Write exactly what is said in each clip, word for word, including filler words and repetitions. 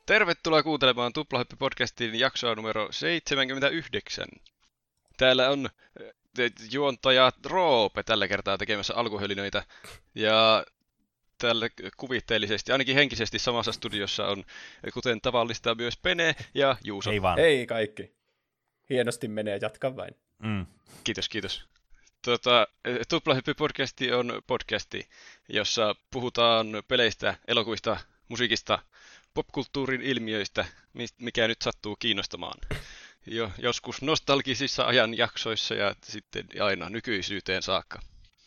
Tervetuloa kuuntelemaan Tuplahyppi-podcastin jaksoa numero seitsemänkymmentäyhdeksän. Täällä on eh, juontaja Roope tällä kertaa tekemässä alkuhölinöitä. Ja tällä kuvitteellisesti, ainakin henkisesti samassa studiossa on, kuten tavallista, myös Pene ja Juuso. Ei vaan. Ei kaikki. Hienosti menee, jatka vain. Mm. Kiitos, kiitos. Tota, Tuplahyppi-podcasti on podcasti, jossa puhutaan peleistä, elokuvista, musiikista, popkulttuurin ilmiöistä, mikä nyt sattuu kiinnostamaan. Jo, joskus nostalgisissa ajanjaksoissa ja sitten aina nykyisyyteen saakka.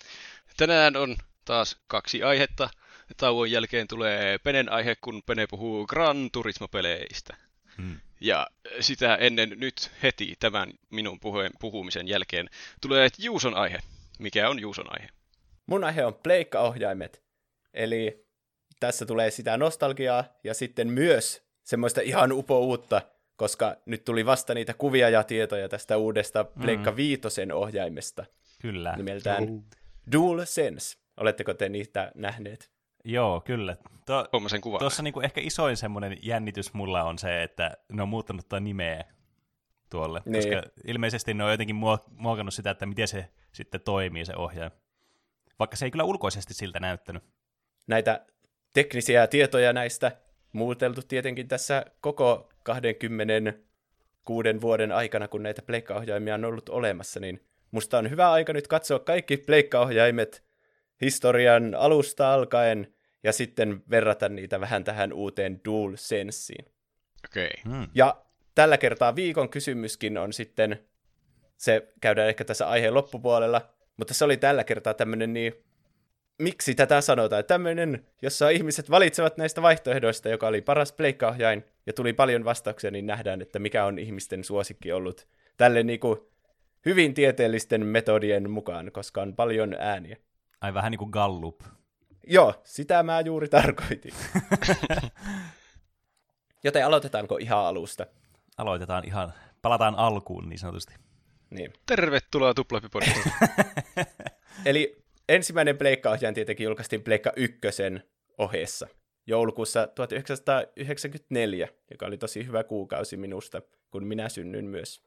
Tänään on taas kaksi aihetta. Tauon jälkeen tulee Penen aihe, kun Pene puhuu Gran Turismo-peleistä. Hmm. Ja sitä ennen nyt heti tämän minun puheen puhumisen jälkeen tulee Juuson aihe. Mikä on Juuson aihe? Mun aihe on pleikkaohjaimet. Eli tässä tulee sitä nostalgiaa ja sitten myös semmoista ihan upouutta, koska nyt tuli vasta niitä kuvia ja tietoja tästä uudesta Pleikka Viitosen ohjaimesta. Kyllä. Nimeltään uh. DualSense. Oletteko te niitä nähneet? Joo, kyllä. Tuo, Tuossa niinku ehkä isoin semmoinen jännitys mulla on se, että ne on muuttanut tuota nimeä tuolle. Niin. Koska ilmeisesti ne on jotenkin muokannut sitä, että miten se sitten toimii se ohjain. Vaikka se ei kyllä ulkoisesti siltä näyttänyt. Näitä teknisiä tietoja näistä muuteltu tietenkin tässä koko kaksikymmentäkuuden vuoden aikana, kun näitä pleikkaohjaimia on ollut olemassa, niin musta on hyvä aika nyt katsoa kaikki pleikkaohjaimet historian alusta alkaen ja sitten verrata niitä vähän tähän uuteen DualSenseen. Okei. Okay. Hmm. Ja tällä kertaa viikon kysymyskin on sitten, se käydään ehkä tässä aiheen loppupuolella, mutta se oli tällä kertaa tämmöinen niin, miksi tätä sanotaan? Tämmöinen, jossa ihmiset valitsevat näistä vaihtoehdoista, joka oli paras pleikkaohjain, ja tuli paljon vastauksia, niin nähdään, että mikä on ihmisten suosikki ollut tälle niin kuin hyvin tieteellisten metodien mukaan, koska on paljon ääniä. Ai vähän niin kuin Gallup. Joo, sitä mä juuri tarkoitin. Joten aloitetaanko ihan alusta? Aloitetaan ihan, palataan alkuun niin sanotusti. Niin. Tervetuloa Tuplahyppi-podcastiin. Eli ensimmäinen pleikkaohjaaja tietenkin julkaistiin Pleikka ykkösen ohessa joulukuussa tuhatyhdeksänsataayhdeksänkymmentäneljä, joka oli tosi hyvä kuukausi minusta, kun minä synnyin myös.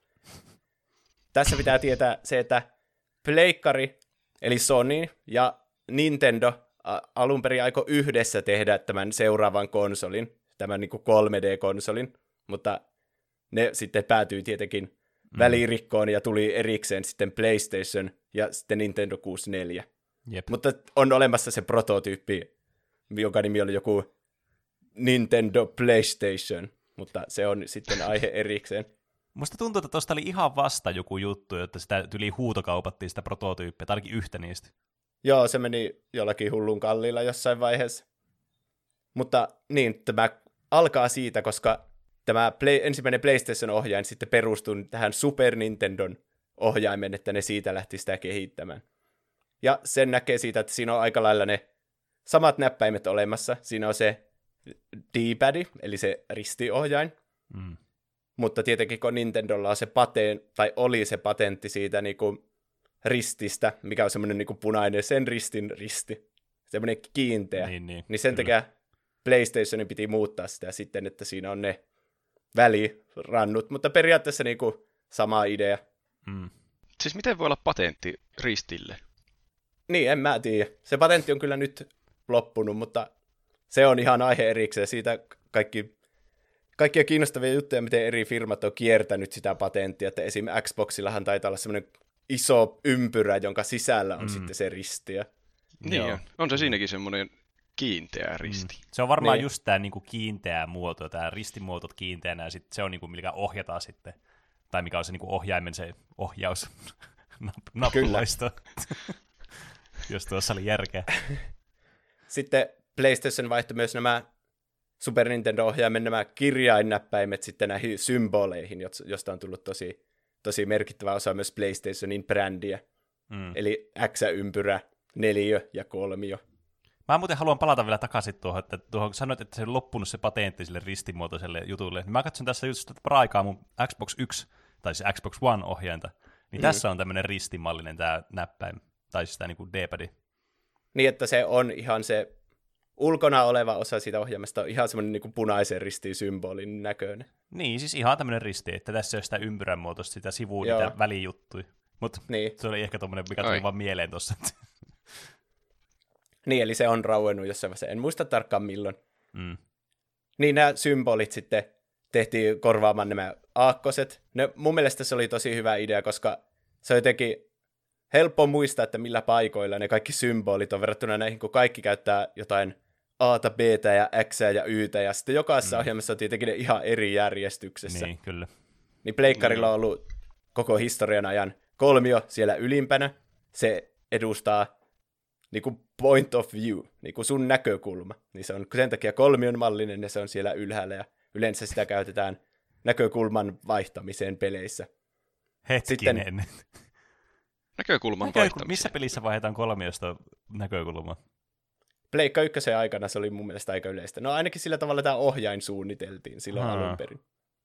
Tässä pitää tietää se, että pleikkari, eli Sony ja Nintendo alun perin aikoi yhdessä tehdä tämän seuraavan konsolin, tämän niin kuin kolme D-konsolin, mutta ne sitten päätyi tietenkin mm. välirikkoon ja tuli erikseen sitten PlayStation ja sitten Nintendo kuusikymmentäneljä. Jep. Mutta on olemassa se prototyyppi, jonka nimi oli joku Nintendo PlayStation, mutta se on sitten aihe erikseen. Musta tuntuu, että tuosta oli ihan vasta joku juttu, että sitä yli huutokaupattiin sitä prototyyppiä, tai ainakin yhtä niistä. Joo, se meni jollakin hullun kalliilla jossain vaiheessa. Mutta niin, tämä alkaa siitä, koska tämä play, ensimmäinen PlayStation-ohjain sitten perustui tähän Super Nintendon ohjaimen, että ne siitä lähti sitä kehittämään. Ja sen näkee siitä, että siinä on aika lailla ne samat näppäimet olemassa. Siinä on se D-pad, eli se ristiohjain. Mm. Mutta tietenkin kun Nintendolla on se paten, tai oli se patentti siitä niinku rististä, mikä on semmoinen niinku punainen, sen ristin risti, semmoinen kiinteä, niin, niin, niin sen takia PlayStationin piti muuttaa sitä sitten, että siinä on ne välirannut, mutta periaatteessa niinku sama idea. Mm. Siis miten voi olla patentti ristille? Niin, en mä tiedä. Se patentti on kyllä nyt loppunut, mutta se on ihan aihe erikseen. Siitä kaikki, kaikkia kiinnostavia juttuja, miten eri firmat on kiertänyt sitä patenttia, että esim. Xboxillahan taitaa olla semmoinen iso ympyrä, jonka sisällä on mm. sitten se risti. Niin on. On se siinäkin semmoinen kiinteä risti. Mm. Se on varmaan niin. just tämä niinku kiinteä muoto, tämä ristimuoto kiinteänä, ja sit se on niinku, mikä ohjataan sitten, tai mikä on se niinku ohjaimen se ohjaus nappulaisto. Jos tuossa oli järkeä. Sitten PlayStation vaihtoi myös nämä Super Nintendo-ohjaimen nämä kirjainnäppäimet sitten näihin symboleihin, josta on tullut tosi, tosi merkittävä osa myös PlayStationin brändiä. Mm. Eli X-ympyrä, neliö ja kolmio. Mä muuten haluan palata vielä takaisin tuohon, että tuohon sanoit, että se on loppunut se patentti sille ristimuotoiselle jutulle. Mä katson tässä just tätä paraikaa mun Xbox yksi, tai se Xbox One-ohjainta, niin mm. tässä on tämmöinen ristimallinen tämä näppäin, tai siis tämä niinku D-pad. Niin, että se on ihan se ulkona oleva osa siitä ohjaimesta on ihan semmoinen niin kuin punaisen ristin symbolin näköinen. Niin, siis ihan tämmöinen risti, että tässä on sitä ympyrän muotoista, sitä sivua, Joo. niitä välijuttui. Mutta Niin. se oli ehkä tommoinen, mikä tuli Ai. vaan mieleen tuossa. Niin, eli se on rauennut jossain vaiheessa. En muista tarkkaan milloin. Mm. Niin nämä symbolit sitten tehtiin korvaamaan nämä aakkoset. Ne, mun mielestä se oli tosi hyvä idea, koska se on jotenkin helppo muistaa, että millä paikoilla ne kaikki symbolit on verrattuna näihin, kun kaikki käyttää jotain A:ta, B:tä ja X:ää ja Y:tä, ja sitten jokaisessa mm. ohjelmassa on tietenkin ne ihan eri järjestyksessä. Niin, kyllä. Niin pleikkarilla on ollut koko historian ajan kolmio siellä ylimpänä. Se edustaa niin kuin point of view, niin kuin sun näkökulma. Niin se on sen takia kolmion mallinen ja se on siellä ylhäällä ja yleensä sitä käytetään näkökulman vaihtamiseen peleissä. Hetkinen. Sitten- Näkökulman Näkö, vaihtamiseen. missä pelissä vaihdetaan kolmiosta näkökulmaa? Pleikka ykkösen aikana se oli mun mielestä aika yleistä. No ainakin sillä tavalla tämä ohjain suunniteltiin silloin Haa. alun perin.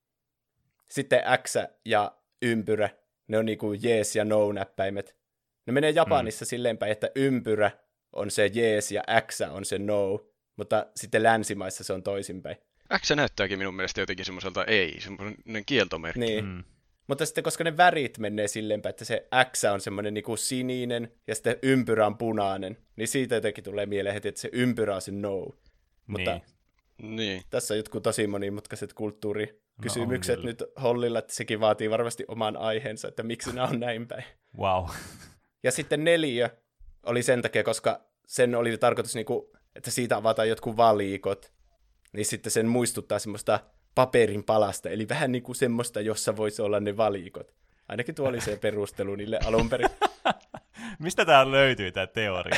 Sitten X ja ympyrä, ne on niinku jees ja no näppäimet. Ne menee Japanissa mm. silleen päin, että ympyrä on se jees ja X on se no, mutta sitten länsimaissa se on toisinpäin. X näyttääkin minun mielestä jotenkin semmoiselta ei, semmoinen kieltomerkki. Niin. Mm. Mutta sitten koska ne värit menee silleen päin, että se X on semmoinen niinku sininen ja sitten ympyrä on punainen, niin siitä jotenkin tulee mieleen heti, että se ympyrä on se no. Mutta Niin. Niin. tässä on jotkut tosi monimutkaiset kulttuurikysymykset No on nyt Hollilla, että sekin vaatii varmasti oman aiheensa, että miksi nämä on näin päin. Wow. Ja sitten neliö oli sen takia, koska sen oli tarkoitus, niinku, että siitä avataan jotkut valikot, niin sitten sen muistuttaa semmoista paperin palasta, eli vähän niin kuin semmoista, jossa voisi olla ne valikot. Ainakin tuo oli se perustelu niille alun perin. Mistä tää löytyy, tää teoria?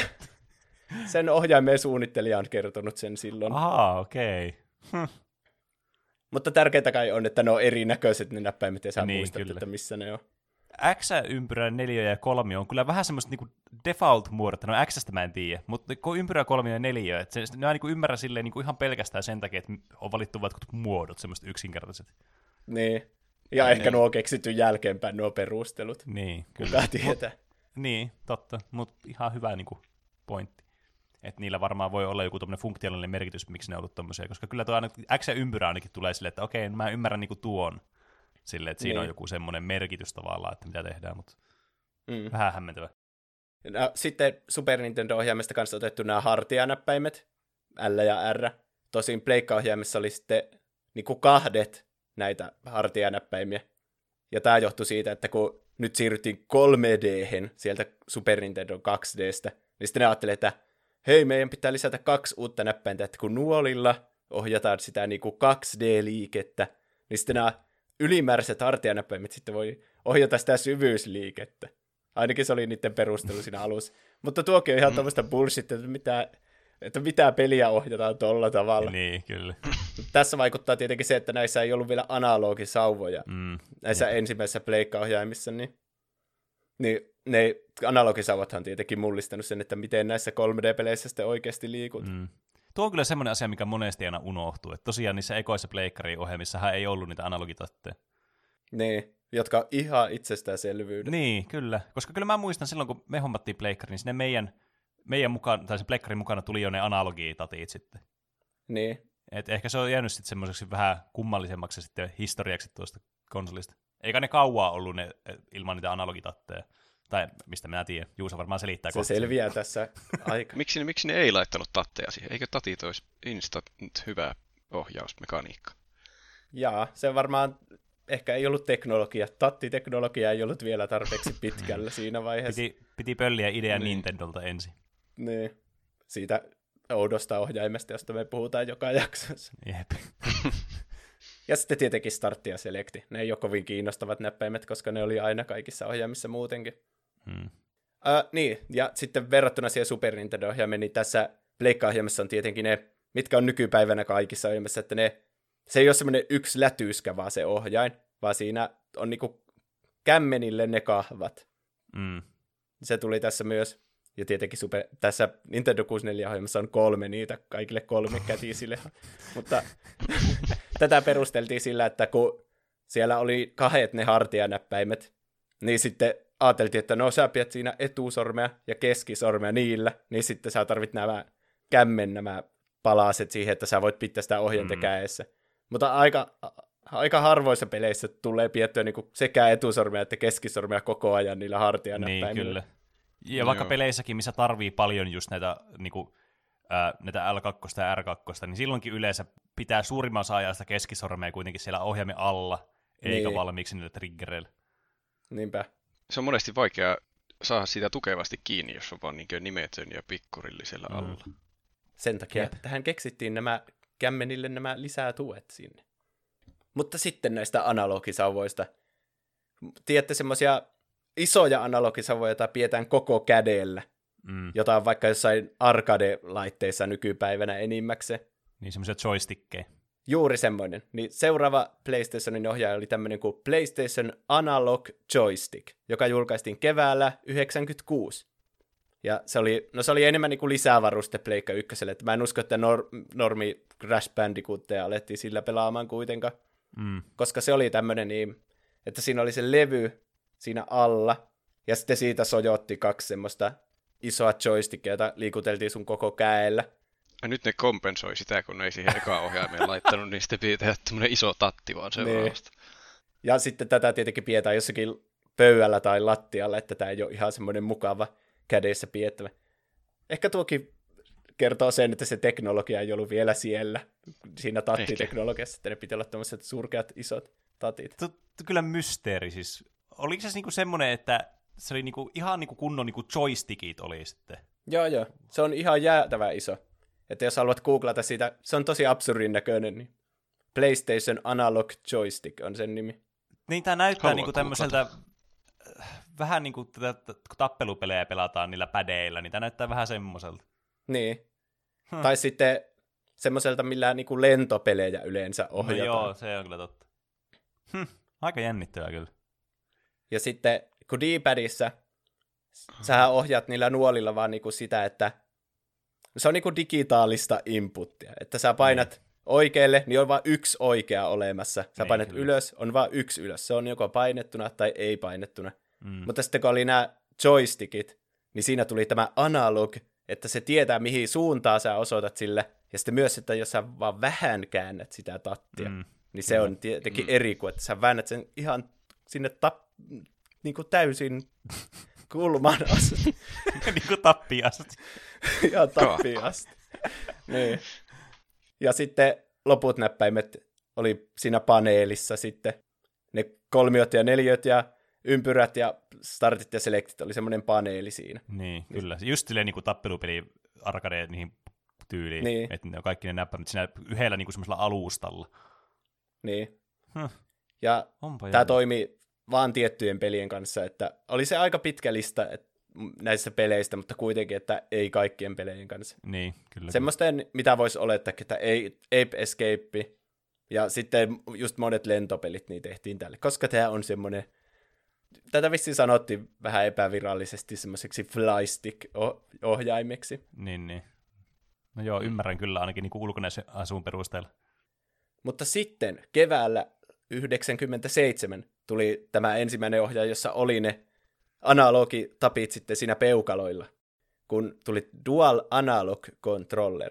Sen ohjaimeen suunnittelija on kertonut sen silloin. Ahaa, okei. Okay. Mutta tärkeintä kai on, että ne on erinäköiset ne näppäimet, ja sä Niin, muistat, kyllä. että missä ne on. X, ympyrä, neliö ja kolmio on kyllä vähän semmoista niinku default-muodot. No Xstä mä en tiedä, mutta kun ympyrä, kolmio ja neliö, että se, ne on niinku ymmärrä silleen niinku ihan pelkästään sen takia, että on valittu vaikka muodot, semmoiset yksinkertaiset. Niin. Ja Niin. ehkä nuo on keksitty jälkeenpäin, nuo perustelut. Niin, kyllä. Kuka tietää. Niin, totta, mutta ihan hyvä niinku pointti. Että niillä varmaan voi olla joku tommonen funktionaalinen merkitys, miksi ne on ollut tommosia, koska kyllä tuo aina, X ja ympyrä ainakin tulee silleen, että okei, no mä ymmärrän niinku tuon. Silleen, että siinä Niin. on joku semmoinen merkitys tavallaan, että mitä tehdään, mutta Mm. vähän hämmentävä. No, sitten Super Nintendo-ohjaimesta kanssa otettu nämä hartianäppäimet, L ja R. Tosin Pleikka-ohjaimessa oli sitten niin kuin kahdet näitä hartianäppäimiä. Ja tämä johtui siitä, että kun nyt siirryttiin kolme D-hen sieltä Super Nintendo kaksi D:stä, niin sitten ne ajattelivat, että hei, meidän pitää lisätä kaksi uutta näppäintä, että kun nuolilla ohjataan sitä niin kuin kaksi D-liikettä, niin sitten nämä ylimääräiset hartianäppäimet sitten voi ohjata sitä syvyysliikettä. Ainakin se oli niiden perustelu siinä alussa. Mutta tuokin on ihan mm. tämmöistä bullshit, että mitä, että mitä peliä ohjataan tolla tavalla. Niin, kyllä. Tässä vaikuttaa tietenkin se, että näissä ei ollut vielä analogisauvoja. Mm. Näissä Jep. ensimmäisissä Pleikka-ohjaimissa, niin, niin ne analogisauvathan on tietenkin mullistanut sen, että miten näissä kolme D-peleissä sitten oikeasti liikut. Mm. Tuo on kyllä semmoinen asia, mikä monesti aina unohtuu. Että tosiaan niissä ekoissa pleikkariohjelmissahan ei ollut niitä analogitatteja. Niin, jotka on ihan itsestäänselvyydet. Niin, kyllä. Koska kyllä mä muistan silloin, kun me hommattiin pleikkari, niin sinne meidän, meidän mukaan, tai sen pleikkarin mukana tuli jo ne analogitatit sitten. Niin. Et ehkä se on jäänyt sitten semmoiseksi vähän kummallisemmaksi sitten historiaksi tuosta konsolista. Eikä ne kauaa ollut ne ilman niitä analogitatteja. Tai mistä minä tiedän. Juusa varmaan selittää. Se selviää tässä aika. Miksi, ne- miksi ne ei laittanut tatteja siihen? Eikö tatit olisi instant hyvä ohjausmekaniikka? Jaa, se varmaan ehkä ei ollut teknologia. Tattiteknologia ei ollut vielä tarpeeksi pitkällä siinä vaiheessa. Piti, piti pölliä idea Niin. Nintendolta ensin. Niin. Siitä oudosta ohjaimesta, josta me puhutaan joka jaksossa. Jep. Ja sitten tietenkin startti ja selekti. Ne ei ole kovin kiinnostavat näppäimet, koska ne oli aina kaikissa ohjaimissa muutenkin. Hmm. Uh, niin, ja sitten verrattuna siihen Super Nintendo-ohjaimeen, niin tässä Pleikka-ohjaimessa on tietenkin ne, mitkä on nykypäivänä kaikissa ohjaimissa, että ne, se ei ole semmoinen yksi lätyyskä vaan se ohjain, vaan siinä on niinku kämmenille ne kahvat. Mm. Se tuli tässä myös, ja tietenkin super, tässä Nintendo kuusikymmentäneljä-ohjelmassa on kolme niitä kaikille kolme kätisille, mutta tätä perusteltiin sillä, että kun siellä oli kahdet ne hartianäppäimet, niin sitten ajateltiin, että no sä pidät siinä etusormea ja keskisormea niillä, niin sitten sä tarvit nämä kämmen nämä palaset siihen, että sä voit pitää sitä ohjainta mm. kädessä. Mutta aika, aika harvoissa peleissä tulee piettyä niinku sekä etusormia että keskisormia koko ajan niillä hartianäppäimillä. Niin, kyllä. Ja vaikka Joo. peleissäkin, missä tarvii paljon just näitä, niinku, äh, näitä L kaksi ja R kaksi, niin silloinkin yleensä pitää suurimman osa ajasta keskisormea kuitenkin siellä ohjaimen alla, eikä niin. valmiiksi niillä triggereillä. Niinpä. Se on monesti vaikea saada sitä tukevasti kiinni, jos on vaan niin nimetön ja pikkurilli siellä alla. Mm. Sen takia Jep. tähän keksittiin nämä kämmenille nämä lisää tuet sinne. Mutta sitten näistä analogisauvoista. Tiedätte semmoisia isoja analogisauvoja, joita pidetään koko kädellä, mm. jota on vaikka jossain arcade-laitteissa nykypäivänä enimmäkseen. Niin semmoisia joystickeja. Juuri semmoinen. Niin seuraava PlayStationin ohjaaja oli tämmöinen kuin PlayStation Analog Joystick, joka julkaistiin keväällä yhdeksänkymmentäkuusi. Ja se oli, no se oli enemmän niin kuin lisävaruste Pleikka ykköselle, että mä en usko, että nor- normi Crash Bandicootia alettiin sillä pelaamaan kuitenkaan, mm. koska se oli tämmöinen niin, että siinä oli se levy siinä alla, ja sitten siitä sojotti kaksi semmoista isoa joystickia, jota liikuteltiin sun koko käellä. Ja nyt ne kompensoi sitä, kun ne ei siihen ekaan ohjaimeen laittanut, niin sitten pitää tehdä tämmöinen iso tatti vaan seuraavasta. Niin. Ja sitten tätä tietenkin pidetään jossakin pöydällä tai lattialla, että tämä ei ole ihan semmoinen mukava kädessä pidettävä. Ehkä tuokin kertoo sen, että se teknologia ei ollut vielä siellä, siinä tattiteknologiassa, että ne piti olla tämmöiset surkeat isot tatit. Kyllä mysteeri siis. Oliko se niinku semmoinen, että se oli niinku ihan niinku kunnon niinku joystickit oli sitten? Joo, joo. Se on ihan jäätävä iso. Että jos haluat googlata sitä, se on tosi absurdin näköinen, niin PlayStation Analog Joystick on sen nimi. Niin, tämä näyttää niinku tämmöiseltä, vähän niin kuin kun tappelupelejä pelataan niillä pädeillä, niin tämä näyttää vähän semmoiselta. Niin. Hmm. Tai sitten semmoiselta, millä niinku lentopelejä yleensä ohjataan. No joo, se on kyllä totta. Hm, aika jännittävää kyllä. Ja sitten, kun D-padissa, sähän ohjaat niillä nuolilla vaan niinku sitä, että se on niinku digitaalista inputtia, että sä painat niin. oikealle, niin on vaan yksi oikea olemassa. Sä niin, painat kyllä. ylös, on vaan yksi ylös. Se on joko painettuna tai ei painettuna. Mm. Mutta sitten kun oli nämä joystickit, niin siinä tuli tämä analog, että se tietää, mihin suuntaan sä osoitat sille. Ja sitten myös, että jos sä vaan vähän käännät sitä tattia, mm. niin se on tietenkin mm. eri kuin, että sä väännät sen ihan sinne tap, niin kuin täysin kulman asti. niin kuin tappiin asti. Ihan tappiin asti. Niin. Ja sitten loput näppäimet oli siinä paneelissa sitten. Ne kolmiot ja neliöt ja ympyrät ja startit ja selektit oli semmoinen paneeli siinä. Niin, kyllä. Just silleen niin kuin tappelupeli arcade niihin tyyliin, niin. Että ne on kaikki ne näppäimet siinä yhdellä niin kuin semmoisella alustalla. Niin. Huh. Ja tämä toimi vaan tiettyjen pelien kanssa, että oli se aika pitkä lista että näistä peleistä, mutta kuitenkin, että ei kaikkien pelejen kanssa. Niin, kyllä. Semmoisten, mitä voisi olettaa, että Ape Escape ja sitten just monet lentopelit niin tehtiin tälle, koska tämä on semmoinen, tätä vissiin sanottiin vähän epävirallisesti semmoiseksi flystick-ohjaimeksi. Niin, niin. No joo, ymmärrän kyllä ainakin niin ulkonäön perusteella. Mutta sitten keväällä yhdeksänkymmentäseitsemän tuli tämä ensimmäinen ohjaaja, jossa oli ne analogitapit sitten siinä peukaloilla, kun tuli Dual Analog Controller,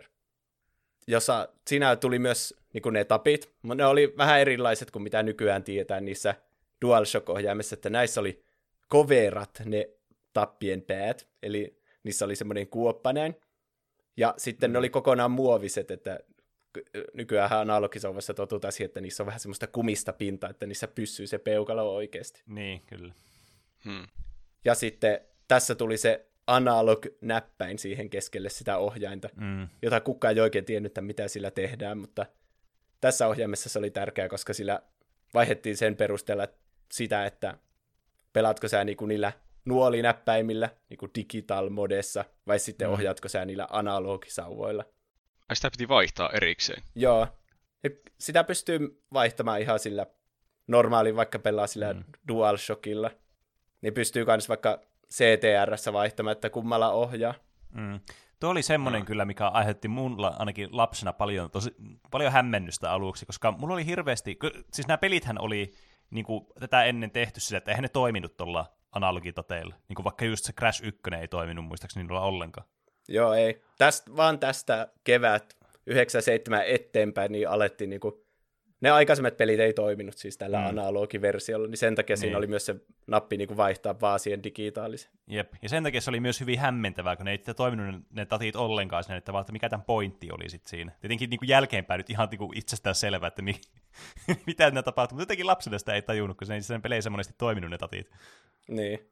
jossa siinä tuli myös niin kuin ne tapit, mutta ne oli vähän erilaiset kuin mitä nykyään tietää niissä DualShock-ohjaimissa, että näissä oli koverat ne tappien päät, eli niissä oli semmoinen kuoppa näin, ja sitten ne oli kokonaan muoviset, että nykyäänhän analogisauvassa totutaan siihen, että niissä on vähän semmoista kumista pintaa, että niissä pysyy se peukalo oikeasti. Niin, kyllä. Hmm. Ja sitten tässä tuli se analog-näppäin siihen keskelle sitä ohjainta, mm. jota kukaan ei oikein tiennyt, mitä sillä tehdään, mutta tässä ohjaimessa se oli tärkeää, koska sillä vaihdettiin sen perusteella sitä, että pelaatko sä niinku niillä nuolinäppäimillä niinku digital-modessa, vai sitten mm. ohjaatko sä niillä analogisauvoilla. Ai sitä piti vaihtaa erikseen? Joo. Ja sitä pystyy vaihtamaan ihan sillä normaali, vaikka pelaa sillä mm. DualShockilla. Niin pystyy myös vaikka C T R:ssä vaihtamaan, että kummalla ohjaa. Mm. Tuo oli semmoinen no. kyllä, mikä aiheutti mulla ainakin lapsena paljon, tosi, paljon hämmennystä aluksi, koska mulla oli hirveästi, siis nämä pelithän oli niin kuin, tätä ennen tehty sillä, että eihän ne toiminut tuolla analogitateilla. Niin kuin vaikka just se Crash yksi ei toiminut muistaakseni niillä ollenkaan. Joo, ei. Täst, vaan tästä kevät yhdeksänkymmentäseitsemän eteenpäin, niin alettiin niin kuin, ne aikaisemmat pelit ei toiminut siis tällä mm. analogiversiolla, niin sen takia niin. siinä oli myös se nappi niin kuin vaihtaa vaan siihen digitaaliseen. Jep, ja sen takia se oli myös hyvin hämmentävää, kun ne ei toiminut ne, ne tatit ollenkaan siinä, että, vaan, että mikä tämän pointti oli sitten siinä. Tietenkin niin kuin jälkeenpäin nyt ihan niin kuin itsestään selvää, että mi- mitä ne tapahtuu, mutta jotenkin lapsena sitä ei tajunnut, kun se ei sen peleissä monesti toiminut ne tatit. Niin.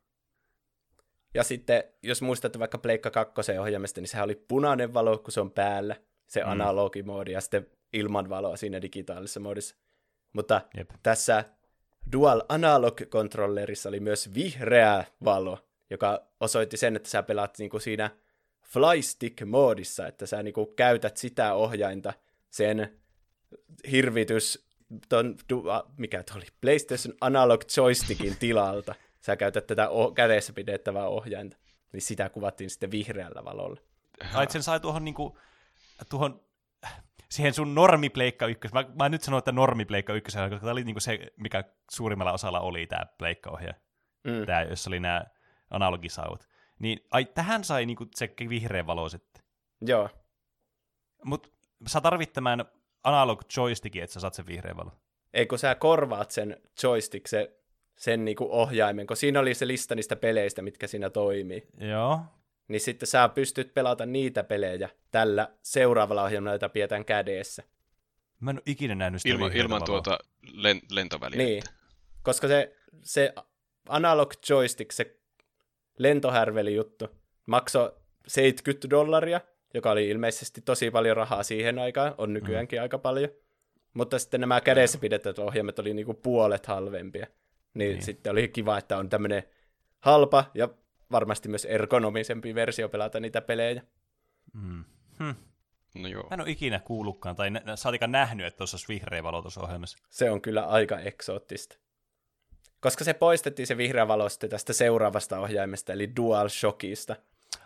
Ja sitten, jos muistatte vaikka Pleikka kakkosen ohjaamista, niin sehän oli punainen valo, kun se on päällä, se mm. analogimoodi, ja sitten ilman valoa siinä digitaalisessa moodissa. Mutta Jep. tässä Dual Analog-kontrollerissa oli myös vihreä valo, joka osoitti sen, että sä pelaat niinku siinä Flystick-moodissa, että sä niinku käytät sitä ohjainta sen hirvitys, ton, mikä toi oli, PlayStation Analog Joystickin tilalta. Sä käytät tätä oh- kädessä pidettävää ohjainta, niin sitä kuvattiin sitten vihreällä valolla. Ai, sen sai tuohon niinku, tuohon siihen sun normipleikka ykkös. Mä, mä nyt sanon, että normipleikka ykkös, koska tämä oli niinku se, mikä suurimmalla osalla oli tämä pleikkaohjaaja. Mm. Tämä, jossa oli nämä analogisaut. Niin, ai, tähän sai niinku se vihreä valo sitten. Joo. Mut sä tarvit tämän analog joystickin, että sä saat sen vihreän valo. Ei, kun sä korvaat sen joystick, se, sen niinku ohjaimen, kun siinä oli se lista niistä peleistä, mitkä siinä toimii. Joo. Niin sitten sä pystyt pelata niitä pelejä tällä seuraavalla ohjelmalla, jota pidetään kädessä. Mä en ole ikinä nähnyt sitä Ilman, ilman tuota len, lentoväliä. Niin, koska se, se analog joystick, se lentohärveli juttu, maksoi seitsemänkymmentä dollaria, joka oli ilmeisesti tosi paljon rahaa siihen aikaan, on nykyäänkin mm. aika paljon. Mutta sitten nämä kädessä pidettävät ohjelmat oli niinku puolet halvempia. Niin, niin sitten oli kiva, että on tämmöinen halpa ja varmasti myös ergonomisempi versio pelata niitä pelejä. Mm. Hm. No joo. Mä en ole ikinä kuullutkaan, tai nä- saatikaan nähnyt, että tuossa olisi vihreä valo tuossa ohjelmassa. Se on kyllä aika eksoottista. Koska se poistettiin se vihreä valo sitten tästä seuraavasta ohjaimesta, eli DualShockista.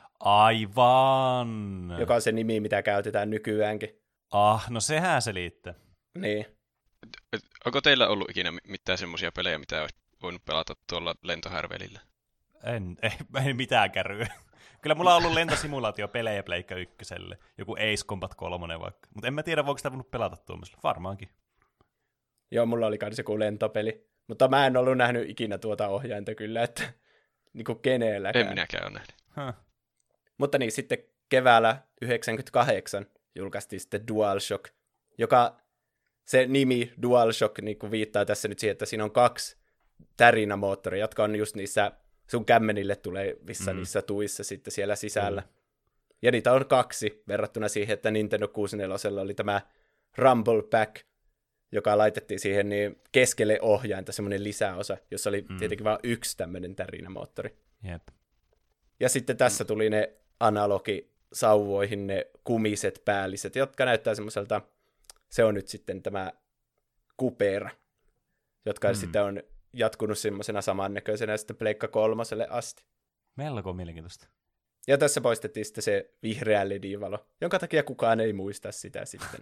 Aivan! Joka on se nimi, mitä käytetään nykyäänkin. Ah, no sehän se liittää. Niin. Onko teillä ollut ikinä mitään semmoisia pelejä, mitä olisi voinut pelata tuolla lentohärvelillä? En, ei, ei mitään kärryä. Kyllä mulla on ollut lentosimulaatiopelejä Pleikka ykköselle. Joku Ace Combat kolme vaikka. Mutta en mä tiedä, voiko sitä voinut pelata tuollaisella. Varmaankin. Joo, mulla oli kans joku lentopeli. Mutta mä en ollut nähnyt ikinä tuota ohjainta kyllä, että niinku keneelläkään. En minäkään ole nähnyt. Huh. Mutta niin, sitten keväällä yhdeksänkymmentäkahdeksan julkaistiin sitten DualShock, joka se nimi DualShock niin viittaa tässä nyt siihen, että siinä on kaksi tärinämoottoria, jotka on just niissä sun kämmenille tulevissa mm. niissä tuissa sitten siellä sisällä. Mm. Ja niitä on kaksi verrattuna siihen, että Nintendo kuusikymmentäneljä oli tämä Rumble Pack, joka laitettiin siihen niin keskelle ohjainta, semmoinen lisäosa, jossa oli mm. tietenkin vain yksi tämmöinen tärinämoottori. Jep. Ja sitten tässä tuli ne analogisauvoihin ne kumiset päälliset, jotka näyttää semmoiselta, se on nyt sitten tämä Cupera, jotka mm. sitten on jatkunut semmoisena samannäköisenä sitten Pleikka kolmoselle asti. Melko mielenkiintoista. Ja tässä poistettiin sitten se vihreä L E D-valo, jonka takia kukaan ei muista sitä sitten.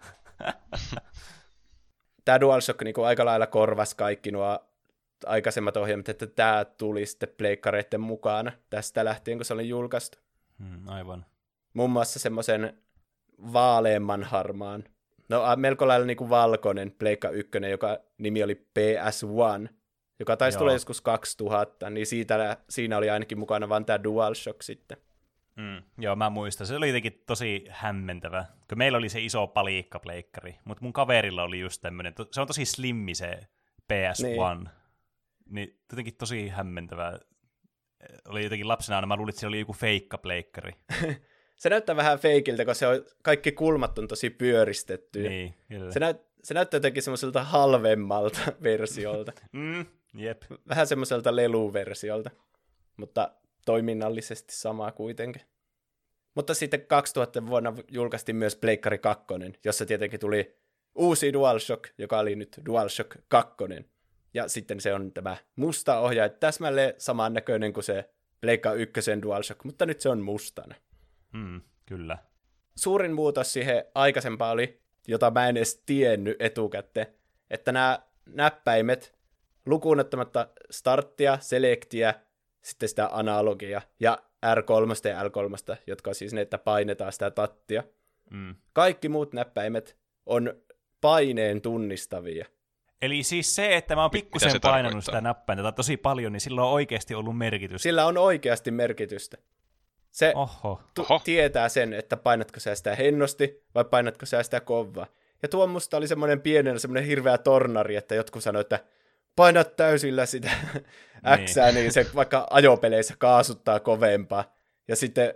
Tämä DualShock niin kuin aika lailla korvasi kaikki nuo aikaisemmat ohjelmat, että tämä tuli sitten pleikkareiden mukana tästä lähtien, kun se oli julkaistu. Hmm, aivan. Muun muassa semmoisen vaaleamman harmaan, no melko lailla niin kuin valkoinen Pleikka ykkönen, joka nimi oli P S yksi, joka taisi tulla joskus kaksituhatta, niin siitä, siinä oli ainakin mukana vaan tämä DualShock sitten. Mm, joo, mä muistan. Se oli jotenkin tosi hämmentävä. Kun meillä oli se iso paliikkapleikkari, mutta mun kaverilla oli just tämmöinen, se on tosi slimmi se P S yksi. Niin, niin jotenkin tosi hämmentävää. Oli jotenkin lapsena aina, mä luulin, että se oli joku feikkapleikkari. Se näyttää vähän feikiltä, kun se on, kaikki kulmat on tosi pyöristetty. Niin, kyllä. Se, näyt, se näyttää jotenkin semmoiselta halvemmalta versiolta. mm, jep. Vähän semmoiselta leluversiolta, mutta toiminnallisesti sama kuitenkin. Mutta sitten kaksituhatta vuonna julkaistiin myös Pleikkari kaksi, jossa tietenkin tuli uusi DualShock, joka oli nyt DualShock kaksi. Ja sitten se on tämä musta ohjaaja, täsmälleen samannäköinen kuin se Pleikka ykkösen DualShock, mutta nyt se on mustana. Mm, kyllä. Suurin muutos siihen aikaisempaan oli, jota mä en edes tiennyt etukäteen, että nämä näppäimet, lukuun ottamatta starttia, selektiä, sitten sitä analogia ja R kolme ja L kolme, jotka on siis ne, että painetaan sitä tattia, Mm. Kaikki muut näppäimet on paineen tunnistavia. Eli siis se, että mä oon pikkusen painanut tarkoittaa? sitä näppäintä tai tosi paljon, niin sillä on oikeasti ollut merkitystä. Sillä on oikeasti merkitystä. Se Oho. Tu- Oho. tietää sen, että painatko sä sitä hennosti vai painatko sä sitä kovaa. Ja tuo musta oli semmoinen pienen semmoinen hirveä tornari, että jotkut sanoi, että painat täysillä sitä niin. Xää, niin se vaikka ajopeleissä kaasuttaa kovempaa. Ja sitten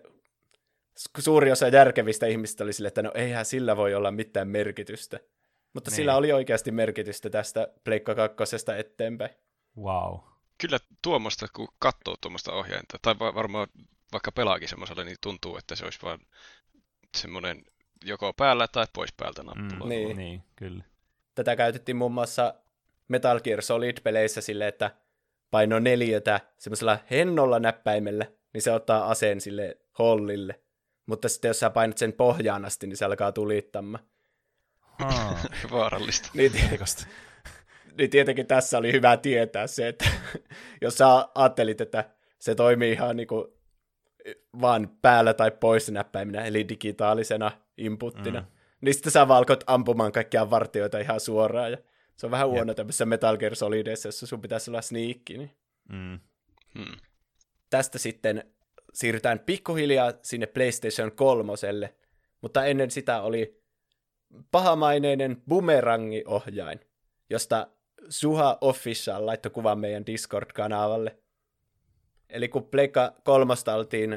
suuri osa järkevistä ihmistä oli sille, että no eihän sillä voi olla mitään merkitystä. Mutta niin. Sillä oli oikeasti merkitystä tästä Pleikka kakkosesta eteenpäin. Wow. Kyllä tuommoista, kun katsoo tuommoista ohjainta, tai varmaan vaikka pelaakin semmoiselle, niin tuntuu, että se olisi vaan semmoinen joko päällä tai pois päältä nappula. Mm, niin. niin, kyllä. Tätä käytettiin muun muassa Metal Gear Solid-peleissä silleen, että paino neljätä semmoisella hennolla näppäimellä, niin se ottaa aseen sille hollille. Mutta sitten jos sä painat sen pohjaan asti, niin se alkaa tulittamaan. Ah, vaarallista. niin, niin tietenkin tässä oli hyvä tietää se, että jos sä ajattelit, että se toimii ihan niinku vaan päällä tai pois näppäiminä, eli digitaalisena inputtina, mm. niin sitten sä valkot ampumaan kaikkia vartioita ihan suoraan, ja se on vähän huono tämmöisessä Metal Gear Solidissa, jossa sun pitäisi olla sneakki. Niin. Mm. Hmm. Tästä sitten siirrytään pikkuhiljaa sinne PlayStation kolmoselle, mutta ennen sitä oli pahamaineinen bumerangi-ohjain, josta Suha Official laittoi kuvan meidän Discord-kanavalle. Eli kun Pleikka kolmosta oltiin,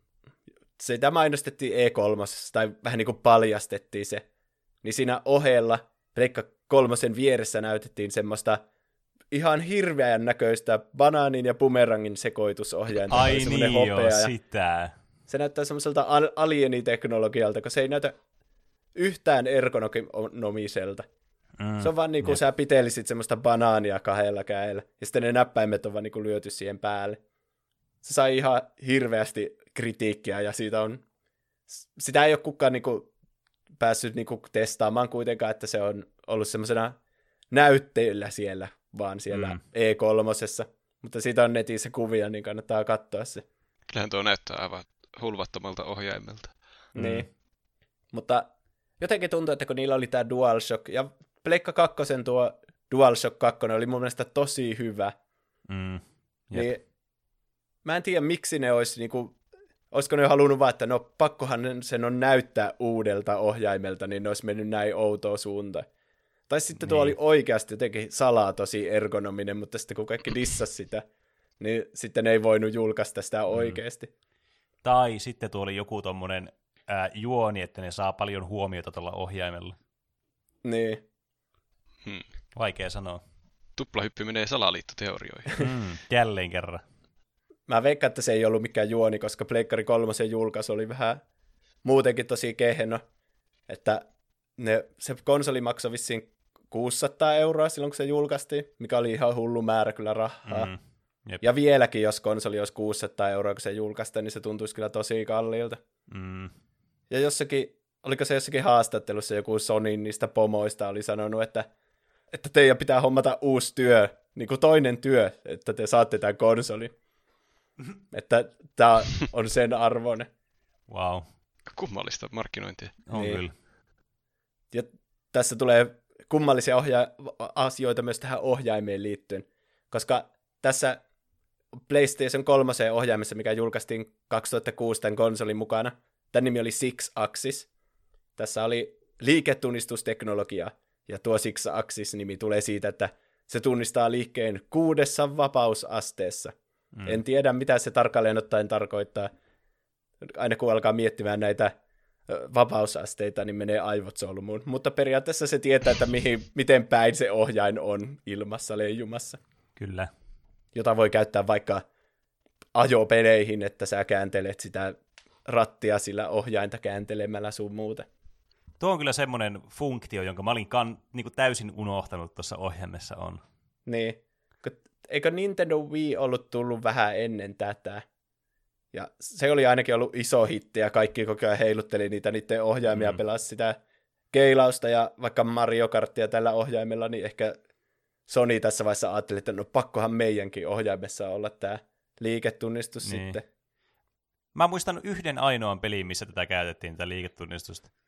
sitä mainostettiin E kolme, tai vähän niin kuin paljastettiin se, niin siinä ohella Pleikka kolmosen vieressä näytettiin semmoista ihan hirveän näköistä banaanin ja bumerangin sekoitusohjainta. Ai niin joo, sitä. Se näyttää semmoiselta alieniteknologialta, kun se ei näytä yhtään ergonomiselta. Mm, se on vaan niin kuin sä pitelisit semmoista banaania kahdella kädellä, ja sitten ne näppäimet on vaan niin kuin lyöty siihen päälle. Se sai ihan hirveästi kritiikkiä, ja siitä on, sitä ei ole kukaan niin kuin päässyt niin kuin testaamaan kuitenkaan, että se on ollut semmoisena näytteillä siellä, vaan siellä mm. E kolme. Mutta siitä on netissä kuvia, niin kannattaa katsoa se. Kyllähän tuo näyttää aivan hulvattomalta ohjaimelta. Mm. Niin. Mutta jotenkin tuntuu, että kun niillä oli tämä DualShock, ja Pleikka kakkosen tuo DualShock kaksi oli mun mielestä tosi hyvä. Mm. Niin mä en tiedä, miksi ne olisi, niinku, olisiko ne halunnut vaan, että no pakkohan sen on näyttää uudelta ohjaimelta, niin ne olisi mennyt näin outoa suuntaan. Tai sitten tuo niin. oli oikeasti jotenkin salaa tosi ergonominen, mutta sitten kun kaikki dissas sitä, niin sitten ei voinut julkaista sitä mm. oikeasti. Tai sitten tuo oli joku tommonen ää, juoni, että ne saa paljon huomiota tuolla ohjaimella. Niin. Hmm. Vaikea sanoa. Tuplahyppy menee salaliittoteorioihin. Mm, jälleen kerran. Mä veikkaan, että se ei ollut mikään juoni, koska Pleikkari kolmosen julkaisu oli vähän muutenkin tosi kehno, että ne, se konsoli maksoi vissiin kuusisataa euroa silloin, kun se julkaistiin, mikä oli ihan hullu määrä kyllä rahaa. Mm, ja vieläkin, jos konsoli olisi kuusisataa euroa, kun se julkaistaan, niin se tuntuisi kyllä tosi kalliilta. Mm. Ja jossakin, oliko se jossakin haastattelussa joku Sonyn niistä pomoista oli sanonut, että, että teidän pitää hommata uusi työ, niin kuin toinen työ, että te saatte tämän konsolin. Että tämä on sen arvoinen. Wow. Kummallista markkinointia. On niin. Kyllä. Ja tässä tulee kummallisia ohja- asioita myös tähän ohjaimeen liittyen, koska tässä PlayStation kolme ohjaimessa, mikä julkaistiin kaksituhattakuusi tämän konsolin mukana, tämän nimi oli Six Axis. Tässä oli liiketunnistusteknologia, ja tuo Six Axis-nimi tulee siitä, että se tunnistaa liikkeen kuudessa vapausasteessa. Mm. En tiedä, mitä se tarkalleen ottaen tarkoittaa. Aina kun alkaa miettimään näitä vapausasteita, niin menee aivot solmuun. Mutta periaatteessa se tietää, että mihin, miten päin se ohjain on ilmassa leijumassa. Kyllä. Jota voi käyttää vaikka ajopeleihin, että sä kääntelet sitä rattia sillä ohjainta kääntelemällä sun muuta. Tuo on kyllä semmoinen funktio, jonka mä olin kan, niin kuin täysin unohtanut tuossa ohjelmassa on. Niin. Eikö Nintendo Wii ollut tullut vähän ennen tätä? Ja se oli ainakin ollut iso hitti, ja kaikki koko ajan heilutteli niitä niiden ohjaimia, mm. pelasi sitä keilausta, ja vaikka Mario Karttia tällä ohjaimella, niin ehkä Sony tässä vaiheessa ajatteli, että no pakkohan meidänkin ohjaimessa olla tämä liiketunnistus niin. sitten. Mä muistan yhden ainoan pelin, missä tätä käytettiin, tätä liiketunnistusta.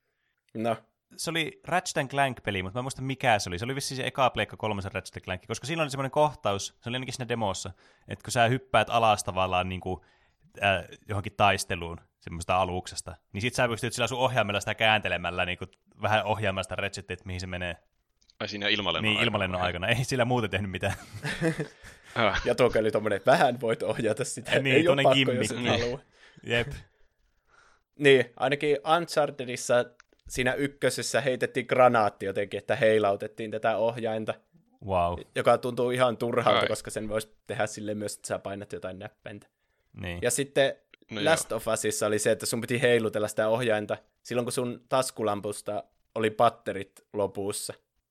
No. Se oli Ratchet and Clank-peli, mutta mä en muista mikä se oli. Se oli vissiin se eka Pleikka kolmosen Ratchet and Clank, koska siinä oli semmoinen kohtaus, se oli ainakin siinä demossa, että kun sä hyppäät alas tavallaan niin kuin, äh, johonkin taisteluun semmoista aluksesta, niin sit sä pystyt sillä sun ohjaimella sitä kääntelemällä niin kuin, vähän ohjaamaan sitä Ratchetia, että mihin se menee. Ai siinä ilmalennon niin, aikana. ilmalennon aikana. Ei sillä muuten tehnyt mitään. ah. Ja tuo oli tommonen, että vähän voit ohjata sitä. Niin, ei ole pakko, gimmick. jos et niin. halua. Jep. Niin, ainakin Unchartedissa siinä ykkösessä heitettiin granaatti jotenkin, että heilautettiin tätä ohjainta. Wow. Joka tuntuu ihan turhalta, Ai. koska sen voisi tehdä silleen myös, että sä painat jotain näppäintä. Niin. Ja sitten no Last joo. of Usissa oli se, että sun piti heilutella sitä ohjainta silloin, kun sun taskulampusta oli patterit lopussa.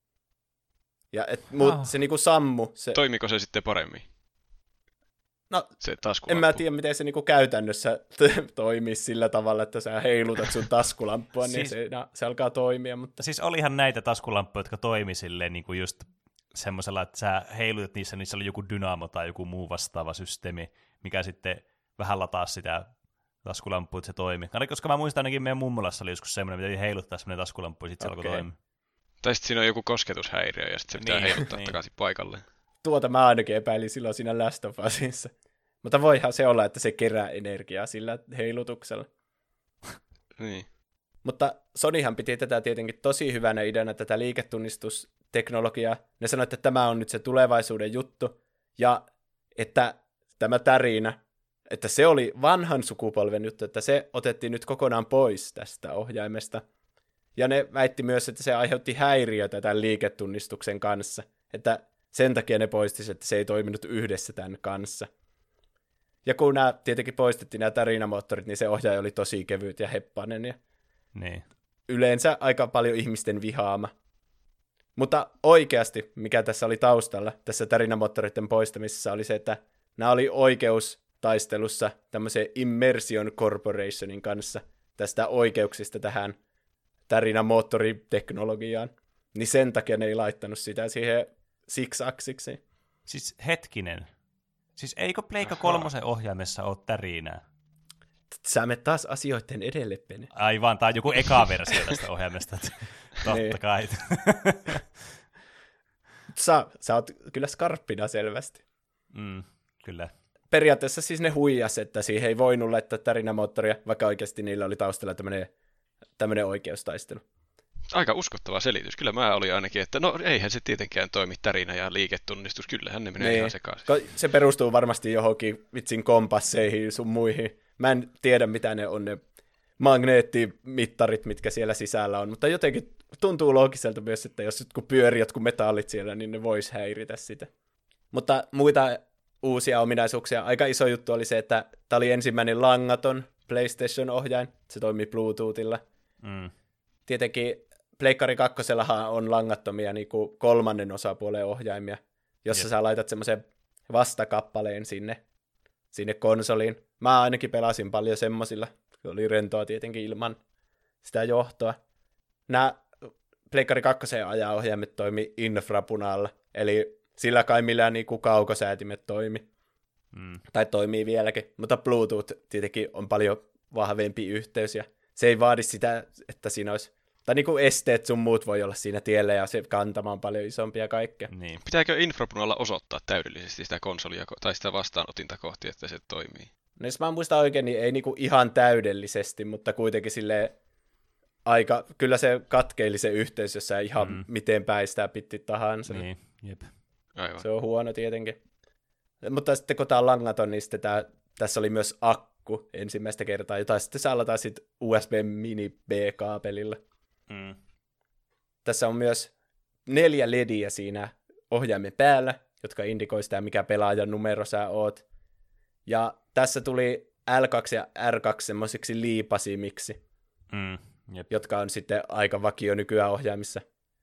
Ja et, mut Ah. se niinku sammu. Se, Toimiko se sitten paremmin? no, Se taskulamppu. en mä tiedä, miten se niinku käytännössä t- toimii sillä tavalla, että sä heilutat sun taskulampua, niin Siis- se, no, se alkaa toimia. Mutta Siis olihan näitä taskulamppuja, jotka toimi silleen niin kuin just semmoisella, että sä heilutat niissä, niissä oli joku dynamo tai joku muu vastaava systeemi, mikä sitten vähän lataa sitä taskulamppua, että se toimii. Koska mä muistan ainakin meidän mummolassa oli joskus semmoinen, mitä heiluttaa semmoinen taskulamppu, ja sitten se Okei. alkoi toimia. Tai sitten siinä on joku kosketushäiriö, ja sitten se pitää Niin, heiluttaa niin. takaisin paikalle. tuota mä ainakin epäilin silloin siinä Last of Usissa. Mutta voihan se olla, että se kerää energiaa sillä heilutuksella. Niin. Mutta Sonyhan piti tätä tietenkin tosi hyvänä ideana, tätä liiketunnistusteknologiaa. Ne sanoi, että tämä on nyt se tulevaisuuden juttu, ja että tämä tarina, että se oli vanhan sukupolven juttu, että se otettiin nyt kokonaan pois tästä ohjaimesta. Ja ne väitti myös, että se aiheutti häiriötä tämän liiketunnistuksen kanssa, että sen takia ne poistivat, että se ei toiminut yhdessä tämän kanssa. Ja kun nämä tietenkin poistettiin nämä tarinamoottorit, niin se ohjaaja oli tosi kevyt ja heppainen ja Niin. yleensä aika paljon ihmisten vihaama. Mutta oikeasti, mikä tässä oli taustalla, tässä tarinamoottoreiden poistamisessa, oli se, että nämä oli oikeustaistelussa tämmöisen Immersion Corporationin kanssa tästä oikeuksista tähän tarinamoottoriteknologiaan. Niin sen takia ne ei laittanut sitä siihen six-aksiksi. Siis hetkinen. Siis eikö Pleikka kolmosen ohjaimessa ole tärinää? Sä menet taas asioiden edelle, Pene. Aivan, tämä on joku eka versio tästä ohjaimesta. Totta Niin. kai. Sä, sä oot kyllä skarppina selvästi. mm, kyllä. Periaatteessa siis ne huijas, että siihen ei voinut laittaa tarinamoottoria, vaikka oikeasti niillä oli taustalla tämmöinen, tämmöinen oikeustaistelu. Aika uskottava selitys. Kyllä mä olin ainakin, että no eihän se tietenkään toimi tarina ja liiketunnistus. Kyllähän ne menee Niin. ihan sekaisin. Ko- Se perustuu varmasti johonkin vitsin kompasseihin sun muihin. Mä en tiedä, mitä ne on ne magneettimittarit, mitkä siellä sisällä on, mutta jotenkin tuntuu loogiselta myös, että jos kun pyörii jotkut metallit siellä, niin ne vois häiritä sitä. Mutta muita uusia ominaisuuksia. Aika iso juttu oli se, että tämä oli ensimmäinen langaton PlayStation-ohjain. Se toimii Bluetoothilla. Mm. Tietenkin Pleikkari kakkosellahan on langattomia niin kuin kolmannen osapuolen ohjaimia, jossa Jep. sä laitat semmoisen vastakappaleen sinne, sinne konsoliin. Mä ainakin pelasin paljon semmosilla. Se oli rentoa tietenkin ilman sitä johtoa. Nämä Pleikkari kakkosen ajaohjaimet toimi infrapunalla, eli sillä kai millään niin kuin kaukosäätimet toimi. Mm. Tai toimii vieläkin, mutta Bluetooth tietenkin on paljon vahvempi yhteys, ja se ei vaadi sitä, että siinä olisi, tai niin kuin esteet sun muut voi olla siinä tiellä, ja se kantamaan paljon isompia kaikkea. Niin. Pitääkö infrapunalla osoittaa täydellisesti sitä konsolia ko- tai sitä vastaanotinta kohti, että se toimii? No jos mä muistan oikein, niin ei niin kuin ihan täydellisesti, mutta kuitenkin silleen aika, kyllä se katkeili se yhteys, jos sä ihan Mm. miten päin sitä pitti tahansa. Niin, jep. Aivan. Se on huono tietenkin. Mutta sitten kun tää on langaton, niin sitten tää, tässä oli myös akku ensimmäistä kertaa, jota sitten saa ladata sit U S B-mini B-kaapelilla. Mm. Tässä on myös neljä lediä siinä ohjaimen päällä, jotka indikoi sitä, mikä pelaajan numero sä oot. Ja tässä tuli L kaksi ja R kaksi semmoisiksi liipasimiksi, Mm. Jep. jotka on sitten aika vakio nykyään ohjaimissa.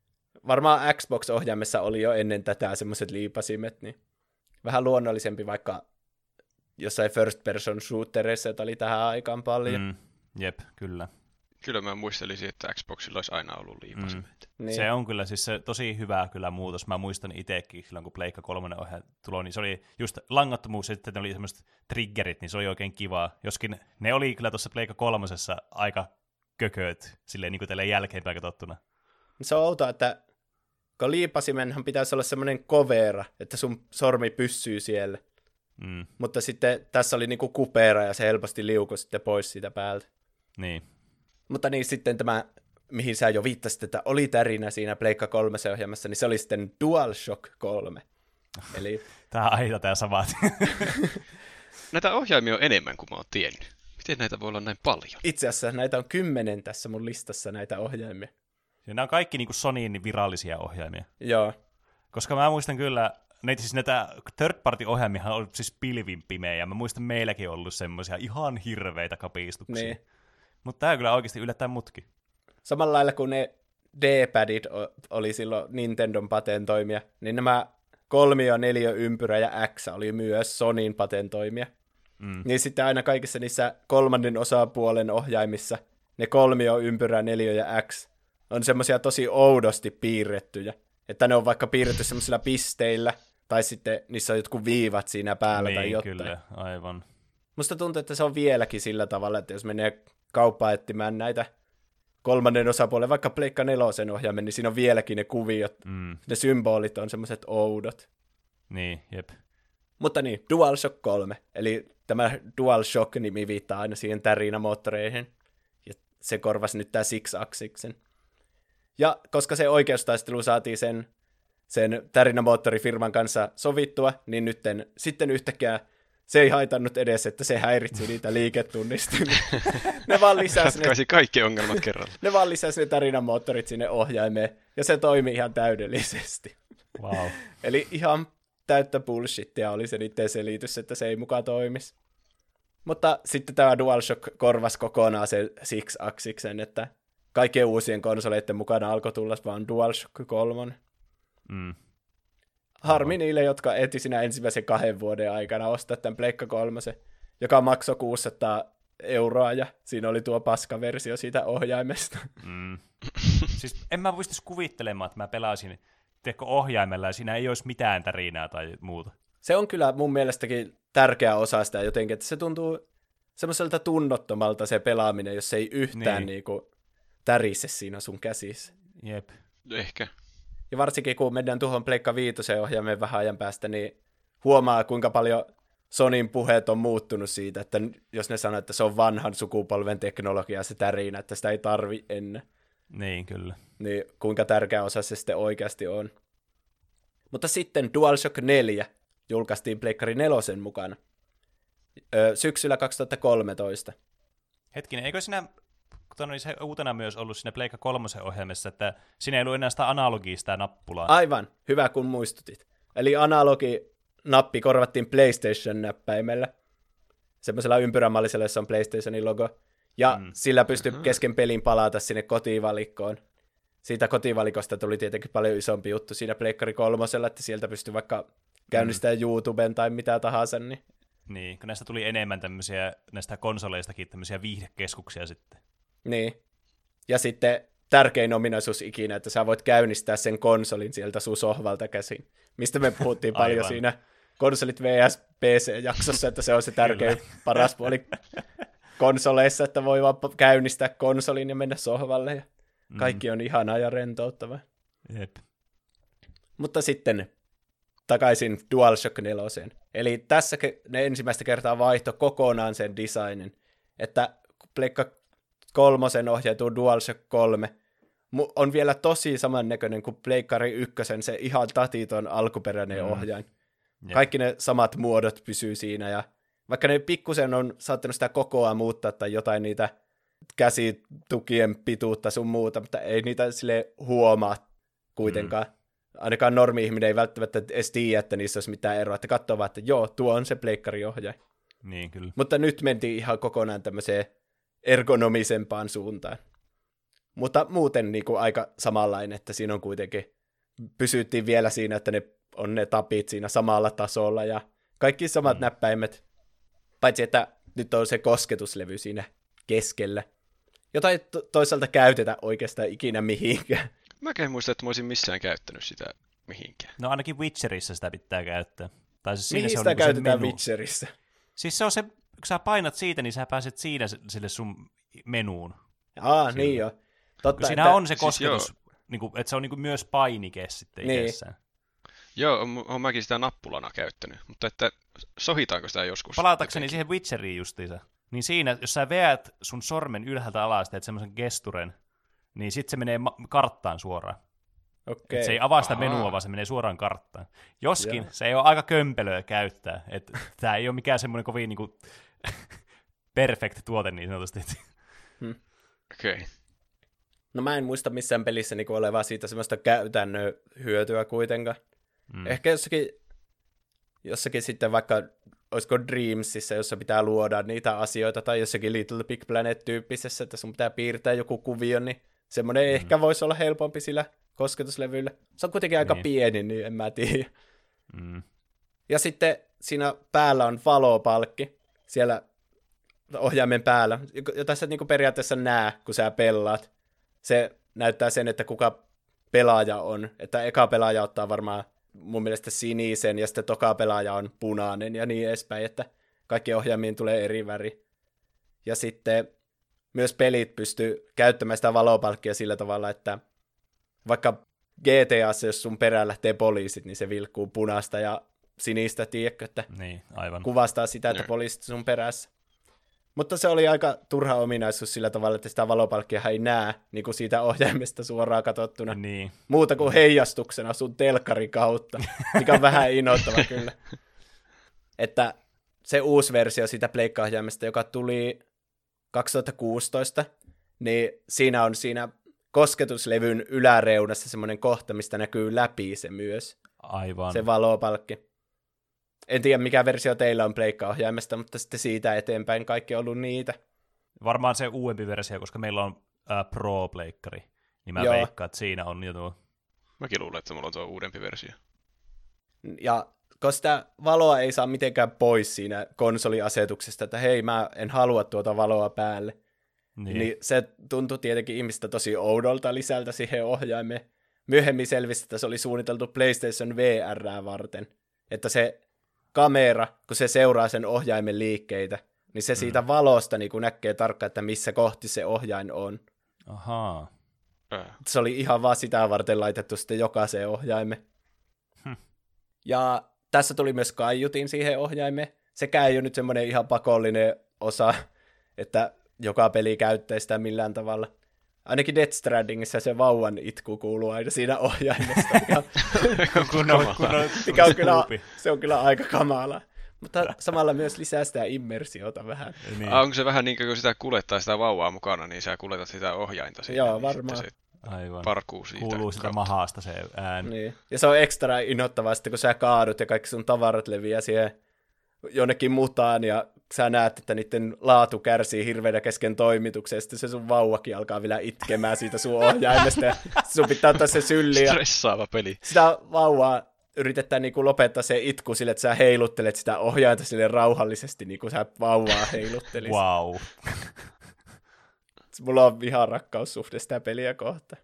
Varmaan Xbox-ohjaimessa oli jo ennen tätä semmoiset liipasimet, niin vähän luonnollisempi vaikka jossain first person shooterissa, jota oli tähän aikaan paljon. Mm. Jep, kyllä. Kyllä mä muistelisin, että Xboxilla olisi aina ollut liipasimet. Mm. Niin. Se on kyllä siis se tosi hyvä kyllä muutos. Mä muistan itsekin silloin, kun Pleikka kolmonen ohjaaja tuli, niin se oli just langattomuus, ja sitten ne oli semmoiset triggerit, niin se oli oikein kivaa. Joskin ne oli kyllä tuossa Pleikka kolmosessa aika kököt, silleen niin kuin tälleen jälkeenpäin katsottuna. Se on outoa, että kun liipasimenhan pitäisi olla semmoinen kovera, että sun sormi pyssyy siellä. Mm. Mutta sitten tässä oli niinku kupera ja se helposti liukui sitten pois siitä päältä. Niin. Mutta niin sitten tämä, mihin sä jo viittasit, että oli tärinä siinä Pleikka kolme ohjelmassa, niin se oli sitten DualShock kolme. Eli... Tää on aina tää samat. Näitä ohjaimia on enemmän kuin mä oon tiennyt. Miten näitä voi olla näin paljon? Itse asiassa näitä on kymmenen tässä mun listassa näitä ohjaimia. Ja nämä on kaikki niinku Sonyin virallisia ohjaimia. Joo. Koska mä muistan kyllä, näitä, siis näitä third-party-ohjaimiahan on ollut siis pilvin pimeä, ja mä muistan meilläkin ollut semmoisia ihan hirveitä kapistuksia. Niin. Mutta tää on kyllä oikeasti yllättäen mutki. Samalla lailla kuin ne D-padit oli silloin Nintendon patentoimia, niin nämä kolmio, neljä, ympyrä ja X oli myös Sonyn patentoimia. Mm. Niin sitten aina kaikissa niissä kolmannen osapuolen ohjaimissa ne kolmio, ympyrä, neljä ja X on semmoisia tosi oudosti piirrettyjä. Että ne on vaikka piirretty semmoisilla pisteillä, tai sitten niissä on jotkut viivat siinä päällä niin, tai jotain. Kyllä, aivan. Musta tuntuu, että se on vieläkin sillä tavalla, että jos menee kauppaan etsimään näitä kolmannen osapuolen, vaikka Pleikka nelosen ohjaimen, niin siinä on vieläkin ne kuviot, mm. ne symbolit on semmoiset oudot. Niin, jep. Mutta niin, DualShock kolme, eli tämä DualShock-nimi viittaa aina siihen tärinämoottoreihin, ja se korvasi nyt tämä Six-Axiksen. Ja koska se oikeustaistelu saatiin sen, sen tärinämoottorifirman kanssa sovittua, niin nytten, sitten yhtäkkiä se ei haitannut edes, että se häiritsi niitä liiketunnistimia. ne vaan lisäsi ne, kaikki ongelmat kerralla. Ne vaan lisäsi ne tärinämoottorit sinne ohjaimeen, ja se toimi ihan täydellisesti. Wow. Eli ihan täyttä bullshittia oli se niiden selitys, että se ei mukaan toimisi. Mutta sitten tämä DualShock korvasi kokonaan sen Six-Axiksen, että kaikkien uusien konsoleiden mukana alkoi tulla vaan DualShock kolme. Mm. Harmi niille, jotka eti siinä ensimmäisen kahden vuoden aikana ostaa tämän Pleikka kolme, joka maksoi kuusisataa euroa, ja siinä oli tuo paskaversio siitä ohjaimesta. Mm. Siis en mä pystyisi kuvittelemaan, että mä pelaisin tiedätkö, ohjaimella, ja siinä ei olisi mitään tärinää tai muuta. Se on kyllä mun mielestäkin tärkeä osa sitä jotenkin, että se tuntuu semmoiselta tunnottomalta se pelaaminen, jos se ei yhtään niin. Niinku tärise siinä sun käsissä. Jep. Ehkä. Ja varsinkin kun mennään tuohon Pleikka viitoseen ohjaimen vähän ajan päästä, niin huomaa, kuinka paljon Sonyn puheet on muuttunut siitä, että jos ne sanoo, että se on vanhan sukupolven teknologia se tärinä, että sitä ei tarvi ennen. Niin, kyllä. Niin kuinka tärkeä osa se sitten oikeasti on. Mutta sitten DualShock neljä julkaistiin Pleikkari nelosen mukana öö, syksyllä kaksituhattakolmetoista. Hetkinen, eikö siinä oli se uutena myös ollut siinä Pleikka kolmosen ohjelmassa, että siinä ei ollut enää sitä analogista nappulaa. Aivan, hyvä kun muistutit. Eli analoginappi korvattiin PlayStation-näppäimellä, semmoisella ympyrämallisella, jossa on PlayStationin logo, ja mm. sillä pystyi kesken pelin palata sinne kotivalikkoon. Siitä kotivalikosta tuli tietenkin paljon isompi juttu siinä Pleikkari kolmosella, että sieltä pystyi vaikka käynnistämään mm. YouTuben tai mitä tahansa. Niin. niin, kun näistä tuli enemmän tämmöisiä, näistä konsoleistakin tämmöisiä viihdekeskuksia sitten. Niin, ja sitten tärkein ominaisuus ikinä, että sä voit käynnistää sen konsolin sieltä sun sohvalta käsin, mistä me puhuttiin paljon Aivan. siinä konsolit versus P C-jaksossa, että se on se tärkein paras puoli konsoleissa, että voi vaan käynnistää konsolin ja mennä sohvalle, ja kaikki on ihanaa ja rentouttavaa. Jep. Mutta sitten takaisin DualShock neloseen. Eli tässä ne ensimmäistä kertaa vaihto kokonaan sen designin, että Pleikka kolmosen ohjautuu DualShock kolme on vielä tosi samannäköinen kuin Pleikkari ykkösen, se ihan tatiton alkuperäinen mm. ohjain. Yeah. Kaikki ne samat muodot pysyy siinä, ja vaikka ne pikkusen on saattanut sitä kokoa muuttaa tai jotain niitä käsitukien pituutta sun muuta, mutta ei niitä sille huomaa kuitenkaan. Mm. Ainakaan normi-ihminen ei välttämättä edes tiedä, että niissä olisi mitään eroa, että katsoo vaan, että joo, tuo on se pleikkariohjaaja. Niin, kyllä. Mutta nyt mentiin ihan kokonaan tämmöiseen ergonomisempaan suuntaan. Mutta muuten niin kuin aika samanlainen, että siinä on kuitenkin, pysyttiin vielä siinä, että ne on ne tapit siinä samalla tasolla ja kaikki samat mm. näppäimet, paitsi että nyt on se kosketuslevy siinä keskellä, jota ei to- toisaalta käytetä oikeastaan ikinä mihinkään. Mäkään muista, että mä olisin missään käyttänyt sitä mihinkään. No ainakin Witcherissa sitä pitää käyttää. Tai siis Mihin siinä sitä se on käytetään menu. Witcherissa? Siis se on se, kun sä painat siitä, niin sä pääset siinä sille sun menuun. Aa, Sillä. niin joo. Totta, siinä että... on se kosketus, siis niin kuin, että se on niin kuin myös painike sitten niin. itsessään. Joo, olen mäkin sitä nappulana käyttänyt, mutta että sohitaanko sitä joskus? Palatakseni siihen Witcheriin justiinsa, niin siinä, jos sä veät sun sormen ylhäältä alas, teet semmoisen gesturen, niin sitten se menee ma- karttaan suoraan. Okay. Se ei avaa sitä menua, vaan se menee suoraan karttaan. Joskin yeah. se ei ole aika kömpelöä käyttää. Tämä ei ole mikään semmoinen kovin niinku, perfect tuote niin sanotusti. Hmm. Okei. Okay. No mä en muista missään pelissä niinku olevaa siitä semmoista käytännön hyötyä kuitenkaan. Hmm. Ehkä jossakin, jossakin sitten vaikka, olisiko Dreamsissa, jossa pitää luoda niitä asioita, tai jossakin Little Big Planet-tyyppisessä, että sun pitää piirtää joku kuvio, niin semmoinen hmm. ehkä voisi olla helpompi sillä kosketuslevyllä. Se on kuitenkin aika niin. pieni, niin en mä tiedä. Mm. Ja sitten siinä päällä on valopalkki, siellä ohjaimen päällä, jota sä niinku periaatteessa näe, kun sä pelaat. Se näyttää sen, että kuka pelaaja on. Että eka pelaaja ottaa varmaan mun mielestä sinisen, ja sitten toka pelaaja on punainen, ja niin edespäin, että kaikki ohjaimiin tulee eri väri. Ja sitten myös pelit pystyy käyttämään sitä valopalkkia sillä tavalla, että vaikka G T A:ssa, jos sun perään lähtee poliisit, niin se vilkkuu punaista ja sinistä, tiedätkö, että niin, aivan. kuvastaa sitä, että poliisit sun perässä. Mutta se oli aika turha ominaisuus sillä tavalla, että sitä valopalkkia ei näe niin kuin siitä ohjaimesta suoraan katsottuna. Niin. Muuta kuin heijastuksena sun telkkarin kautta, mikä on vähän innoittava kyllä. Että se uusi versio siitä pleikka-ohjaimesta, joka tuli kaksituhattakuusitoista, niin siinä on siinä kosketuslevyn yläreunassa semmoinen kohta, mistä näkyy läpi se myös. Aivan. Se valopalkki. En tiedä, mikä versio teillä on pleikka-ohjaimesta, mutta sitten siitä eteenpäin kaikki on ollut niitä. Varmaan se uudempi versio, koska meillä on äh, Pro-pleikkari. Niin mä Joo. veikkaan, että siinä on jo tuo. Mäkin luulen, että mulla on tuo uudempi versio. Ja koska sitä valoa ei saa mitenkään pois siinä konsoliasetuksesta, että hei, mä en halua tuota valoa päälle. Niin. niin se tuntui tietenkin ihmistä tosi oudolta lisältä siihen ohjaimeen. Myöhemmin selvisi, että se oli suunniteltu PlayStation V R:ää varten. Että se kamera, kun se seuraa sen ohjaimen liikkeitä, niin se mm. siitä valosta niin kun näkee tarkkaan, että missä kohti se ohjain on. Ahaa. Äh. Se oli ihan vaan sitä varten laitettu sitten jokaiseen ohjaimeen. Hm. Ja tässä tuli myös kaiutin siihen ohjaimeen. Sekään ei ole nyt semmoinen ihan pakollinen osa, että joka peli käyttää sitä millään tavalla. Ainakin Death Strandingissa se vauvan itku kuuluu aina siinä ohjaimesta, mikä on, kun on, kun on, mikä on kyllä, se on kyllä aika kamala. Mutta samalla myös lisää sitä immersiota vähän. Niin. Ah, onko se vähän niin kuin kun sitä kuljettaa sitä vauvaa mukana, niin sä kuljetat sitä ohjainta siinä. Joo, niin varmaan. Se Aivan. parkuu siitä. Kuuluu sitä kautta. Mahaasta se ääni. Niin. Ja se on ekstra innoittavaa sitten, kun sä kaadut ja kaikki sun tavarat leviää siihen jonnekin mutaan ja sä näet, että niiden laatu kärsii hirveänä kesken toimituksen, ja sitten se sun vauvakin alkaa vielä itkemään siitä sun ohjaimesta, ja sun pitää ottaa se sylli. Stressaava peli. Sitä vauvaa yritetään niinku lopettaa se itku sille, että sä heiluttelet sitä ohjainta sille rauhallisesti, niin kuin sä vauvaa heiluttelisit. Wow. Mulla on vihan rakkaussuhde sitä peliä kohta.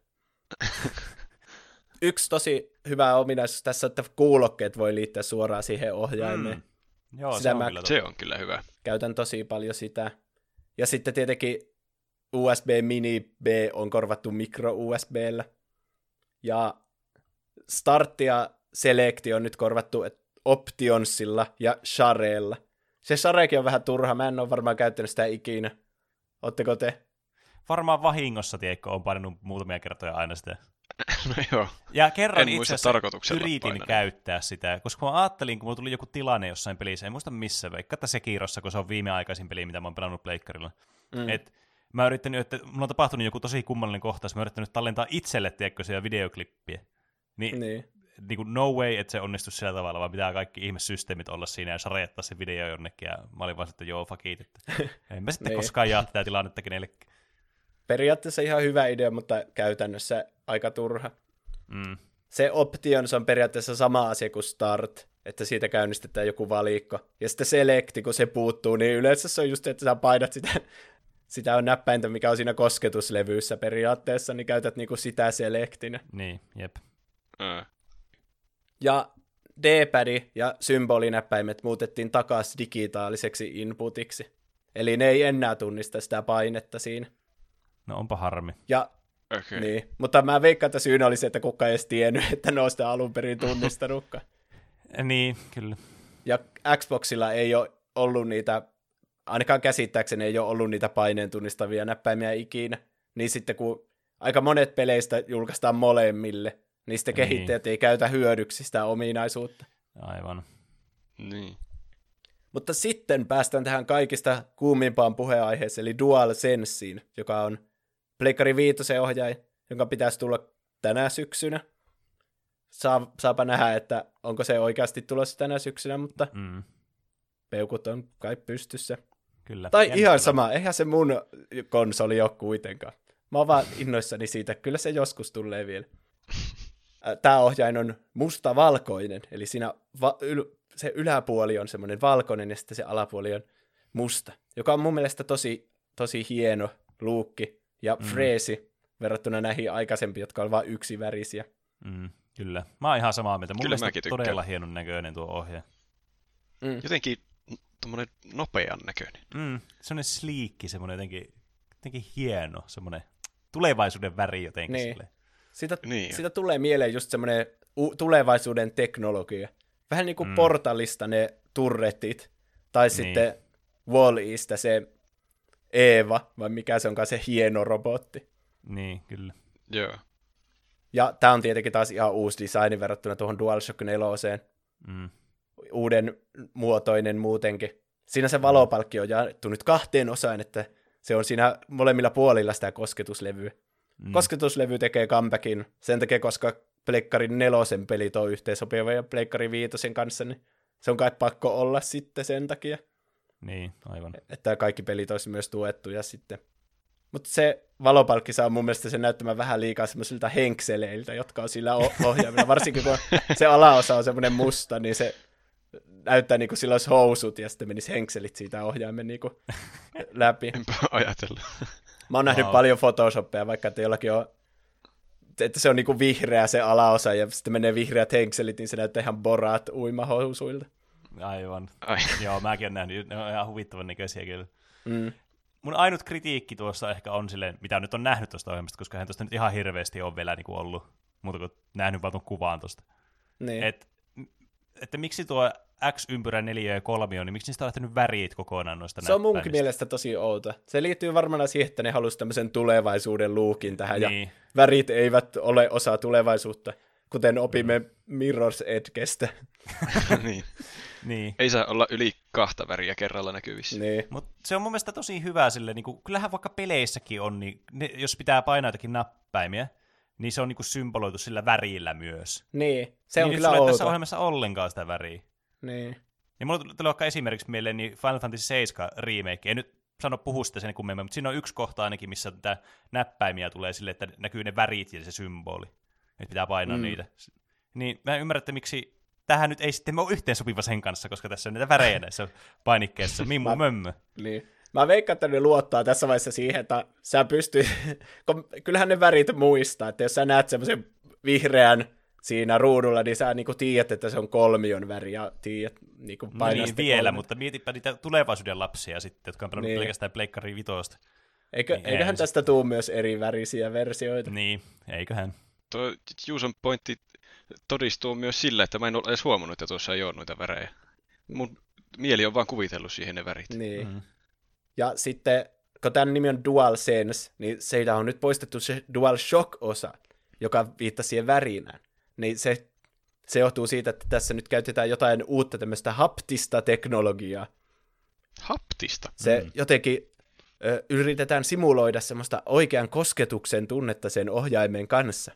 Yksi tosi hyvä ominaisuus tässä on, että kuulokkeet voi liittää suoraan siihen ohjaimeen. Mm. Joo, sitä se, on kyllä se on kyllä hyvä. Käytän tosi paljon sitä. Ja sitten tietenkin U S B Mini B on korvattu micro U S B:llä. Ja Start ja Select on nyt korvattu Optionsilla ja Sharella. Se Sharekin on vähän turha, mä en ole varmaan käyttänyt sitä ikinä. Ootteko te? Varmaan vahingossa, tiedätkö, on painanut muutamia kertoja aina sitä. No joo. Ja kerran itse asiassa yritin painanut. käyttää sitä, koska mä ajattelin, kun mulla tuli joku tilanne jossain pelissä, en muista missä, vaikka että Sekirossa, kun se on viimeaikaisin peli, mitä mä oon pelannut pleikkarilla. Mm. Et mä yrittänyt, että mulla on tapahtunut joku tosi kummallinen kohtaus, mä oon yrittänyt tallentaa itselle, tiedätkö, siellä videoklippiä. Niin, niin. niin kuin no way, että se onnistuu sillä tavalla, vaan pitää kaikki ihmissysteemit olla siinä ja sarjattaa se video jonnekin, ja mä olin vaan, että joo, fuck it, että en mä sitten niin. koskaan jaa tätä tilannetta kenellekään. Periaatteessa ihan hyvä idea, mutta käytännössä aika turha. Mm. Se Options on periaatteessa sama asia kuin Start, että siitä käynnistetään joku valikko. Ja sitten Select, kun se puuttuu, niin yleensä se on just, että sä painat sitä, sitä on näppäintä, mikä on siinä kosketuslevyssä periaatteessa, niin käytät niinku sitä Selectinä. Niin, jep. Mm. Ja D-pad ja symbolinäppäimet muutettiin takaisin digitaaliseksi inputiksi. Eli ne ei enää tunnista sitä painetta siinä. No onpa harmi. Ja, Okay. niin, mutta mä veikkaan, että syynä oli se, että kukaan ei edes tiennyt, että ne on sitä alun perin tunnistanutkaan. Niin, kyllä. Ja Xboxilla ei ole ollut niitä, ainakaan käsittääkseni ei ole ollut niitä paineen tunnistavia näppäimiä ikinä. Niin sitten kun aika monet peleistä julkaistaan molemmille, niin sitten Niin. kehittäjät ei käytä hyödyksi sitä ominaisuutta. Aivan. Niin. Mutta sitten päästään tähän kaikista kuumimpaan puheenaiheeseen, eli DualSenseen, joka on Pleikkari viitosen ohjaaja, jonka pitäisi tulla tänä syksynä. Saa, saapa nähdä, että onko se oikeasti tulossa tänä syksynä, mutta Mm. peukut on kai pystyssä. Kyllä. Tai Jännittävää. ihan sama, eihän se mun konsoli ole kuitenkaan. Mä oon vaan innoissani siitä, kyllä se joskus tulee vielä. Tämä ohjain on musta-valkoinen, eli siinä va- yl- se yläpuoli on semmoinen valkoinen ja sitten se alapuoli on musta, joka on mun mielestä tosi, tosi hieno luukki ja Mm. freesi verrattuna näihin aikaisempiin, jotka on vain yksivärisiä. Mm, kyllä. Mä oon ihan samaa mieltä. Mun Kyllä mielestä mäkin tykkään. todella hienon näköinen tuo ohje. Mm. Jotenkin tommonen nopean näköinen. Mm, semmoinen sliikki, semmoinen jotenkin, jotenkin hieno, semmoinen tulevaisuuden väri jotenkin. Niin. Silleen. Siitä, Niin. siitä tulee mieleen just semmoinen u- tulevaisuuden teknologia. Vähän niin kuin Mm. mm. Portalista ne turretit, tai Niin. sitten Wall-Eistä se Eeva, vai mikä se onkaan se hieno robotti. Niin, kyllä. Joo. Ja tämä on tietenkin taas ihan uusi designi verrattuna tuohon DualShock neljään. Mm. Uuden muotoinen muutenkin. Siinä se valopalkki on jaettu nyt kahteen osaan, että se on siinä molemmilla puolilla sitä kosketuslevyä. Mm. Kosketuslevy tekee comebackin sen takia, koska Pleikkarin nelosen pelit on yhteensopiva ja Pleikkarin viitosen kanssa, niin se on kai pakko olla sitten sen takia, Niin, aivan. että kaikki pelit olisi myös tuettuja sitten. Mutta se valopalkki saa mun mielestä sen näyttämään vähän liikaa semmoisilta henkseleiltä, jotka on sillä o- ohjaamilla. Varsinkin kun se alaosa on semmoinen musta, niin se näyttää niin kuin sillä olisi housut ja sitten menisi henkselit siitä ohjaimen niin kuin läpi. Enpä ajatella. Mä oon nähnyt Wow. paljon Photoshopia, vaikka että jollakin on, että se on niinku vihreä se alaosa ja sitten menee vihreät henkselit, niin se näyttää ihan Borat uimahousuilta. Aivan. Ai. Joo, mäkin olen nähnyt. Ne on ihan huvittavan näköisiä kyllä. Mm. Mun ainut kritiikki tuossa ehkä on silleen, mitä nyt on nähnyt tuosta ohjelmasta, koska hän tuosta nyt ihan hirveästi on vielä niin kuin ollut, muuta kuin nähnyt vaan tuon kuvaan tuosta. Niin. Et, että miksi tuo X-ympyrä, neljä ja kolmio, niin miksi niistä on lähtenyt värit kokonaan noista Se on munkin näppäimistä? mielestä tosi outo. Se liittyy varmaan siihen, että ne halusi tämmöisen tulevaisuuden luukin tähän, Niin. ja värit eivät ole osa tulevaisuutta, kuten opimme Mirror's Edgestä. niin. Niin. Ei saa olla yli kahta väriä kerralla näkyvissä. niin. Mutta se on mun mielestä tosi hyvä sille, niin kuin, kyllähän vaikka peleissäkin on, niin ne, jos pitää painaa jotakin nappäimiä, niin se on niin kuin symboloitu sillä värillä myös. Niin, se niin on nyt kyllä sulla ei outo. tässä ohjelmassa ollenkaan sitä väriä. Niin. Ja mulla tuli vaikka esimerkiksi mieleen niin Final Fantasy seitsemän remake. En nyt sano puhu sitä sen kummemmin, mutta siinä on yksi kohta ainakin, missä tätä näppäimiä tulee sille, että näkyy ne värit ja se symboli. Että pitää painaa mm. niitä. Niin mä en ymmärrä, että miksi tähän nyt ei sitten ole yhteensopiva sen kanssa, koska tässä on niitä värejä näissä painikkeissa. Mimmu mömmö. Niin. Mä veikkaan, että ne luottaa tässä vaiheessa siihen, että sä pystyt, kyllähän ne värit muistaa, että jos sä näet semmoisen vihreän siinä ruudulla, niin sä niinku tiedät, että se on kolmion väri ja tiedät niinku No painaa niin, sitten vielä, kolme. mutta mietipä niitä tulevaisuuden lapsia sitten, jotka on pelannut Niin. pelkästään Pleikkari vitosta. Eikö, Niin, eiköhän eihän se- tästä tuu myös eri värisiä versioita? Niin, eiköhän. Tuo Juuson pointti todistuu myös sillä, että mä en ole edes huomannut, että tuossa ei ole noita värejä. Mun mieli on vaan kuvitellut siihen ne värit. Niin. Mm. Ja sitten, kun tämän nimi on DualSense, niin siitä on nyt poistettu se DualShock-osa, joka viittaa siihen värinään. Niin se, se johtuu siitä, että tässä nyt käytetään jotain uutta tämmöistä haptista teknologiaa. Haptista. Se Mm. jotenkin ö, yritetään simuloida semmoista oikean kosketuksen tunnetta sen ohjaimen kanssa.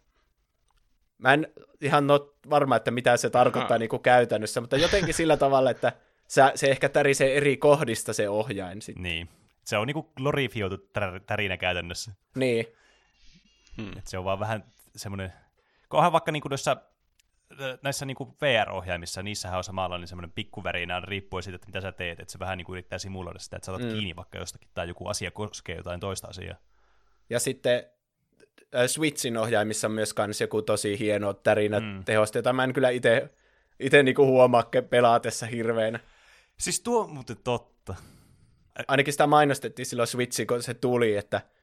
Mä en ihan ole varma, että mitä se tarkoittaa niin kuin käytännössä, mutta jotenkin sillä tavalla, että sä, se ehkä tärisee eri kohdista se ohjain sitten. Niin. Se on niinku glorifioitu tar- tarina käytännössä. Niin, Hmm. Et se on vaan vähän semmoinen, kun onhan vaikka niinku noissa, näissä niinku V R-ohjaimissa, niissähän on samalla niin semmoinen pikkuvärinä riippuen siitä, että mitä sä teet, että se vähän niinku yrittää simuloida sitä, että sä otat Mm. kiinni vaikka jostakin, tai joku asia koskee jotain toista asiaa. ja sitten äh, Switchin ohjaimissa on myös kans joku tosi hieno tarina Mm. tehosta, jota mä en kyllä itse ite niinku huomaa ke- pelaatessa hirveänä. Siis tuo on muuten totta. Ainakin sitä mainostettiin silloin Switchiin, kun se tuli, että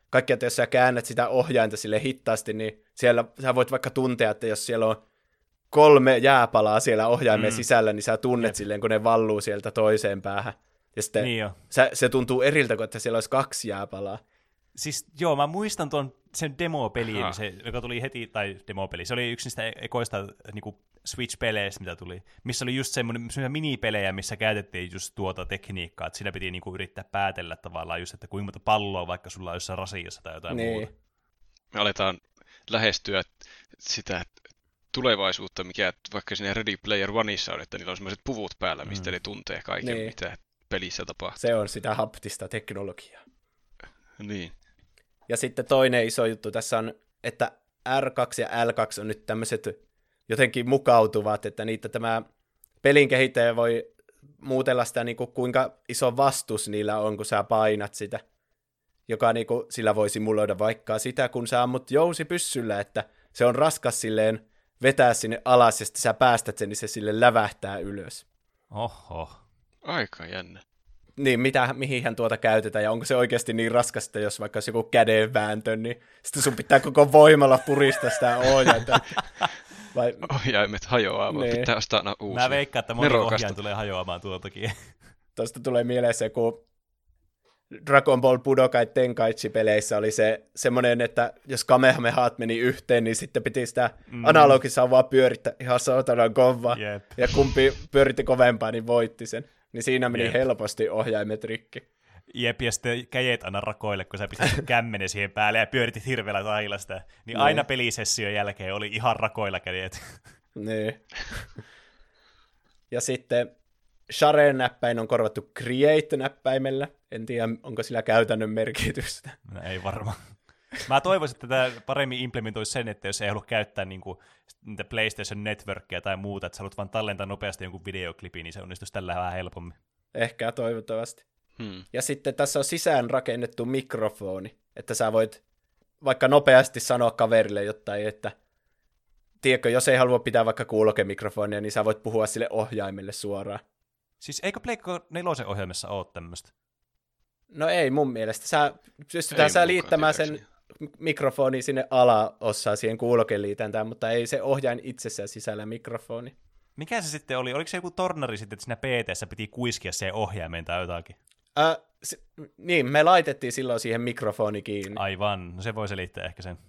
kaikki, että jos sä käännät sitä ohjainta sille hittaasti, niin siellä sä voit vaikka tuntea, että jos siellä on kolme jääpalaa siellä ohjaimen mm. sisällä, niin sä tunnet Jep. silleen, kun ne valluu sieltä toiseen päähän. Ja sitten niin sä, se tuntuu eriltä, kuin että siellä olisi kaksi jääpalaa. Siis joo, mä muistan tuon sen demopeliin, se, joka tuli heti, tai demopeli, se oli yksi niistä ekoista niin Switch-peleistä, mitä tuli, missä oli just semmoisia minipelejä, missä käytettiin just tuota tekniikkaa, että siinä piti niin kuin yrittää päätellä tavallaan just, että kuinka monta palloa vaikka sulla on jossain rasiassa tai jotain niin. muuta. Me aletaan lähestyä sitä tulevaisuutta, mikä vaikka siinä Ready Player Oneissa on, että niillä on sellaiset puvut päällä, mistä mm. ne tuntee kaiken, niin. mitä pelissä tapahtuu. Se on sitä haptista teknologiaa. Niin. Ja sitten toinen iso juttu tässä on, että R kaksi ja L kaksi on nyt tämmöiset jotenkin mukautuvat, että niitä tämä pelin kehittäjä voi muutella sitä, niin kuin, kuinka iso vastus niillä on, kun sä painat sitä. Joka niin kuin, sillä voi simuloida vaikka sitä, kun sä ammut jousipyssyllä, että se on raskas silleen vetää sinne alas, ja sitten sä päästät sen, niin se sille lävähtää ylös. Oho. Aika jännä. Niin, mitä, mihin hän tuota käytetään, ja onko se oikeasti niin raskasta, jos vaikka olisi joku kädenvääntö, niin sitten sun pitää koko voimalla puristaa sitä ohjainta. Vai... Ohjaimet hajoaa, vaan niin. pitää ostaa aina uusia. Mä veikkaan, että moni ohjain tulee hajoamaan tuoltakin. Tuosta tulee mieleen se, kun Dragon Ball Budokai Tenkaichi-peleissä oli se semmoinen, että jos Kamehamehat meni yhteen, niin sitten piti sitä mm. analogisauvaa pyörittää ihan saatanan kovaa. Yep. Ja kumpi pyöritti kovempaa, niin voitti sen. Niin siinä meni Jep. helposti ohjaimet rikki. Jep, ja sitten käjet aina rakoille, kun sä pistit kämmenen siihen päälle ja pyöritit hirveällä tahilla sitä. Niin ne. Aina pelisession jälkeen oli ihan rakoilla kädet. Niin. Ja sitten Share-näppäin on korvattu Create-näppäimellä. En tiedä, onko sillä käytännön merkitystä. No, ei varmaan. Mä toivoisin, että tämä paremmin implementoisi sen, että jos ei halua käyttää niinku niitä PlayStation Networkia tai muuta, että sä haluat vaan tallentaa nopeasti jonkun videoklipi, niin se onnistuisi tällä vähän helpommin. Ehkä toivottavasti. Hmm. Ja sitten tässä on sisään rakennettu mikrofoni, että sä voit vaikka nopeasti sanoa kaverille jotain, että tiedätkö, jos ei halua pitää vaikka kuulokemikrofonia, niin sä voit puhua sille ohjaimelle suoraan. Siis eikö Pleikka nelosen ohjaimessa ole tämmöistä? No ei mun mielestä. Sä pystytään sä liittämään sen mikrofoni sinne alaosaan siihen kuulokeliitäntään, mutta ei se ohjain itsessään sisällä mikrofoni. Mikä se sitten oli? Oliko se joku tornari sitten, että siinä P T:ssä piti kuiskia se ohjaimeen tai jotakin? Äh, se, niin, me laitettiin silloin siihen mikrofoni kiinni. Aivan, no se voi selittää ehkä sen.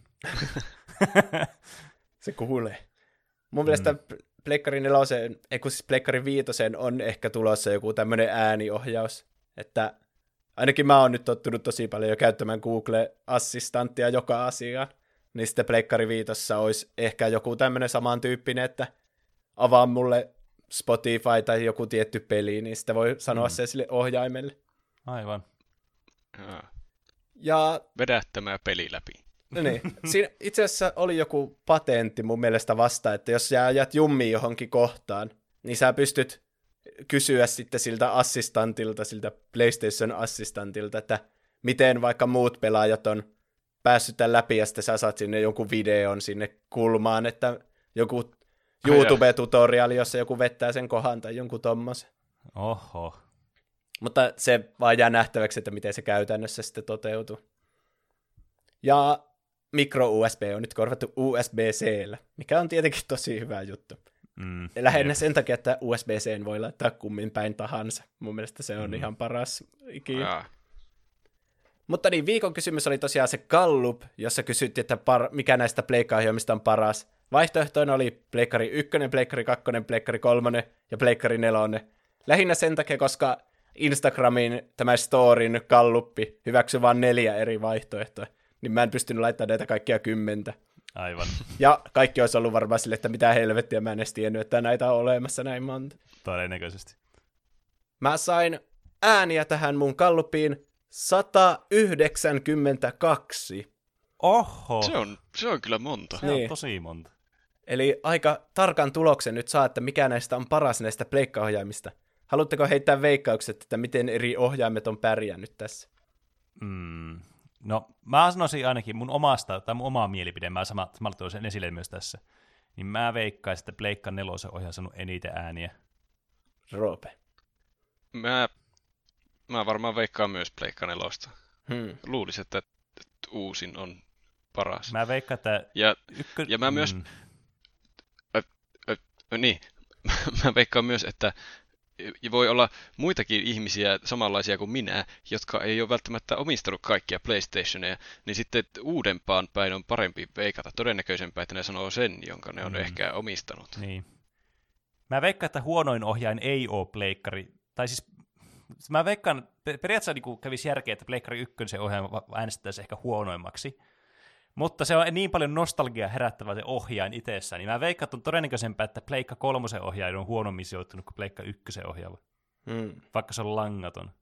Se kuulee. Mun mielestä mm. Pleikkari nelosen, ei kun siis Pleikkari viitosen on ehkä tulossa joku tämmöinen ääniohjaus, että ainakin mä oon nyt tottunut tosi paljon jo käyttämään Google-assistanttia joka asiaan, niin sitten Pleikkari viitossa olisi ehkä joku tämmöinen samantyyppinen, että avaa mulle Spotify tai joku tietty peli, niin sitten voi sanoa mm. se sille ohjaimelle. Aivan. Ja, ja vedä tämä peli läpi. No niin. Siinä itse asiassa oli joku patentti mun mielestä vasta, että jos sä ajat jummiin johonkin kohtaan, niin sä pystyt kysyä sitten siltä assistantilta, siltä PlayStation-assistantilta, että miten vaikka muut pelaajat on päässyt tämän läpi, ja sitten sä saat sinne jonkun videon sinne kulmaan, että joku YouTube-tutoriali, jossa joku vettää sen kohan tai jonkun tommosen. Oho. Mutta se vaan jää nähtäväksi, että miten se käytännössä sitten toteutuu. Ja micro-U S B on nyt korvattu U S B-C:llä, mikä on tietenkin tosi hyvä juttu. Mm, Lähinnä sen takia, että U S B-C:n voi laittaa kummin päin tahansa. Mun mielestä se on mm. ihan paras ikinä. Ja. Mutta niin, viikon kysymys oli tosiaan se Gallup, jossa kysyttiin, että par- mikä näistä pleikka-ohjelmista on paras. Vaihtoehtoina oli Pleikkari yksi, Pleikkari kaksi, Pleikkari kolme ja Pleikkari neljä. Lähinnä sen takia, koska Instagramin tämä Storin Galluppi hyväksyi vain neljä eri vaihtoehtoa, niin mä en pystynyt laittamaan näitä kaikkia kymmentä. Aivan. Ja kaikki olisi ollut varmaan sille, että mitä helvettiä, mä en edes tiennyt, että näitä on olemassa näin monta. Todennäköisesti. Mä sain ääniä tähän mun Gallupiin sata yhdeksänkymmentäkaksi. Oho! Se on, se on kyllä monta. Se niin. on tosi monta. Eli aika tarkan tuloksen nyt saa, että mikä näistä on paras näistä pleikkaohjaimista. Haluatteko heittää veikkaukset, että miten eri ohjaimet on pärjännyt tässä? Mm. No, mä sanoisin ainakin mun omasta, tai mun omaa mielipide, mä samalla tuon sen esille myös tässä, niin mä veikkaisin, että Pleikka nelosen ohjaa saanut eniten ääniä. Roope. Mä, mä varmaan veikkaan myös Pleikka nelosta. Hmm. Luulisin, että uusin on paras. Mä veikkaan, että... Ja, ykkö... ja mä myös... Mm. Ö, ö, ö, niin, mä veikkaan myös, että voi olla muitakin ihmisiä samanlaisia kuin minä, jotka ei ole välttämättä omistanut kaikkia PlayStationeja, niin sitten uudempaan päin on parempi veikata, todennäköisempää, että ne sanoo sen, jonka ne on mm. ehkä omistanut. Niin. Mä veikkaan, että huonoin ohjain ei ole pleikkari, tai siis mä veikkaan, periaatteessa niin kävisi järkeä, että pleikkari ykkösen ohjain äänestettäisiin ehkä huonoimmaksi, mutta se on niin paljon nostalgiaa herättävä se ohjain itsessään, niin mä veikkaan, että on todennäköisempää, että pleikka kolmosen ohjain on huonommin sijoittunut kuin pleikka ykkösen ohjaava, mm. vaikka se on langaton.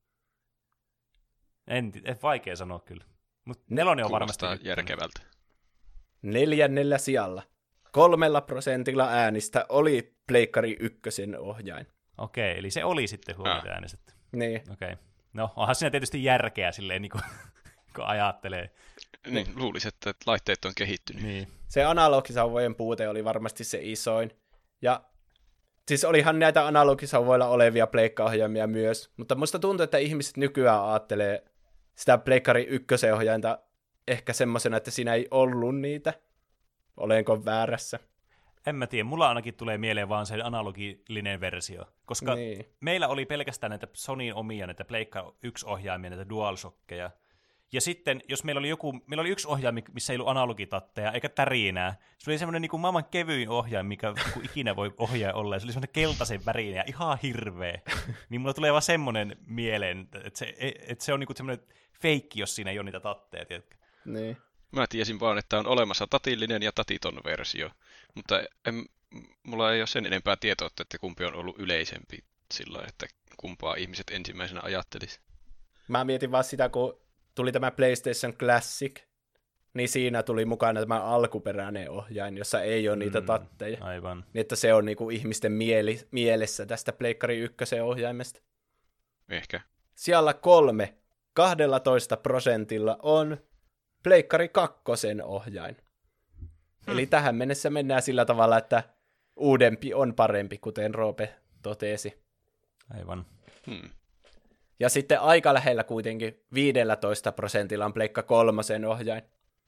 En, en vaikea sanoa kyllä, mutta nelonen on varmasti järkevältä. Neljännellä sijalla. Kolmella prosentilla äänistä oli pleikkari ykkösen ohjain. Okei, eli se oli sitten huomioon ah. äänestetty. Niin. Okei. No, onhan siinä tietysti järkeä silleen, niin kuin, kun ajattelee. Niin, luulisi, että laitteet on kehittynyt. Niin. Se analogisauvojen puute oli varmasti se isoin. Ja siis olihan näitä analogisauvoilla olevia pleikkaohjaimia myös, mutta musta tuntuu, että ihmiset nykyään ajattelee sitä pleikkari ykkösen ohjainta ehkä semmosena, että siinä ei ollut niitä. Olenko väärässä? En mä tiedä, mulla ainakin tulee mieleen vaan se analoginen versio, koska niin. meillä oli pelkästään näitä Sonyin omia, näitä Pleikka yksi-ohjaimia, näitä DualShockeja, ja sitten, jos meillä oli joku, meillä oli yksi ohjain, missä ei ollut analogitatteja, eikä tärinää, se oli semmoinen niin kuin maailman kevyin ohjain, mikä niin kuin ikinä voi ohjaa olla, ja se oli semmoinen keltaisen värinen ja ihan hirveä, niin mulla tulee vaan semmoinen mieleen, että se, että se on niin kuin semmoinen feikki, jos siinä ei ole niitä tatteja, tiedätkö? Niin. Mä tiesin vaan, että on olemassa tatillinen ja tatiton versio, mutta en, mulla ei ole sen enempää tietoa, että kumpi on ollut yleisempi sillä, että kumpaa ihmiset ensimmäisenä ajattelisi. Mä mietin vaan sitä, kun tuli tämä PlayStation Classic, niin siinä tuli mukana tämä alkuperäinen ohjain, jossa ei ole mm, niitä tatteja. Aivan. Niin, että se on niinku ihmisten mieli, mielessä tästä Pleikkari ykkösen ohjaimesta. Ehkä. Siellä kolme, kaksitoista prosentilla on Pleikkari kakkosen ohjain. Hmm. Eli tähän mennessä mennään sillä tavalla, että uudempi on parempi, kuten Roope totesi. Aivan. Hmm. Ja sitten aika lähellä kuitenkin viisitoista prosentilla on Pleikka kolmosen ohjain.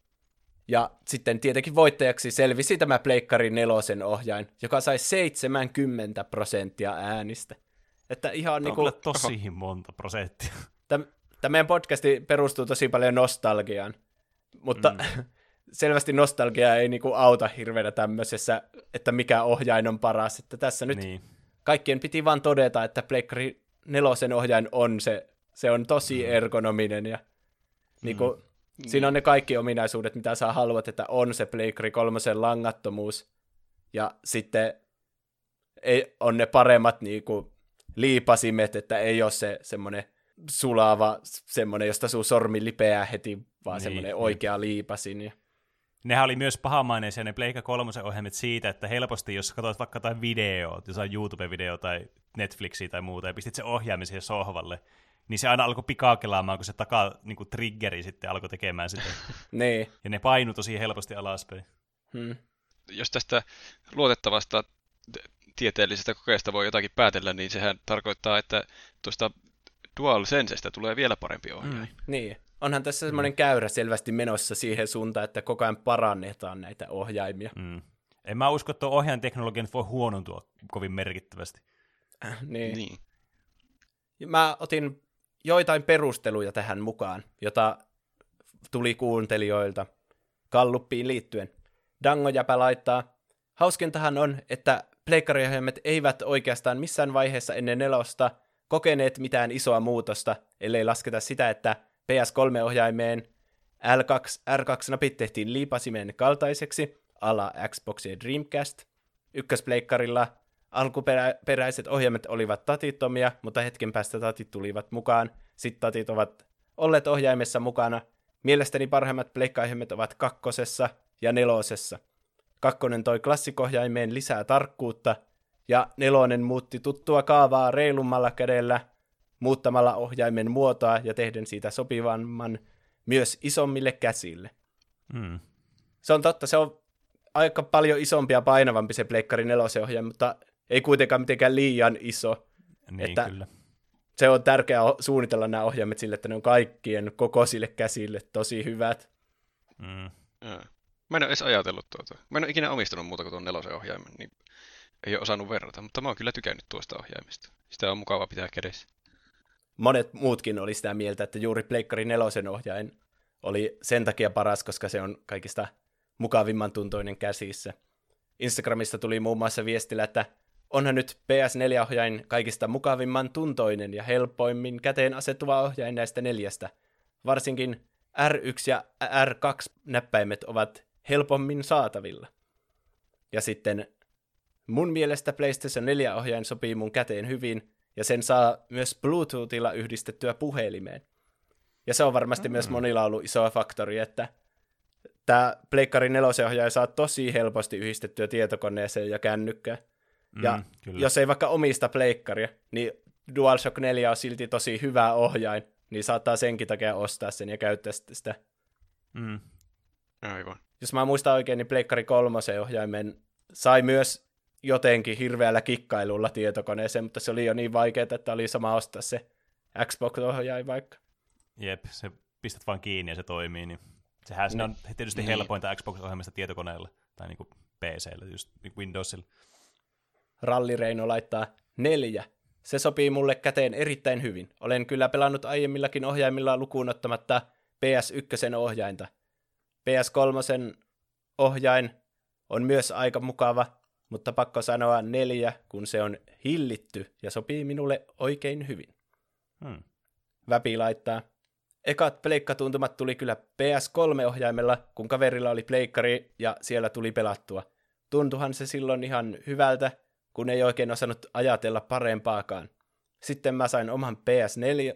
Ja sitten tietenkin voittajaksi selvisi tämä Pleikkari nelosen ohjain, joka sai seitsemänkymmentä prosenttia äänistä. Että ihan niin kuin tosi monta prosenttia. Tämä meidän podcasti perustuu tosi paljon nostalgiaan, mutta mm. selvästi nostalgia ei niinku auta hirveänä tämmöisessä, että mikä ohjain on paras. Että tässä nyt niin. Kaikkien piti vaan todeta, että Pleikkari nelosen ohjain on se, se on tosi mm. ergonominen ja niinku, mm. siinä on ne kaikki ominaisuudet, mitä sä haluat, että on se Pleikkari kolmosen langattomuus ja sitten ei, on ne paremmat niinku liipasimet, että ei ole se semmoinen sulava, semmoinen, josta sun sormi lipeää heti, vaan niin, semmoinen oikea niin. liipasin. Ja nehän oli myös pahamaineisia ne Pleikka kolmosen ohjelmat siitä, että helposti, jos katsoit vaikka jotain videoa, jos on YouTube-video tai Netflixiä tai muuta, ja pistit se ohjaimen siihen sohvalle, niin se aina alkoi pikaakelaamaan, kun se takaa niin kuin triggeri sitten alkoi tekemään sitä. niin. Ja ne painu tosi helposti alaspäin. Hmm. Jos tästä luotettavasta tieteellisestä kokeesta voi jotakin päätellä, niin sehän tarkoittaa, että tuosta DualSensestä tulee vielä parempi ohjain. Mm. Niin. Onhan tässä semmoinen mm. käyrä selvästi menossa siihen suuntaan, että koko ajan parannetaan näitä ohjaimia. Mm. En mä usko, että tuo ohjaajan teknologia voi huonontua kovin merkittävästi. Äh, niin. niin. Mä otin joitain perusteluja tähän mukaan, jota tuli kuuntelijoilta Galluppiin liittyen. Dangojäpä laittaa, hauskintahan on, että pleikkariohjaimet eivät oikeastaan missään vaiheessa ennen nelosta kokeneet mitään isoa muutosta, ellei lasketa sitä, että P S kolme-ohjaimeen L kaksi R kaksi-napit tehtiin liipasimen kaltaiseksi, a la Xbox ja Dreamcast. Ykköspleikkarilla alkuperäiset ohjaimet olivat tatittomia, mutta hetken päästä tatit tulivat mukaan. Sitten tatit ovat olleet ohjaimessa mukana. Mielestäni parhaimmat pleikkaohjaimet ovat kakkosessa ja nelosessa. Kakkonen toi klassikohjaimeen lisää tarkkuutta, ja nelonen muutti tuttua kaavaa reilummalla kädellä, muuttamalla ohjaimen muotoa ja tehden siitä sopivamman myös isommille käsille. Mm. Se on totta, se on aika paljon isompi ja painavampi se Pleikkari nelosen ohjain, mutta ei kuitenkaan mitenkään liian iso. Niin, että kyllä. Se on tärkeää suunnitella nämä ohjaimet sille, että ne on kaikkien kokoisille käsille tosi hyvät. Mm. Ja. Mä en ole edes ajatellut tuota. Mä en ole ikinä omistanut muuta kuin tuon nelosen ohjaimen, niin ei ole osannut verrata, mutta mä oon kyllä tykännyt tuosta ohjaimesta. Sitä on mukava pitää kädessä. Monet muutkin oli sitä mieltä, että juuri Pleikkari nelosen ohjain oli sen takia paras, koska se on kaikista mukavimman tuntoinen käsissä. Instagramista tuli muun muassa viestillä, että onhan nyt P S neljä-ohjain kaikista mukavimman tuntoinen ja helpoimmin käteen asettuva ohjain näistä neljästä. Varsinkin R yksi ja R kaksi-näppäimet ovat helpommin saatavilla. Ja sitten mun mielestä PlayStation neljä-ohjain sopii mun käteen hyvin, ja sen saa myös Bluetoothilla yhdistettyä puhelimeen. Ja se on varmasti mm. myös monilla ollut iso faktori, että tämä Pleikkari nelosen ohjaaja saa tosi helposti yhdistettyä tietokoneeseen ja kännykkään. Mm, ja kyllä. jos ei vaikka omista pleikkaria, niin DualShock neljä on silti tosi hyvä ohjain, niin saattaa senkin takia ostaa sen ja käyttää sitä. Mm. Aivan. Jos mä muistan oikein, niin Pleikkari kolmosen ohjaimen sai myös jotenkin hirveällä kikkailulla tietokoneeseen, mutta se oli jo niin vaikeaa, että oli sama ostaa se Xbox-ohjain vaikka. Jep, se pistät vaan kiinni ja se toimii, niin sehän niin. on tietysti niin. helpointa Xbox-ohjelmista tietokoneella, tai niinku P C:llä, just niinku Windowsilla. Ralli Reino laittaa neljä. Se sopii mulle käteen erittäin hyvin. Olen kyllä pelannut aiemmillakin ohjaimilla lukuun ottamatta P S yksi ohjainta. P S kolme ohjain on myös aika mukava, mutta pakko sanoa neljä, kun se on hillitty ja sopii minulle oikein hyvin. Hmm. Väpi laittaa. Ekat pleikkatuntumat tuli kyllä P S kolme ohjaimella, kun kaverilla oli pleikkari ja siellä tuli pelattua. Tuntuhan se silloin ihan hyvältä, kun ei oikein osannut ajatella parempaakaan. Sitten mä sain oman P S neljä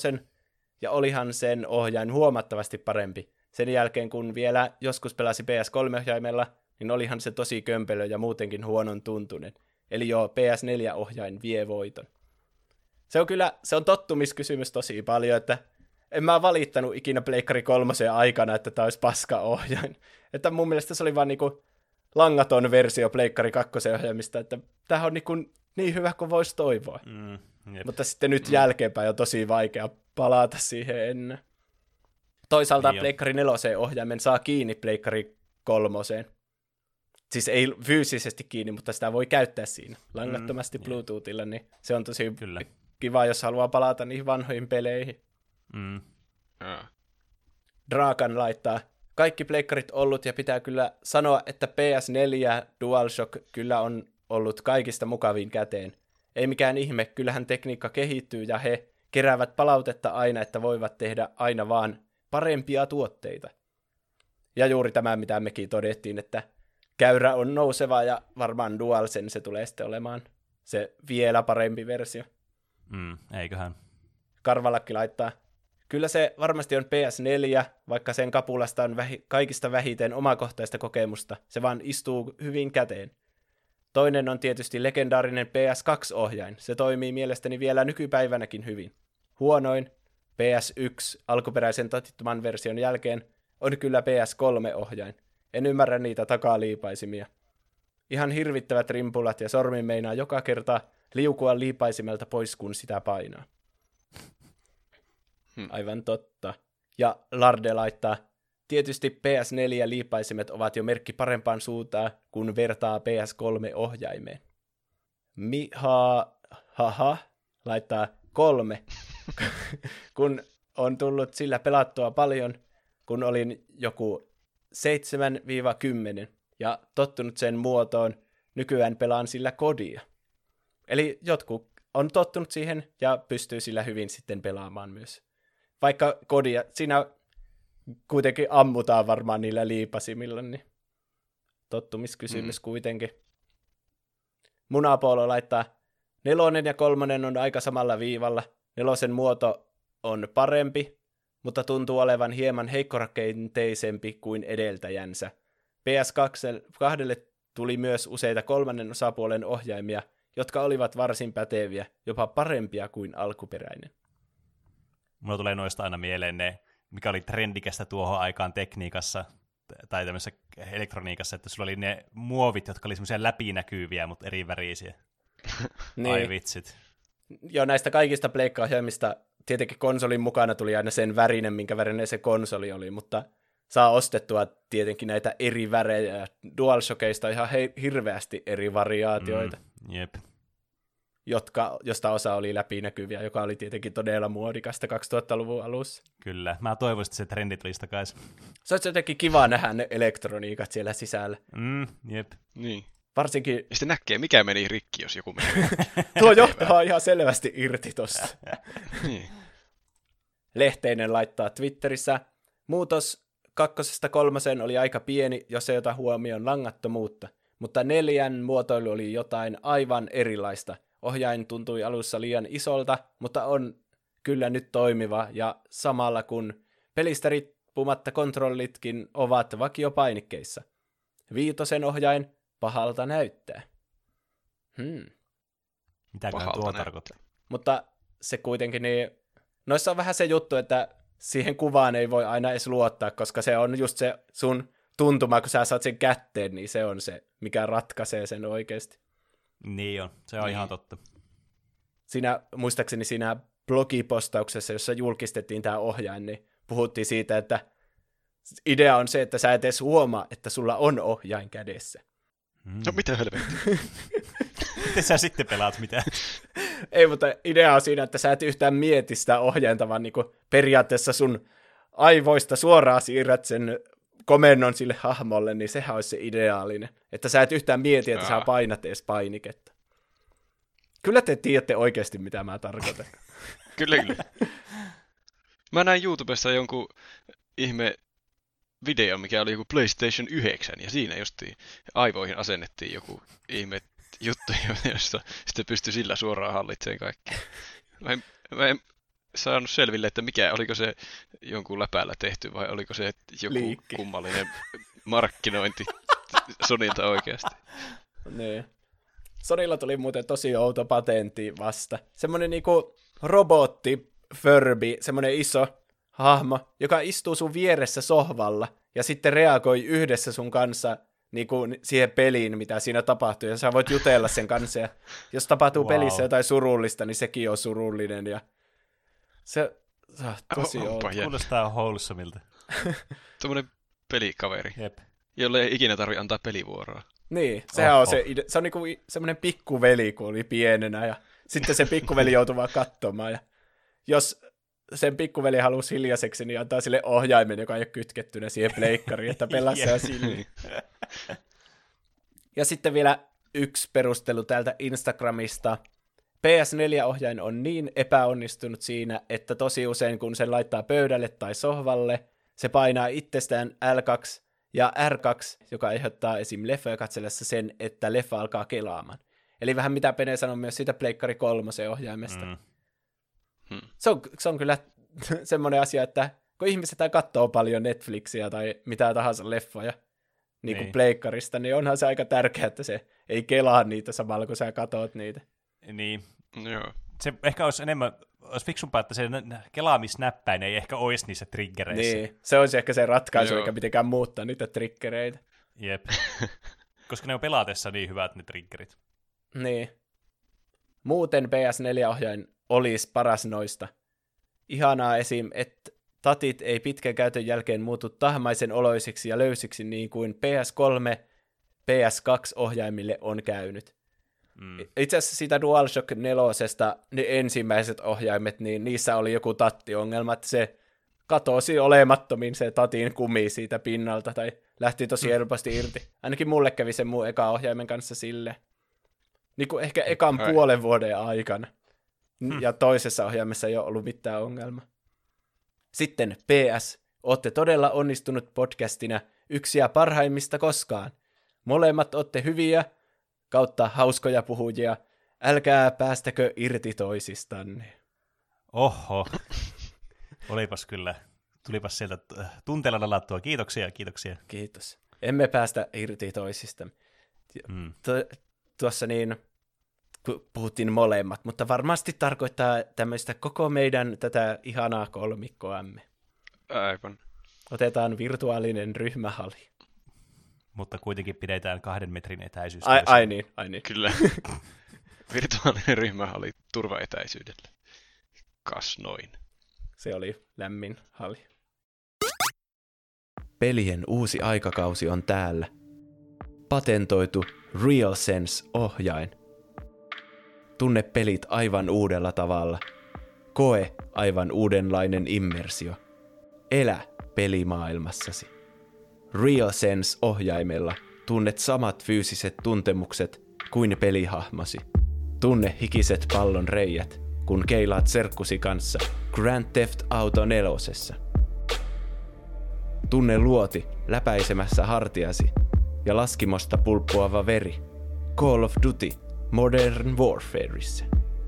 ja olihan sen ohjain huomattavasti parempi. Sen jälkeen, kun vielä joskus pelasi P S kolme ohjaimella, niin olihan se tosi kömpelö ja muutenkin huonon tuntunen. Eli joo, P S neljä ohjain vie voiton. Se on kyllä, se on tottumiskysymys tosi paljon, että en mä valittanut ikinä Pleikkari kolmosen aikana, että tää olisi paska ohjain. Että mun mielestä se oli vaan niinku langaton versio Pleikkari kakkosen ohjaimista, että tämähän on niinku niin hyvä kuin voisi toivoa. Mm, Mutta sitten nyt jälkeenpäin on tosi vaikea palata siihen ennen. Toisaalta niin Pleikkari nelosen ohjaimen saa kiinni Pleikkari kolmoseen. Siis ei fyysisesti kiinni, mutta sitä voi käyttää siinä langattomasti mm, Bluetoothilla, niin se on tosi Kyllä. kiva, jos haluaa palata niihin vanhoihin peleihin. Mm. Ja. Draakan laittaa kaikki pleikkarit ollut, ja pitää kyllä sanoa, että P S neljä DualShock kyllä on ollut kaikista mukavin käteen. Ei mikään ihme, kyllähän tekniikka kehittyy, ja he keräävät palautetta aina, että voivat tehdä aina vaan parempia tuotteita. Ja juuri tämä, mitä mekin todettiin, että käyrä on nouseva, ja varmaan DualSense tulee sitten olemaan se vielä parempi versio. Mm, eiköhän. Karvalakki laittaa, kyllä se varmasti on P S neljä, vaikka sen kapulasta on vähi- kaikista vähiten omakohtaista kokemusta. Se vaan istuu hyvin käteen. Toinen on tietysti legendaarinen P S kaksi-ohjain. Se toimii mielestäni vielä nykypäivänäkin hyvin. Huonoin P S yksi alkuperäisen tatittoman version jälkeen on kyllä P S kolme-ohjain. En ymmärrä niitä takaliipaisimia. Ihan hirvittävät rimpulat ja sormi meinaa joka kerta liukua liipaisimelta pois, kun sitä painaa. Hmm. Aivan totta. Ja Larde laittaa, tietysti P S neljä liipaisimet ovat jo merkki parempaan suuntaan, kun vertaa P S kolme ohjaimeen. Miha, haha, laittaa kolme, kun on tullut sillä pelattua paljon, kun olin joku seitsemän kymmenen ja tottunut sen muotoon, nykyään pelaan sillä kodia. Eli jotkut on tottunut siihen ja pystyy sillä hyvin sitten pelaamaan myös. Vaikka kodia, siinä kuitenkin ammutaan varmaan niillä liipasimilla, niin tottumiskysymys mm. kuitenkin. Munapoolo laittaa, nelonen ja kolmonen on aika samalla viivalla. Nelosen muoto on parempi, mutta tuntuu olevan hieman heikkorakenteisempi kuin edeltäjänsä. P S kaksi tuli myös useita kolmannen osapuolen ohjaimia, jotka olivat varsin päteviä, jopa parempia kuin alkuperäinen. Mulla tulee noista aina mieleen ne, mikä oli trendikästä tuohon aikaan tekniikassa tai tämmöisessä elektroniikassa, että sulla oli ne muovit, jotka oli semmoisia läpinäkyviä, mutta eri värisiä. niin. Ai vitsit. Joo, näistä kaikista pleikkaohjelmista tietenkin konsolin mukana tuli aina sen värinen, minkä värinen se konsoli oli, mutta saa ostettua tietenkin näitä eri värejä. DualShockista ihan he- hirveästi eri variaatioita, mm, jep. jotka, josta osa oli läpinäkyviä, joka oli tietenkin todella muodikasta kaksituhattaluvun alussa. Kyllä, mä toivoisin, että se trendi tulisi takaisin. Se olisi jotenkin kiva nähdä ne elektroniikat siellä sisällä. Mm, jep. Niin. Varsinkin... Ja sitten näkee, mikä meni rikki, jos joku meni rikki. Tuo johto on ihan selvästi irti tosta. Niin. Lehteinen laittaa Twitterissä, muutos kakkosesta kolmoseen oli aika pieni, jos ei ota huomioon langattomuutta, mutta neljän muotoilu oli jotain aivan erilaista. Ohjain tuntui alussa liian isolta, mutta on kyllä nyt toimiva, ja samalla kun pelistä riippumatta kontrollitkin ovat vakiopainikkeissa. Viitosen ohjain pahalta näyttää. Hmm. Mitäköhän tuo tarkoittaa? Mutta se kuitenkin, niin, noissa on vähän se juttu, että siihen kuvaan ei voi aina edes luottaa, koska se on just se sun tuntuma, kun sä saat sen kätteen, niin se on se, mikä ratkaisee sen oikeasti. Niin on, se on niin. Ihan totta. Siinä, muistaakseni siinä blogipostauksessa, jossa julkistettiin tämä ohjain, niin puhuttiin siitä, että idea on se, että sä et edes huomaa, että sulla on ohjain kädessä. Hmm. No mitä helvettiä? Miten sä sitten pelaat mitään? Ei, mutta idea on siinä, että sä et yhtään mieti sitä ohjainta, vaan niin kuin periaatteessa sun aivoista suoraan siirrät sen komennon sille hahmolle, niin sehän olisi se ideaalinen. Että sä et yhtään mieti, että Jaa. sä painat edes painiketta. Kyllä te tiedätte oikeasti, mitä mä tarkoitan. Kyllä, kyllä. Mä näin YouTubessa jonkun ihme video, mikä oli joku PlayStation yhdeksän, ja siinä justiin aivoihin asennettiin joku ihme juttu, jossa sitten pystyi sillä suoraan hallitsemaan kaikkea. Mä en, mä en saanut selville, että mikä, oliko se jonkun läpällä tehty, vai oliko se joku Liikki. kummallinen markkinointi Sonylta oikeasti. Niin. Sonylla tuli muuten tosi outo patentti vasta. Semmoinen niinku robotti, Furby, semmoinen iso hahmo, joka istuu sun vieressä sohvalla ja sitten reagoi yhdessä sun kanssa niinku siihen peliin, mitä siinä tapahtuu, ja sä voit jutella sen kanssa, ja jos tapahtuu wow. pelissä jotain surullista, niin sekin on surullinen, ja se, se on tosi oh, outo. Kuulostaa wholesomilta. Tuommoinen pelikaveri, Jep. jolle ei ikinä tarvitse antaa pelivuoroa. Niin, sehän Oho. on se, se on niinku semmoinen pikkuveli, kun oli pienenä, ja sitten se pikkuveli joutui vaan katsomaan, ja jos sen pikkuveli halusi hiljaiseksi, niin antaa sille ohjaimen, joka ei ole kytkettynä siihen pleikkariin, että pelaa se sille. Ja sitten vielä yksi perustelu täältä Instagramista. P S neljä-ohjain on niin epäonnistunut siinä, että tosi usein kun sen laittaa pöydälle tai sohvalle, se painaa itsestään L kaksi ja R kaksi, joka aiheuttaa esim. Leffoja katsellessa sen, että leffa alkaa kelaamaan. Eli vähän mitä Pene sanoi myös siitä Pleikkari kolmosen ohjaimesta. Mm. Hmm. Se, on, se on kyllä semmoinen asia, että kun ihmiset katsoo paljon Netflixiä tai mitä tahansa leffoja niin kuin niin. pleikkarista, niin onhan se aika tärkeää, että se ei kelaa niitä samalla, kun sä katot niitä. Niin. Joo. Se ehkä olisi enemmän, olisi fiksumpaa, että se kelaamisnäppäin ei ehkä olisi niissä triggereissä. Niin, se olisi ehkä se ratkaisu, Joo. eikä mitenkään muuttaa niitä triggereitä. Jep. Koska ne on pelaatessa niin hyvät ne triggerit. Niin. Muuten P S neljä-ohjain olisi paras noista. Ihanaa esim, että tatit ei pitkän käytön jälkeen muutu tahmaisen oloisiksi ja löysiksi niin kuin P S kolme, P S kaksi-ohjaimille on käynyt. Mm. Itse asiassa siitä DualShock nelosesta ne ensimmäiset ohjaimet, niin niissä oli joku tattiongelma, että se katosi olemattomin se tatin kumi siitä pinnalta tai lähti tosi helposti irti. Ainakin mulle kävi sen mun eka ohjaimen kanssa silleen. Niin kuin ehkä ekan Ai. puolen vuoden aikana. Hmm. Ja toisessa ohjaimessa ei ole ollut mitään ongelmaa. Sitten P S. Ootte todella onnistunut podcastina, yksiä parhaimmista koskaan. Molemmat ootte hyviä, kautta hauskoja puhujia. Älkää päästäkö irti toisistanne. Oho. Olipas kyllä. Tulipas sieltä tunteella ladattua. Kiitoksia, kiitoksia. Kiitos. Emme päästä irti toisistamme. Hmm. Tu- tuossa niin... puhuttiin molemmat, mutta varmasti tarkoittaa tämmöistä koko meidän tätä ihanaa kolmikkoamme. Aivan. Otetaan virtuaalinen ryhmähali. Mutta kuitenkin pidetään kahden metrin etäisyys. Ai, ai niin, ai niin. Kyllä. Virtuaalinen ryhmähali turvaetäisyydellä. Kas noin. Se oli lämmin hali. Pelien uusi aikakausi on täällä. Patentoitu RealSense-ohjain. Tunne pelit aivan uudella tavalla. Koe aivan uudenlainen immersio. Elä pelimaailmassasi. RealSense-ohjaimella tunnet samat fyysiset tuntemukset kuin pelihahmosi. Tunne hikiset pallon reijät, kun keilaat serkkusi kanssa Grand Theft Auto nelosessa. Tunne luoti läpäisemässä hartiasi ja laskimosta pulppuava veri Call of Duty Modern Warfareissa.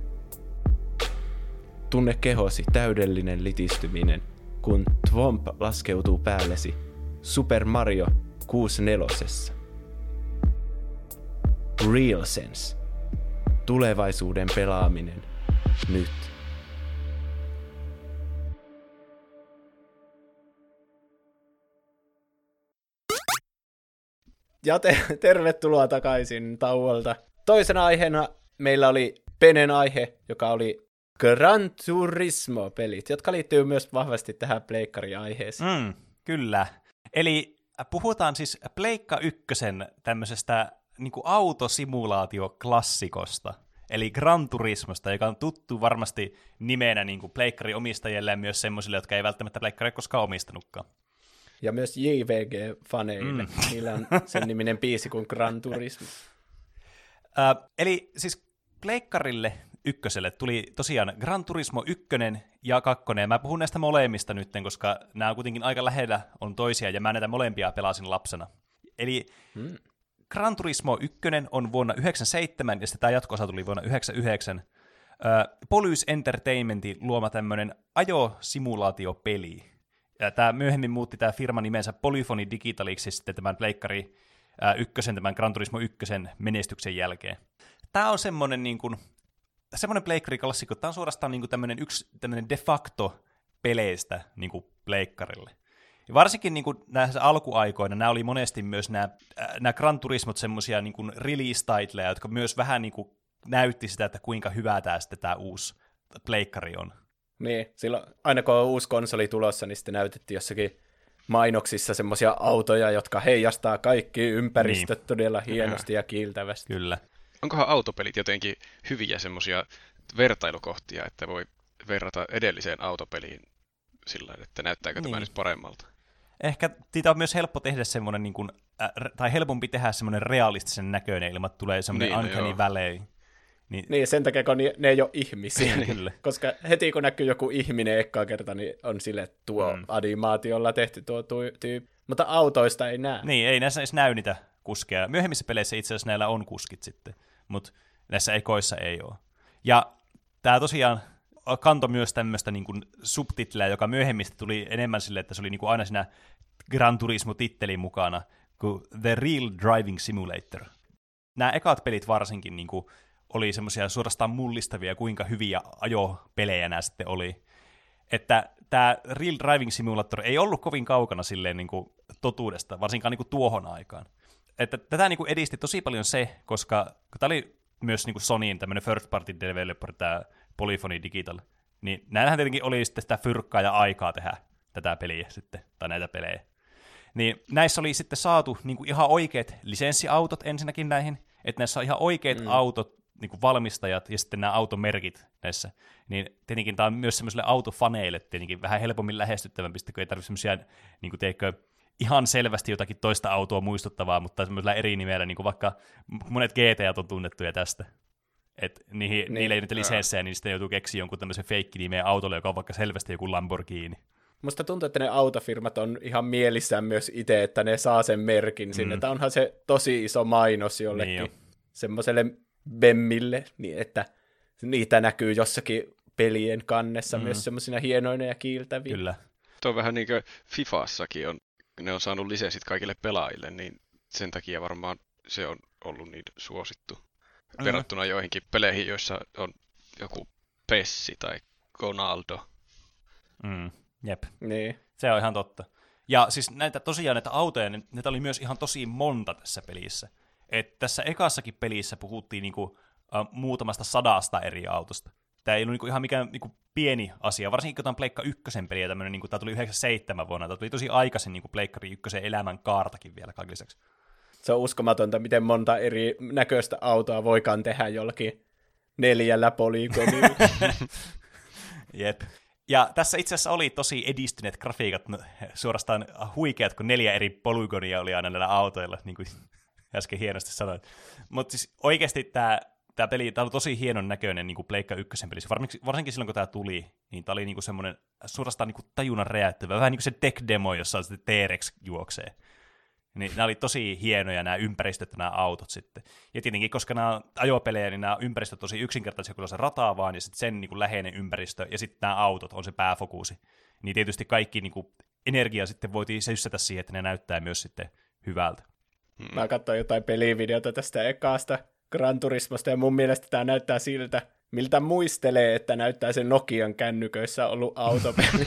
Tunne kehosi täydellinen litistyminen, kun Thwomp laskeutuu päällesi Super Mario kuusikymmentäneljä. RealSense. Tulevaisuuden pelaaminen nyt. Ja te- tervetuloa takaisin tauolta. Toisena aiheena meillä oli Penen aihe, joka oli Gran Turismo-pelit, jotka liittyy myös vahvasti tähän pleikkari-aiheeseen. Mm, kyllä. Eli puhutaan siis Pleikka ykkösen tämmöisestä niin kuin autosimulaatioklassikosta, eli Gran Turismosta, joka on tuttu varmasti nimenä niin kuin pleikkari-omistajille ja myös semmoisille, jotka ei välttämättä pleikkaria koskaan omistanutkaan. Ja myös J V G-faneille. Mm. Niillä on sen niminen biisi kuin Gran Turismo. Äh, eli siis pleikkarille ykköselle tuli tosiaan Gran Turismo ykkönen ja kakkonen. Mä puhun näistä molemmista nyt, koska nämä kuitenkin aika lähellä on toisia, ja mä näitä molempia pelasin lapsena. Eli hmm. Gran Turismo ykkönen on vuonna yhdeksänkymmentäseitsemän, ja sitten tämä jatko-osa tuli vuonna yhdeksänkymmentäyhdeksän. Äh, Polys Entertainmentin luoma tämmöinen ajosimulaatiopeli. Ja tämä myöhemmin muutti tämä firma nimensä Polyphony Digitaliksi sitten tämän pleikkari äh, ykkösen, tämän Gran Turismo ykkösen menestyksen jälkeen. Tämä on semmoinen niin kuin semmoinen pleikkariklassikko, tämä on suorastaan niin kuin tämmöinen yksi tämmöinen de facto peleistä niin kuin pleikkarille. Ja varsinkin niin kuin näissä alkuaikoina nämä oli monesti myös nämä, äh, nämä Gran Turismot semmoisia niin kuin release-titleja, jotka myös vähän niin kuin näytti sitä, että kuinka hyvä tämä sitten tämä uusi pleikkari on. Niin, silloin aina kun on uusi konsoli tulossa, niin sitten näytettiin jossakin mainoksissa semmoisia autoja, jotka heijastaa kaikki ympäristöt niin todella hienosti ja kiiltävästi. Kyllä. Onkohan autopelit jotenkin hyviä semmoisia vertailukohtia, että voi verrata edelliseen autopeliin sillä tavalla, että näyttääkö niin tämä nyt paremmalta? Ehkä siitä on myös helppo tehdä semmoinen, niin kuin, äh, tai helpompi tehdä semmoinen realistisen näköinen ilman, että tulee semmoinen niin, uncanny no valley. Niin. niin, sen takia, kun ne ei ole ihmisiä. Kyllä. Koska heti kun näkyy joku ihminen ekkaa kerta, niin on sille, että tuo mm. animaatiolla tehty tuo tyyppi. Mutta autoista ei näe. Niin, ei näissä edes näy niitä kuskeja. Myöhemmissä peleissä itse asiassa näillä on kuskit sitten, mutta näissä ekoissa ei ole. Ja tämä tosiaan kantoi myös tämmöistä niin kuin subtitleä, joka myöhemmistä tuli enemmän sille, että se oli niin kuin aina siinä Gran Turismo-tittelin mukana, kuin The Real Driving Simulator. Nämä ekat pelit varsinkin niin kuin oli semmoisia suorastaan mullistavia, kuinka hyviä ajopelejä nämä sitten oli. Että tämä Real Driving Simulator ei ollut kovin kaukana silleen niin kuin totuudesta, varsinkaan niin kuin tuohon aikaan. Että tätä niin kuin edisti tosi paljon se, koska tämä oli myös niin kuin Sonyin tämmöinen first party developer, tämä Polyphony Digital, niin näillähän tietenkin oli sitten sitä fyrkkaa ja aikaa tehdä tätä peliä sitten, tai näitä pelejä. Niin näissä oli sitten saatu niin kuin ihan oikeat lisenssiautot ensinnäkin näihin, että näissä on ihan oikeat mm. autot, niin kuin valmistajat ja sitten nämä automerkit näissä, niin tietenkin tämä on myös semmoisille autofaneille tietenkin vähän helpommin lähestyttävämpi, kun ei tarvitse semmoisia, niin kuin teikö, ihan selvästi jotakin toista autoa muistuttavaa, mutta semmoisella eri nimellä, niin kuin vaikka monet G T A:t on tunnettuja tästä. Että niihin, niin, niille ei nyt lisenssejä, niin sitten joutuu keksiä jonkun tämmöisen feikkinimeen autolle, joka on vaikka selvästi joku Lamborghini. Musta tuntuu, että ne autofirmat on ihan mielissään myös itse, että ne saa sen merkin sinne. Mm. Tämä onhan se tosi iso mainos jollekin niin semmoiselle Bemmille, niin että niitä näkyy jossakin pelien kannessa mm. myös semmoisina hienoina ja kiiltäviä. Kyllä. Tuo on vähän niin kuin FIFAssakin on, ne on saanut lisenssit kaikille pelaajille, niin sen takia varmaan se on ollut niin suosittu. Mm. Verrattuna joihinkin peleihin, joissa on joku Pessi tai Ronaldo. Mm. Jep, niin. Se on ihan totta. Ja siis näitä tosiaan näitä autoja, näitä oli myös ihan tosi monta tässä pelissä. Et tässä ekassakin pelissä puhuttiin niinku, uh, muutamasta sadasta eri autosta. tämä ei ollut niinku ihan mikään niinku pieni asia, varsinkin kun tämä on Pleikka ykkösen peli, ja tämmöinen, niinku, tämä tuli yhdeksänkymmentäseitsemän vuonna, tämä tuli tosi aikaisin niinku Pleikkari ykkösen elämän kaartakin vielä kaiken lisäksi. Se on uskomatonta, miten monta eri näköistä autoa voikaan tehdä jollakin neljällä polygonilla. Jep. Ja tässä itse asiassa oli tosi edistyneet grafiikat, no, suorastaan huikeat, kun neljä eri polygonia oli aina näillä autoilla, niin kuin äsken hienosti sanoin. Mutta siis oikeasti tämä, tämä peli tämä oli tosi hienon näköinen niin kuin Pleikka ykkösen pelissä, varsinkin silloin kun tämä tuli, niin tämä oli niin kuin semmoinen suorastaan niin kuin tajunnan räjäyttävä, vähän niin kuin se tech-demo, jossa sitten T-Rex juoksee. Niin nämä oli tosi hienoja nämä ympäristöt ja nämä autot sitten. Ja tietenkin, koska nämä on ajopelejä, niin nämä ympäristöt on tosi yksinkertaisia, kun on se rataa vaan, ja sitten sen niin kuin läheinen ympäristö, ja sitten nämä autot on se pääfokusi. Niin tietysti kaikki niin kuin energia sitten voitiin syssätä siihen, että ne näyttää myös sitten hyvältä. Hmm. Mä katsoin jotain pelivideota tästä ekaasta Gran Turismosta, ja mun mielestä tämä näyttää siltä, miltä muistelee, että näyttää sen Nokian kännyköissä ollut autopeli.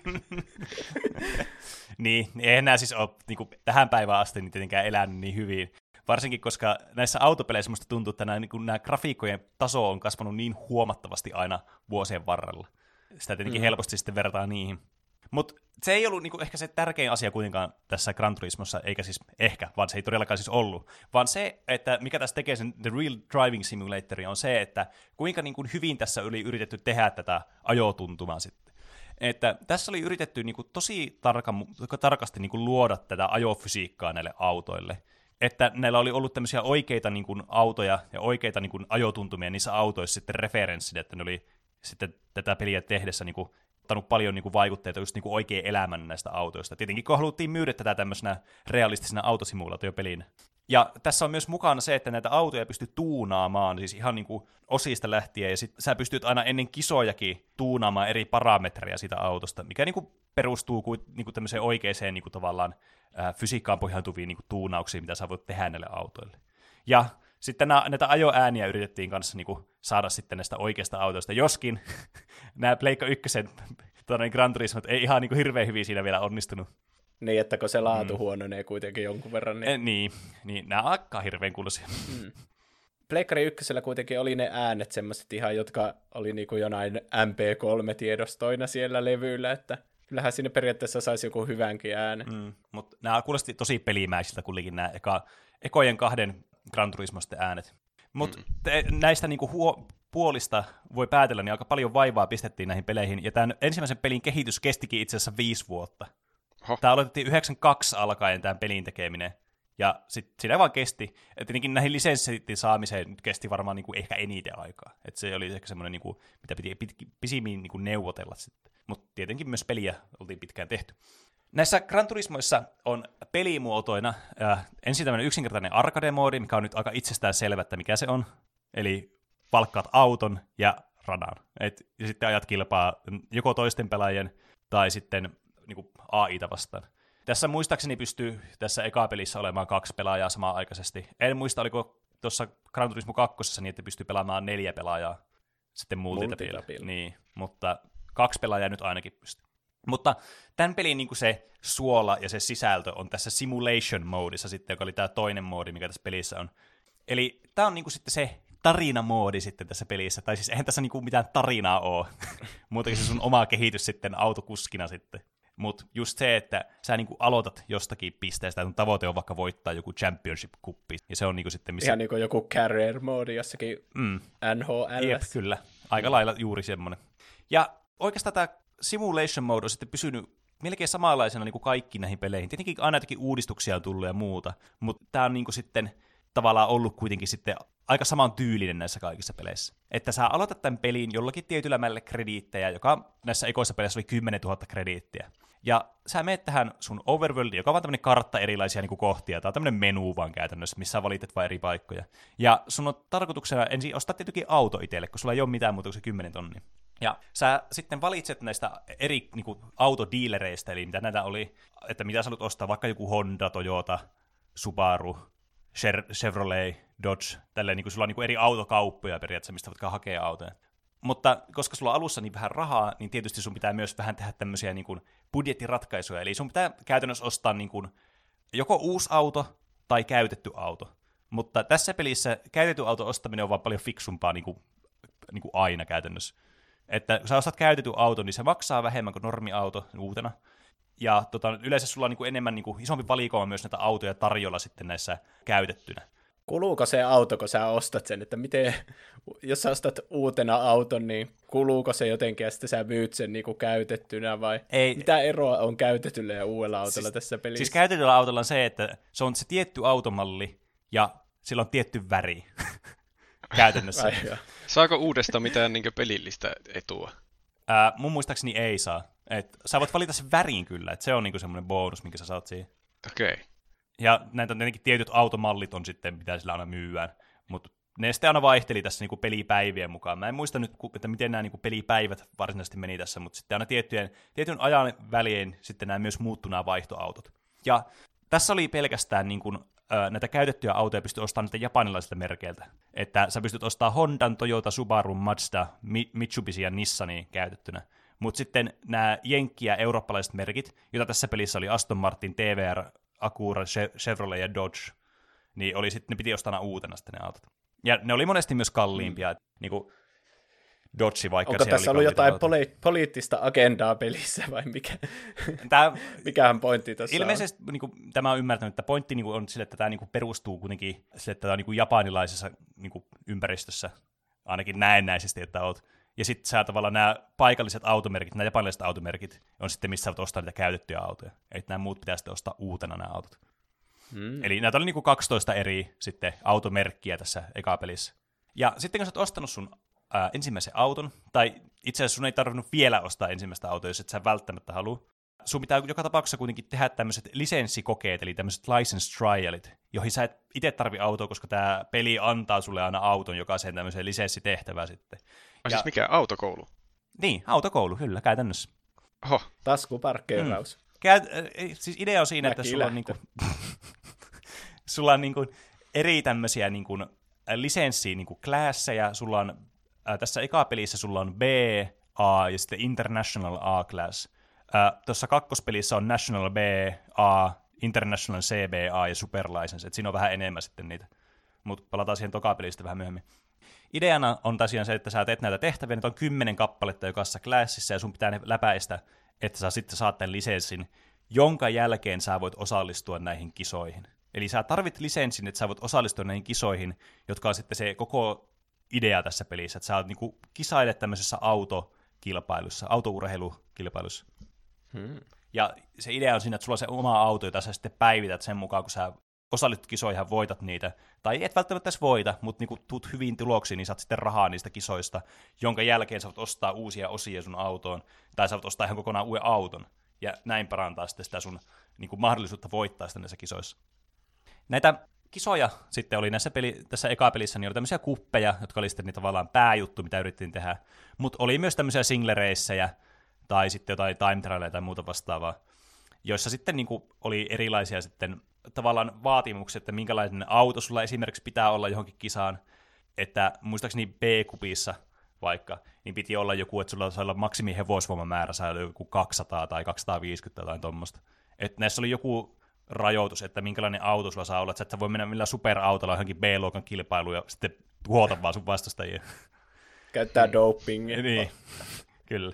Niin, eihän nämä siis ole niin kuin tähän päivään asti niin tietenkään elänyt niin hyvin. Varsinkin, koska näissä autopeleissä musta tuntuu, että nämä, niin kuin nämä grafiikkojen taso on kasvanut niin huomattavasti aina vuosien varrella. Sitä tietenkin mm. helposti sitten vertaa niihin. Mutta se ei ollut niin kuin ehkä se tärkein asia kuitenkaan tässä Gran Turismossa, eikä siis ehkä, vaan se ei todellakaan siis ollut. Vaan se, että mikä tässä tekee sen The Real Driving Simulatorin, on se, että kuinka niin kuin hyvin tässä oli yritetty tehdä tätä ajotuntumaa sitten. Että tässä oli yritetty niin kuin tosi tarka, tarkasti niin kuin luoda tätä ajofysiikkaa näille autoille. Että näillä oli ollut tämmöisiä oikeita niin kuin autoja ja oikeita niin kuin ajotuntumia niissä autoissa sitten referenssinä, että ne oli sitten tätä peliä tehdessä niin kuin ottanut paljon niin kuin vaikutteita just niin kuin oikein elämän näistä autoista. Tietenkin kun haluttiin myydä tätä tämmöisenä realistisena autosimulaatiopelinä. Ja tässä on myös mukana se, että näitä autoja pystyy tuunaamaan, siis ihan niin kuin osista lähtien, ja sit sä pystyt aina ennen kisojakin tuunaamaan eri parametreja siitä autosta, mikä niin kuin perustuu kuin, niin kuin tämmöiseen oikeaan niin kuin tavallaan ää, fysiikkaan pohjautuviin niin kuin tuunauksiin, mitä sä voit tehdä näille autoille. Ja sitten nää, näitä ajoääniä yritettiin kanssa niin kuin saada sitten näistä oikeista autoista, joskin nämä Pleikka ykkösen Gran Turismot ei ihan niin kuin hirveän hyvin siinä vielä onnistunut. Niin, että kun se laatu mm. huononee kuitenkin jonkun verran. Niin, eh, niin, niin nämä on aika hirveän kuuloisia. Mm. Pleikkari ykkösellä kuitenkin oli ne äänet semmoiset ihan, jotka oli niinku jonain M P kolme -tiedostoina siellä levyllä, että kyllähän sinne periaatteessa saisi joku hyvänkin äänen. Mm. Mutta nämä kuulosti tosi pelimäisiltä kuitenkin nämä eka, ekojen kahden Gran Turismosten äänet. Mutta mm. näistä niinku huo, puolista voi päätellä, niin aika paljon vaivaa pistettiin näihin peleihin, ja tämän ensimmäisen pelin kehitys kestikin itse asiassa viisi vuotta. Ho. Tämä aloitettiin yhdeksänkymmentäkaksi alkaen tämän pelin tekeminen, ja sitten siinä vaan kesti. Et tietenkin näihin lisenssittiin saamiseen kesti varmaan niinku ehkä eniten aikaa. Et se oli ehkä semmoinen, niinku, mitä piti pit, pisimmin niinku neuvotella sitten. Mutta tietenkin myös peliä oltiin pitkään tehty. Näissä Gran Turismoissa on pelimuotoina äh, ensin tämmöinen yksinkertainen arcade-moodi, mikä on nyt aika itsestään selvä, että mikä se on. Eli palkkaat auton ja radan. Et, ja sitten ajat kilpaa joko toisten pelaajien tai sitten niin A I:ta vastaan. Tässä muistaakseni pystyy tässä eka-pelissä olemaan kaksi pelaajaa samaan aikaisesti. En muista, oliko tuossa Gran Turismo kakkosessa niin, että pystyy pelaamaan neljä pelaajaa sitten multitapilla. Niin, mutta kaksi pelaajaa nyt ainakin pystyy. Mutta tämän pelin niin kuin se suola ja se sisältö on tässä simulation-moodissa sitten, joka oli tämä toinen moodi, mikä tässä pelissä on. Eli tämä on niin kuin sitten se tarinamoodi sitten tässä pelissä, tai siis eihän tässä niin kuin mitään tarinaa ole, muutakin se sun oma kehitys sitten autokuskina sitten. Mutta just se, että sä niinku aloitat jostakin pisteestä, että tavoite on vaikka voittaa joku championship-kuppi, ja se on niinku sitten missä... Ihan niinku joku career-moodi jossakin mm. N H L. Jep, kyllä. Aika lailla juuri semmoinen. Ja oikeastaan tämä simulation mode on sitten pysynyt melkein samanlaisena niin kuin kaikki näihin peleihin. Tietenkin aina jotakin uudistuksia on tullut ja muuta, mutta tämä on niinku sitten tavallaan ollut kuitenkin sitten aika saman tyylinen näissä kaikissa peleissä. Että sä aloitat tämän pelin jollakin tietyllä määrällä krediittejä, joka näissä ekoissa peleissä oli kymmenentuhatta krediittiä. Ja sä menet tähän sun overworldiin, joka on vaan tämmöinen kartta erilaisia niin kuin kohtia. Tämä on tämmöinen menu vaan käytännössä, missä sä valitet vain eri paikkoja. Ja sun on tarkoituksena ensin ostaa tietenkin auto itselle, kun sulla ei ole mitään muuta kuin se kymmenen tonnia. Ja sä sitten valitset näistä eri niin kuin autodealereista, eli mitä näitä oli, että mitä sä haluat ostaa, vaikka joku Honda, Toyota, Subaru, Chevrolet, Dodge, tälleen niin kuin sulla on niin kuin eri autokauppoja periaatteessa, mistä voit hakea autoja. Mutta koska sulla on alussa niin vähän rahaa, niin tietysti sun pitää myös vähän tehdä tämmöisiä niin kuin budjettiratkaisuja. Eli sun pitää käytännössä ostaa niin kuin joko uusi auto tai käytetty auto. Mutta tässä pelissä käytetty auto ostaminen on vaan paljon fiksumpaa niin kuin niin kuin aina käytännössä. Että kun sä ostat käytetyn auton, niin se maksaa vähemmän kuin normiauto uutena. Ja tota, yleensä sulla on niin kuin enemmän niin kuin isompi valikoima myös näitä autoja tarjolla sitten näissä käytettynä. Kuluuko se auto, kun sä ostat sen, että miten, jos sä ostat uutena auton, niin kuluuko se jotenkin, ja sitten sä myyt sen niin kuin käytettynä, vai Ei, mitä eroa on käytetyllä ja uudella autolla siis, tässä pelissä? Siis käytetyllä autolla on se, että se on se tietty automalli, ja sillä on tietty väri käytännössä. Ai, Saako uudesta mitään niin pelillistä etua? Ää, mun muistaakseni ei saa. Et sä voit valita sen värin kyllä, että se on niinku semmoinen bonus, minkä sä saat siihen. Okei. Okay. Ja näitä tietenkin tietyt automallit on sitten, mitä sillä aina myyään. Mutta ne sitten aina vaihteli tässä niinku pelipäivien mukaan. Mä en muista nyt, että miten nämä niinku pelipäivät varsinaisesti meni tässä, mutta sitten aina tiettyjen, tietyn ajan väliin sitten nämä myös muuttui nämä vaihtoautot. Ja tässä oli pelkästään niinku, äh, näitä käytettyjä autoja pystyi ostamaan näitä japanilaisilta merkeiltä. Että sä pystyt ostamaan Hondan, Toyota, Subaru, Mazda, Mitsubishi ja Nissani käytettynä. Mutta sitten nämä jenkki- ja eurooppalaiset merkit, joita tässä pelissä oli Aston Martin, T V R, Acura, Chevrolet ja Dodge, niin oli sitten, ne piti ostaa uutena sitten ne autot. Ja ne oli monesti myös kalliimpia, mm. niin kuin Dodge vaikka. Onko tässä ollut jotain poli- poliittista agendaa pelissä vai mikä? Tää, Mikähän pointti tässä ilmeisesti, on? Niin kuin, tämä on ymmärtänyt, että pointti niin kuin, on sille, että tämä niin kuin, perustuu kuitenkin sille, että tämä on niin kuin, japanilaisessa niin kuin, ympäristössä, ainakin näennäisesti, että olet. Ja sitten sä tavallaan nämä paikalliset automerkit, nämä japanilaiset automerkit, on sitten missä voit ostaa niitä käytettyjä autoja. Että nämä muut pitää sitten ostaa uutena nämä autot. Hmm. Eli näitä oli niinku kaksitoista eri sitten automerkkiä tässä ekapelissä. Ja sitten kun sä oot ostanut sun ää, ensimmäisen auton, tai itse asiassa sun ei tarvinnut vielä ostaa ensimmäistä autoa, jos et sä välttämättä halua. Sun pitää joka tapauksessa kuitenkin tehdä tämmöiset lisenssikokeet, eli tämmöiset license trialit, joihin sä et itse tarvi autoa, koska tämä peli antaa sulle aina auton jokaiseen tämmöiseen lisenssitehtävään sitten. Ja, siis mikä autokoulu? Niin, autokoulu, kyllä, käytännössä. Oho. Taskuparkkeeraus. Mm. Käy, siis idea on siinä, Mäkin että sulla on, niinku, sulla on niinku eri tämmöisiä niinku lisenssiä niinku klasseja. Sulla on, äh, tässä ekapelissä sulla on B, A ja sitten International A-class. Äh, tuossa kakkospelissä on National B, A, International C B A ja Super License. Et siinä on vähän enemmän sitten niitä. Mutta palataan siihen tokapelistä vähän myöhemmin. Ideana on tosiaan se, että sä teet näitä tehtäviä, nyt on kymmenen kappaletta jokaisessa classissa, ja sun pitää ne läpäistä, että sä sitten saat tämän lisenssin, jonka jälkeen sä voit osallistua näihin kisoihin. Eli sä tarvit lisenssin, että sä voit osallistua näihin kisoihin, jotka on sitten se koko idea tässä pelissä, että sä oot niinku kisailet tämmöisessä autokilpailussa, autourheilukilpailussa. Hmm. Ja se idea on siinä, että sulla on se oma auto, jota sä sitten päivität sen mukaan, kun sä osallistut kisoihin, voitat niitä, tai et välttämättä edes voita, mutta niinku tuut hyviin tuloksiin, niin saat sitten rahaa niistä kisoista, jonka jälkeen sä voit ostaa uusia osia sun autoon, tai sä voit ostaa ihan kokonaan uuden auton, ja näin parantaa sitten sitä sun niinku mahdollisuutta voittaa sitä näissä kisoissa. Näitä kisoja sitten oli näissä peli, tässä ekapelissä, niin oli tämmöisiä kuppeja, jotka oli sitten niin tavallaan pääjuttu, mitä yritettiin tehdä, mutta oli myös tämmöisiä single-reissejä, tai sitten jotain time trialeja tai muuta vastaavaa, joissa sitten niinku oli erilaisia sitten tavallaan vaatimukset, että minkälainen auto sulla esimerkiksi pitää olla johonkin kisaan, että muistaakseni B-kupissa vaikka, niin piti olla joku, että sulla saa olla maksimi hevosvoimamäärä, saa olla joku kaksisataa tai kaksisataaviisikymmentä tai jotain tuommoista. Että näissä oli joku rajoitus, että minkälainen auto sulla saa olla, että sä et voi mennä millään superautolla johonkin B-luokan kilpailuun ja sitten tuhota vaan sun vastustajia. Käyttää dopingia. Niin, kyllä.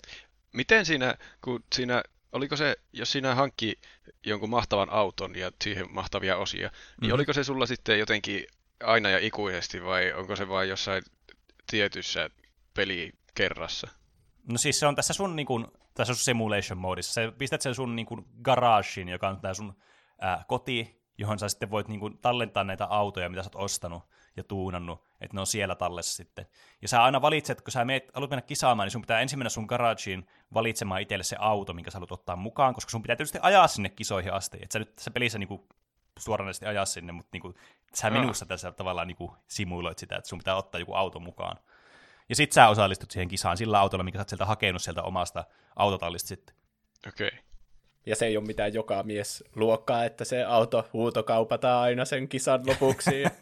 Miten siinä, kun siinä oliko se, jos sinä hankki jonkun mahtavan auton ja siihen mahtavia osia, niin mm-hmm. oliko se sulla sitten jotenkin aina ja ikuisesti vai onko se vain jossain tietyssä pelikerrassa? No siis se on tässä sun, niin kun, tässä sun simulation modissa. Sä pistät sen sun niin kun garagein, joka on tää sun ää, koti, johon sä sitten voit niin kun tallentaa näitä autoja, mitä sä oot ostanut ja tuunannut, että ne on siellä tallessa sitten. Ja sä aina valitset, kun sä meet, haluat mennä kisaamaan, niin sun pitää ensin mennä sun garageen valitsemaan itselle se auto, minkä sä haluat ottaa mukaan, koska sun pitää tietysti ajaa sinne kisoihin asti. Et sä nyt tässä pelissä niinku suoranaisesti ajaa sinne, mutta niinku, sä minussa tässä tavallaan niinku simuloit sitä, että sun pitää ottaa joku auto mukaan. Ja sit sä osallistut siihen kisaan sillä autolla, minkä sä oot sieltä hakenut sieltä omasta autotallista sitten. Okei. Okay. Ja se ei ole mitään joka mies luokkaa, että se auto huutokaupataan aina sen kisan lopuksi ja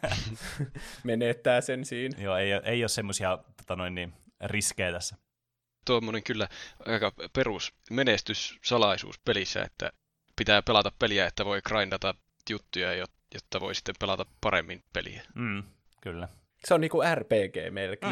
menettää sen siinä. Joo, ei, ei ole semmoisia tota noin, niin, riskejä tässä. Tuommoinen kyllä aika perus menestyssalaisuus pelissä, että pitää pelata peliä, että voi grindata juttuja, jotta voi sitten pelata paremmin peliä. Mm, kyllä. Se on niinku R P G melkein. Niin.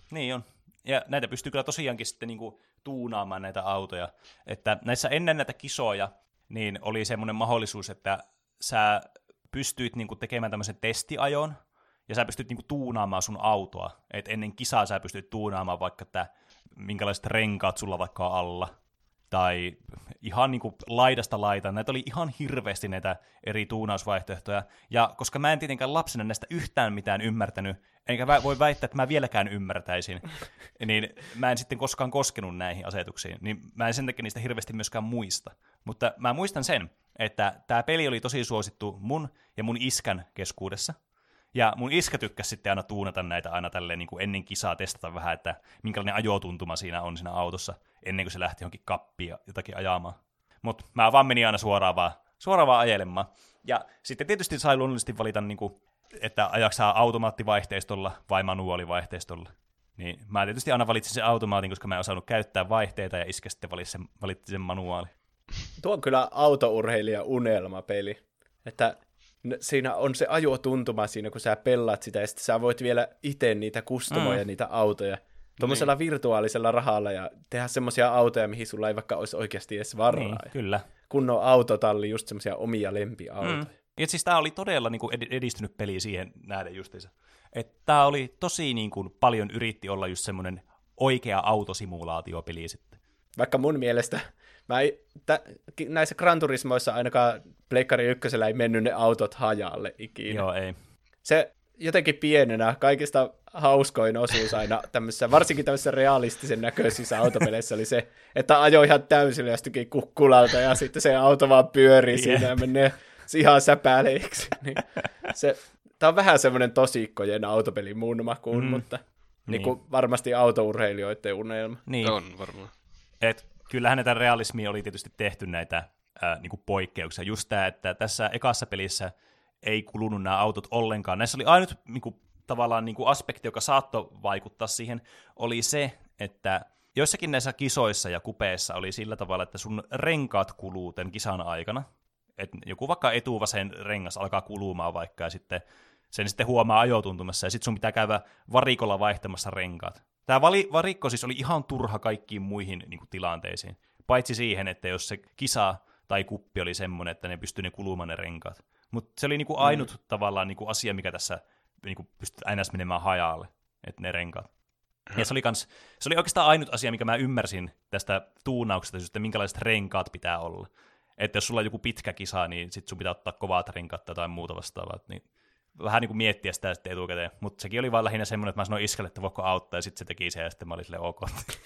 Niin on. Ja näitä pystyy kyllä tosiaankin sitten niinku tuunaamaan näitä autoja. Että näissä ennen näitä kisoja niin oli semmoinen mahdollisuus, että sä pystyit niinku tekemään tämmöisen testiajon, ja sä pystyt niinku tuunaamaan sun autoa. Et ennen kisaa sä pystyt tuunaamaan vaikka, että minkälaiset renkaat sulla vaikka on alla, tai ihan niinku laidasta laitaan. Näitä oli ihan hirveästi näitä eri tuunausvaihtoehtoja, ja koska mä en tietenkään lapsena näistä yhtään mitään ymmärtänyt, enkä voi väittää, että mä vieläkään ymmärtäisin, niin mä en sitten koskaan koskenut näihin asetuksiin, niin mä en sen takia niistä hirveästi myöskään muista. Mutta mä muistan sen, että tämä peli oli tosi suosittu mun ja mun iskän keskuudessa, ja mun iskä tykkäsi sitten aina tuunata näitä aina tälleen niin kuin ennen kisaa testata vähän, että minkälainen ajotuntuma siinä on siinä autossa, ennen kuin se lähti johonkin kappiin ja jotakin ajamaan. Mutta mä vaan menin aina suoraan vaan, suoraan vaan ajelemaan. Ja sitten tietysti sai luonnollisesti valita, niin kuin, että ajaksaa automaattivaihteistolla vai manuaalivaihteistolla. Niin mä tietysti aina valitsin sen automaatin, koska mä en osannut käyttää vaihteita, ja iskä sitten valitsi sen, valitsi sen manuaali. Tuo on kyllä autourheilija unelmapeli, että siinä on se ajotuntuma siinä, kun sä pellaat sitä, ja sitten sä voit vielä itse niitä kustomoida, mm. niitä autoja, tuommoisella niin. virtuaalisella rahalla, ja tehdä semmoisia autoja, mihin sulla ei vaikka olisi oikeasti edes varaa. Niin, kyllä. Kunnon autotalli, just semmoisia omia lempiautoja. Mm. Ja siis tää oli todella niin kuin edistynyt peli siihen nähden justiinsa. Että tää oli tosi niin kuin, paljon yritti olla just semmoinen oikea autosimulaatiopeli sitten. Vaikka mun mielestä mä ei, tä, näissä Gran Turismoissa ainakaan Pleikkari ykkösellä ei mennyt ne autot hajalle ikinä. Joo, ei. Se jotenkin pienenä, kaikista hauskoin osuus aina tämmöisissä, varsinkin tämmöisissä realistisen näköisissä autopeleissä oli se, että ajoi ihan täysillä jostakin kukkulalta ja sitten se auto vaan pyörii siinä yeah. ja menee ihan säpäleiksi. Niin se, tää on vähän semmoinen tosikkojen autopeli mun makuun, mm. mutta niin. Niin kuin varmasti autourheilijoiden unelma. Niin. On varmaan. Et kyllähän näitä realismia oli tietysti tehty näitä ää, niinku poikkeuksia. Just tämä, että tässä ekassa pelissä ei kulunut nämä autot ollenkaan. Näissä oli ainut niinku, tavallaan niinku aspekti, joka saattoi vaikuttaa siihen, oli se, että joissakin näissä kisoissa ja kupeissa oli sillä tavalla, että sun renkaat kuluu tämän kisan aikana. Et joku vaikka etuvasen rengas alkaa kulumaan vaikka, ja sitten sen sitten huomaa ajotuntumassa, ja sitten sun pitää käydä varikolla vaihtamassa renkaat. Tämä varikko siis oli ihan turha kaikkiin muihin niin kuin, tilanteisiin, paitsi siihen, että jos se kisa tai kuppi oli semmoinen, että ne pystyi ne kulumaan ne renkaat. Mutta se oli niin kuin, ainut mm. tavallaan niin kuin, asia, mikä tässä niin kuin, pystyi aina menemään hajalle, että ne renkaat. Ja se oli, kans, se oli oikeastaan ainut asia, mikä mä ymmärsin tästä tuunauksesta, että minkälaiset renkaat pitää olla. Että jos sulla on joku pitkä kisa, niin sit sun pitää ottaa kovaat renkaat tai jotain muuta vastaavaa, niin vähän niin kuin miettiä sitä sitten etukäteen, mutta sekin oli vaan lähinnä semmoinen, että mä sanoin iskelle, että voiko auttaa, ja sitten se teki sen, ja sitten mä olin silleen ok.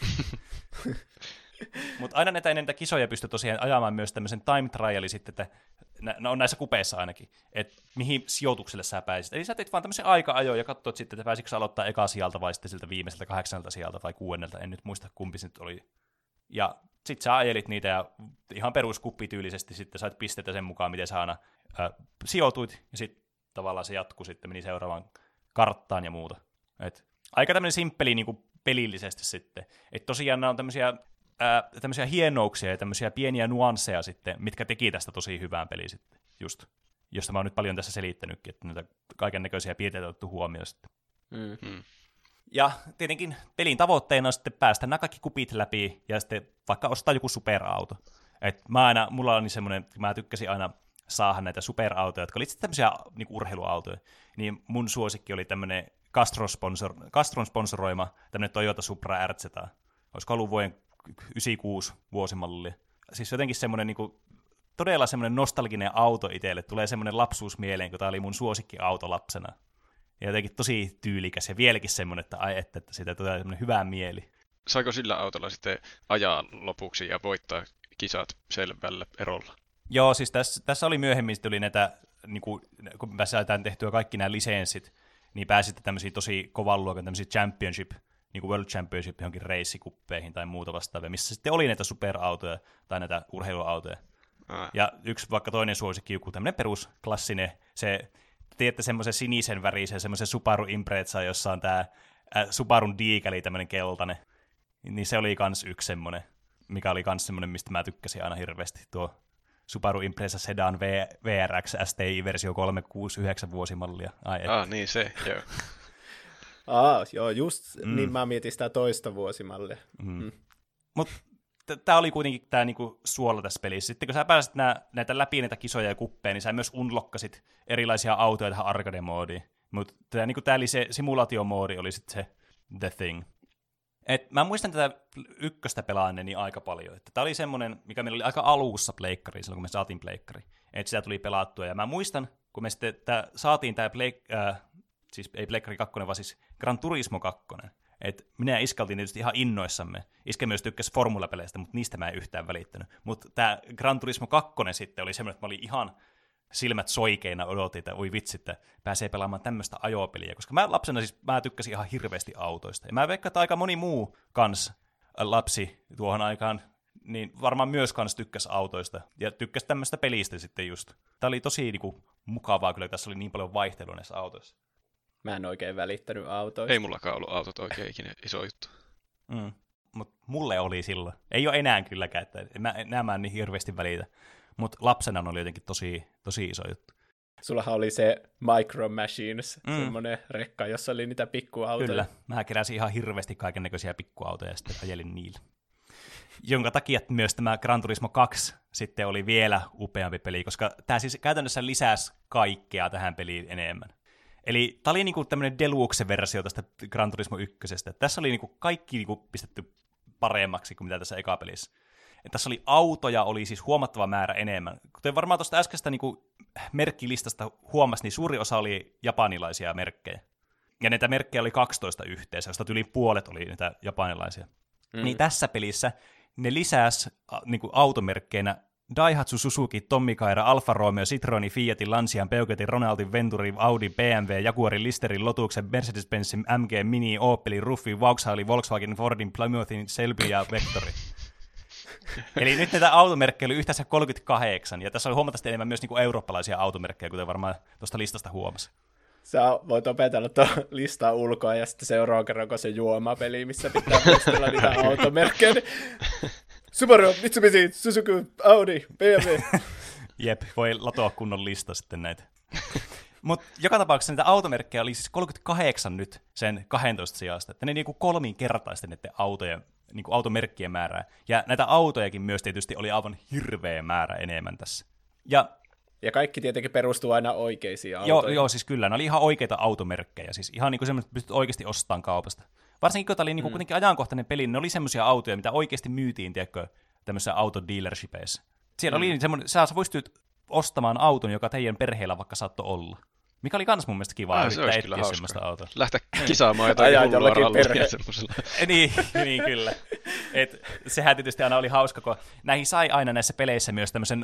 Mutta aina näitä ennen näitä kisoja pystyi tosiaan ajamaan myös tämmöisen time triali sitten, että no on näissä kupeissa ainakin, että mihin sijoitukselle sä pääsit. Eli sä teit vaan tämmöisen aika-ajoja ja katsoit sitten, että pääsikö sä aloittaa eka sijalta vai sitten siltä viimeiseltä kahdeksannelta sijalta vai kuudennelta, en nyt muista kumpi se nyt oli. Ja sitten sä ajelit niitä ja ihan peruskuppityylisesti sitten sait pisteitä sen mukaan, miten sä aina äh, sijoituit, ja sitten tavallaan se jatkuu sitten, meni seuraavaan karttaan ja muuta. Et aika tämmöinen simppeli niin kuin pelillisesti sitten. Että tosiaan nämä on tämmöisiä, ää, tämmöisiä hienouksia ja tämmöisiä pieniä nuansseja sitten, mitkä teki tästä tosi hyvään peliin sitten, just. Josta mä oon nyt paljon tässä selittänytkin, että näitä kaiken näköisiä piirteitä on otettu huomioon sitten. Mm-hmm. Ja tietenkin pelin tavoitteena on sitten päästä nämä kaikki kupit läpi ja sitten vaikka ostaa joku superauto. Et mä aina, mulla on niin semmoinen, mä tykkäsin aina saada näitä superautoja, jotka olivat tämmöisiä niin kuin urheiluautoja, niin mun suosikki oli tämmöinen Castron, sponsor, Castron sponsoroima tämmöinen Toyota Supra R Z. Olisiko ollut vuoden yhdeksänkymmentäkuusi vuosimalli. Siis jotenkin semmoinen niin kuin, todella semmoinen nostalginen auto itselle. Tulee semmoinen lapsuus mieleen, kun tämä oli mun suosikkiauto lapsena. Ja jotenkin tosi tyylikäs ja vieläkin semmoinen, että ai että, että siitä tulee semmoinen hyvä mieli. Saiko sillä autolla sitten ajaa lopuksi ja voittaa kisat selvällä erolla? Joo, siis tässä, tässä oli myöhemmin, sitten tuli näitä, niin kuin, kun me saadaan tehtyä kaikki nämä lisenssit, niin pääsitte tämmöisiä tosi kovan luokan tämmöisiä championship, niin kuin World Championship johonkin reissikuppeihin tai muuta vastaavia, missä sitten oli näitä superautoja tai näitä urheiluautoja. Ah. Ja yksi vaikka toinen suosikki, joku tämmöinen perusklassinen, se, tiedätte semmoisen sinisen värisen, semmoisen Subaru Impreza, jossa on tämä äh, Subarun Deagle, tämmöinen keltainen, niin se oli kans yksi semmoinen, mikä oli kans semmoinen, mistä mä tykkäsin aina hirveästi, tuo Subaru Impreza Sedan V R X S T I versio kolme kuusi yhdeksän vuosimallia. Ai ah, niin se, joo. Aa, joo, just mm. niin mä mietin sitä toista vuosimallia. Mm. Mm. Mutta tämä oli kuitenkin tämä niinku suola tässä pelissä. Sitten kun sä pääsit nää, näitä läpi näitä kisoja ja kuppeja, niin sä myös unlockasit erilaisia autoja tähän arcade-moodiin. Mutta tämä niinku, se simulaatiomoodi oli sitten se the thing. Et mä muistan tätä ykköstä pelaanneeni aika paljon. Tämä oli semmoinen, mikä meillä oli aika alussa pleikkariin, silloin kun me saatiin pleikkari. Että sitä tuli pelattua. Ja mä muistan, kun me sitten tää, saatiin tämä pleik- äh, siis ei pleikkari kakkonen, vaan siis Gran Turismo kakkonen. Et minä ja Iska oltiin tietysti ihan innoissamme. Iska myös tykkäsi formulapeleistä, mutta niistä mä en yhtään välittänyt. Mutta tämä Gran Turismo kakkonen sitten oli semmoinen, että mä olin ihan silmät soikeina odotin, että oi vitsi, että pääsee pelaamaan tämmöistä ajopeliä. Koska mä lapsena siis mä tykkäsin ihan hirveästi autoista. Ja mä veikkaan, että aika moni muu kans lapsi tuohon aikaan, niin varmaan myös kans tykkäsi autoista. Ja tykkäsi tämmöistä pelistä sitten just. Tää oli tosi niinku mukavaa kyllä, tässä oli niin paljon vaihtelua näissä autoissa. Mä en oikein välittänyt autoista. Ei mullakaan ollut autot oikein ikinä iso juttu. Mm. Mutta mulle oli silloin. Ei ole enää kylläkään, että mä, nämä en niin hirveästi välitä. Mutta lapsena oli jotenkin tosi, tosi iso juttu. Sullahan oli se Micro Machines, mm. semmoinen rekka, jossa oli niitä pikkuautoja. Kyllä, mä keräsin ihan hirveästi kaikennäköisiä pikkuautoja ja sitten ajelin niillä. Jonka takia myös tämä Gran Turismo kaksi sitten oli vielä upeampi peli, koska tämä siis käytännössä lisäsi kaikkea tähän peliin enemmän. Eli tämä oli niinku tämmöinen deluxe-versio tästä Gran Turismo ykkösestä. Tässä oli niinku kaikki niinku pistetty paremmaksi kuin mitä tässä eka pelissä. Et tässä oli autoja, oli siis huomattava määrä enemmän. Kuten varmaan tuosta äskeistä niinku merkkilistasta huomasi, niin suuri osa oli japanilaisia merkkejä. Ja näitä merkkejä oli kaksitoista yhteensä, josta yli puolet oli näitä japanilaisia. Mm. Niin tässä pelissä ne lisäsi niinku automerkkeinä Daihatsu, Suzuki, Tommikaira, Alfa Romeo, Citroen, Fiatin, Lancian, Peugeotin, Ronaldin, Venturin, Audi, B M W, Jaguarin, Listerin, Lotuksen, Mercedes-Benzin, M G, Mini, Opelin, Ruffin, Vauxhallin, Volkswagen, Fordin, Plymouthin, Shelby ja Vectorin. Eli nyt näitä automerkkejä oli yhteensä kolmekymmentäkahdeksan, ja tässä oli huomattavasti enemmän myös niinku eurooppalaisia automerkkejä, kuten varmaan tuosta listasta huomasi. Sä voit opetella tuon listaa ulkoa, ja sitten seuraavan kerran, kun se juomapeli, missä pitää muistella niitä automerkkejä, niin Subaru, Mitsubishi, Suzuki, Audi, B M W. Jep, voi latoa kunnon lista sitten näitä. Mutta joka tapauksessa näitä automerkkejä oli siis kolmekymmentäkahdeksan nyt sen kaksitoista sijasta, että ne niinku kolminkertaisesti näiden autojen, niinku automerkkien määrää. Ja näitä autojakin myös tietysti oli aivan hirveä määrä enemmän tässä. Ja, ja kaikki tietenkin perustuu aina oikeisiin autoihin. Joo, joo, siis kyllä, ne oli ihan oikeita automerkkejä, siis ihan niinku semmoista, että pystyt oikeasti ostamaan kaupasta. Varsinkin kun tämä oli niinku mm. kuitenkin ajankohtainen peli, niin ne oli semmoisia autoja, mitä oikeasti myytiin, tiedätkö, tämmöisissä autodealershipeissa. Siellä mm. oli semmoinen, sä pystyt ostamaan auton, joka teidän perheellä vaikka saattoi olla. Mikä oli kans mun mielestä kiva, ah, yrittää etsiä semmoista autoa. Lähteä kisaamaan jotain hullua rallia semmoisella. niin, niin, kyllä. Et, sehän tietysti aina oli hauska, kun näihin sai aina näissä peleissä myös tämmöisen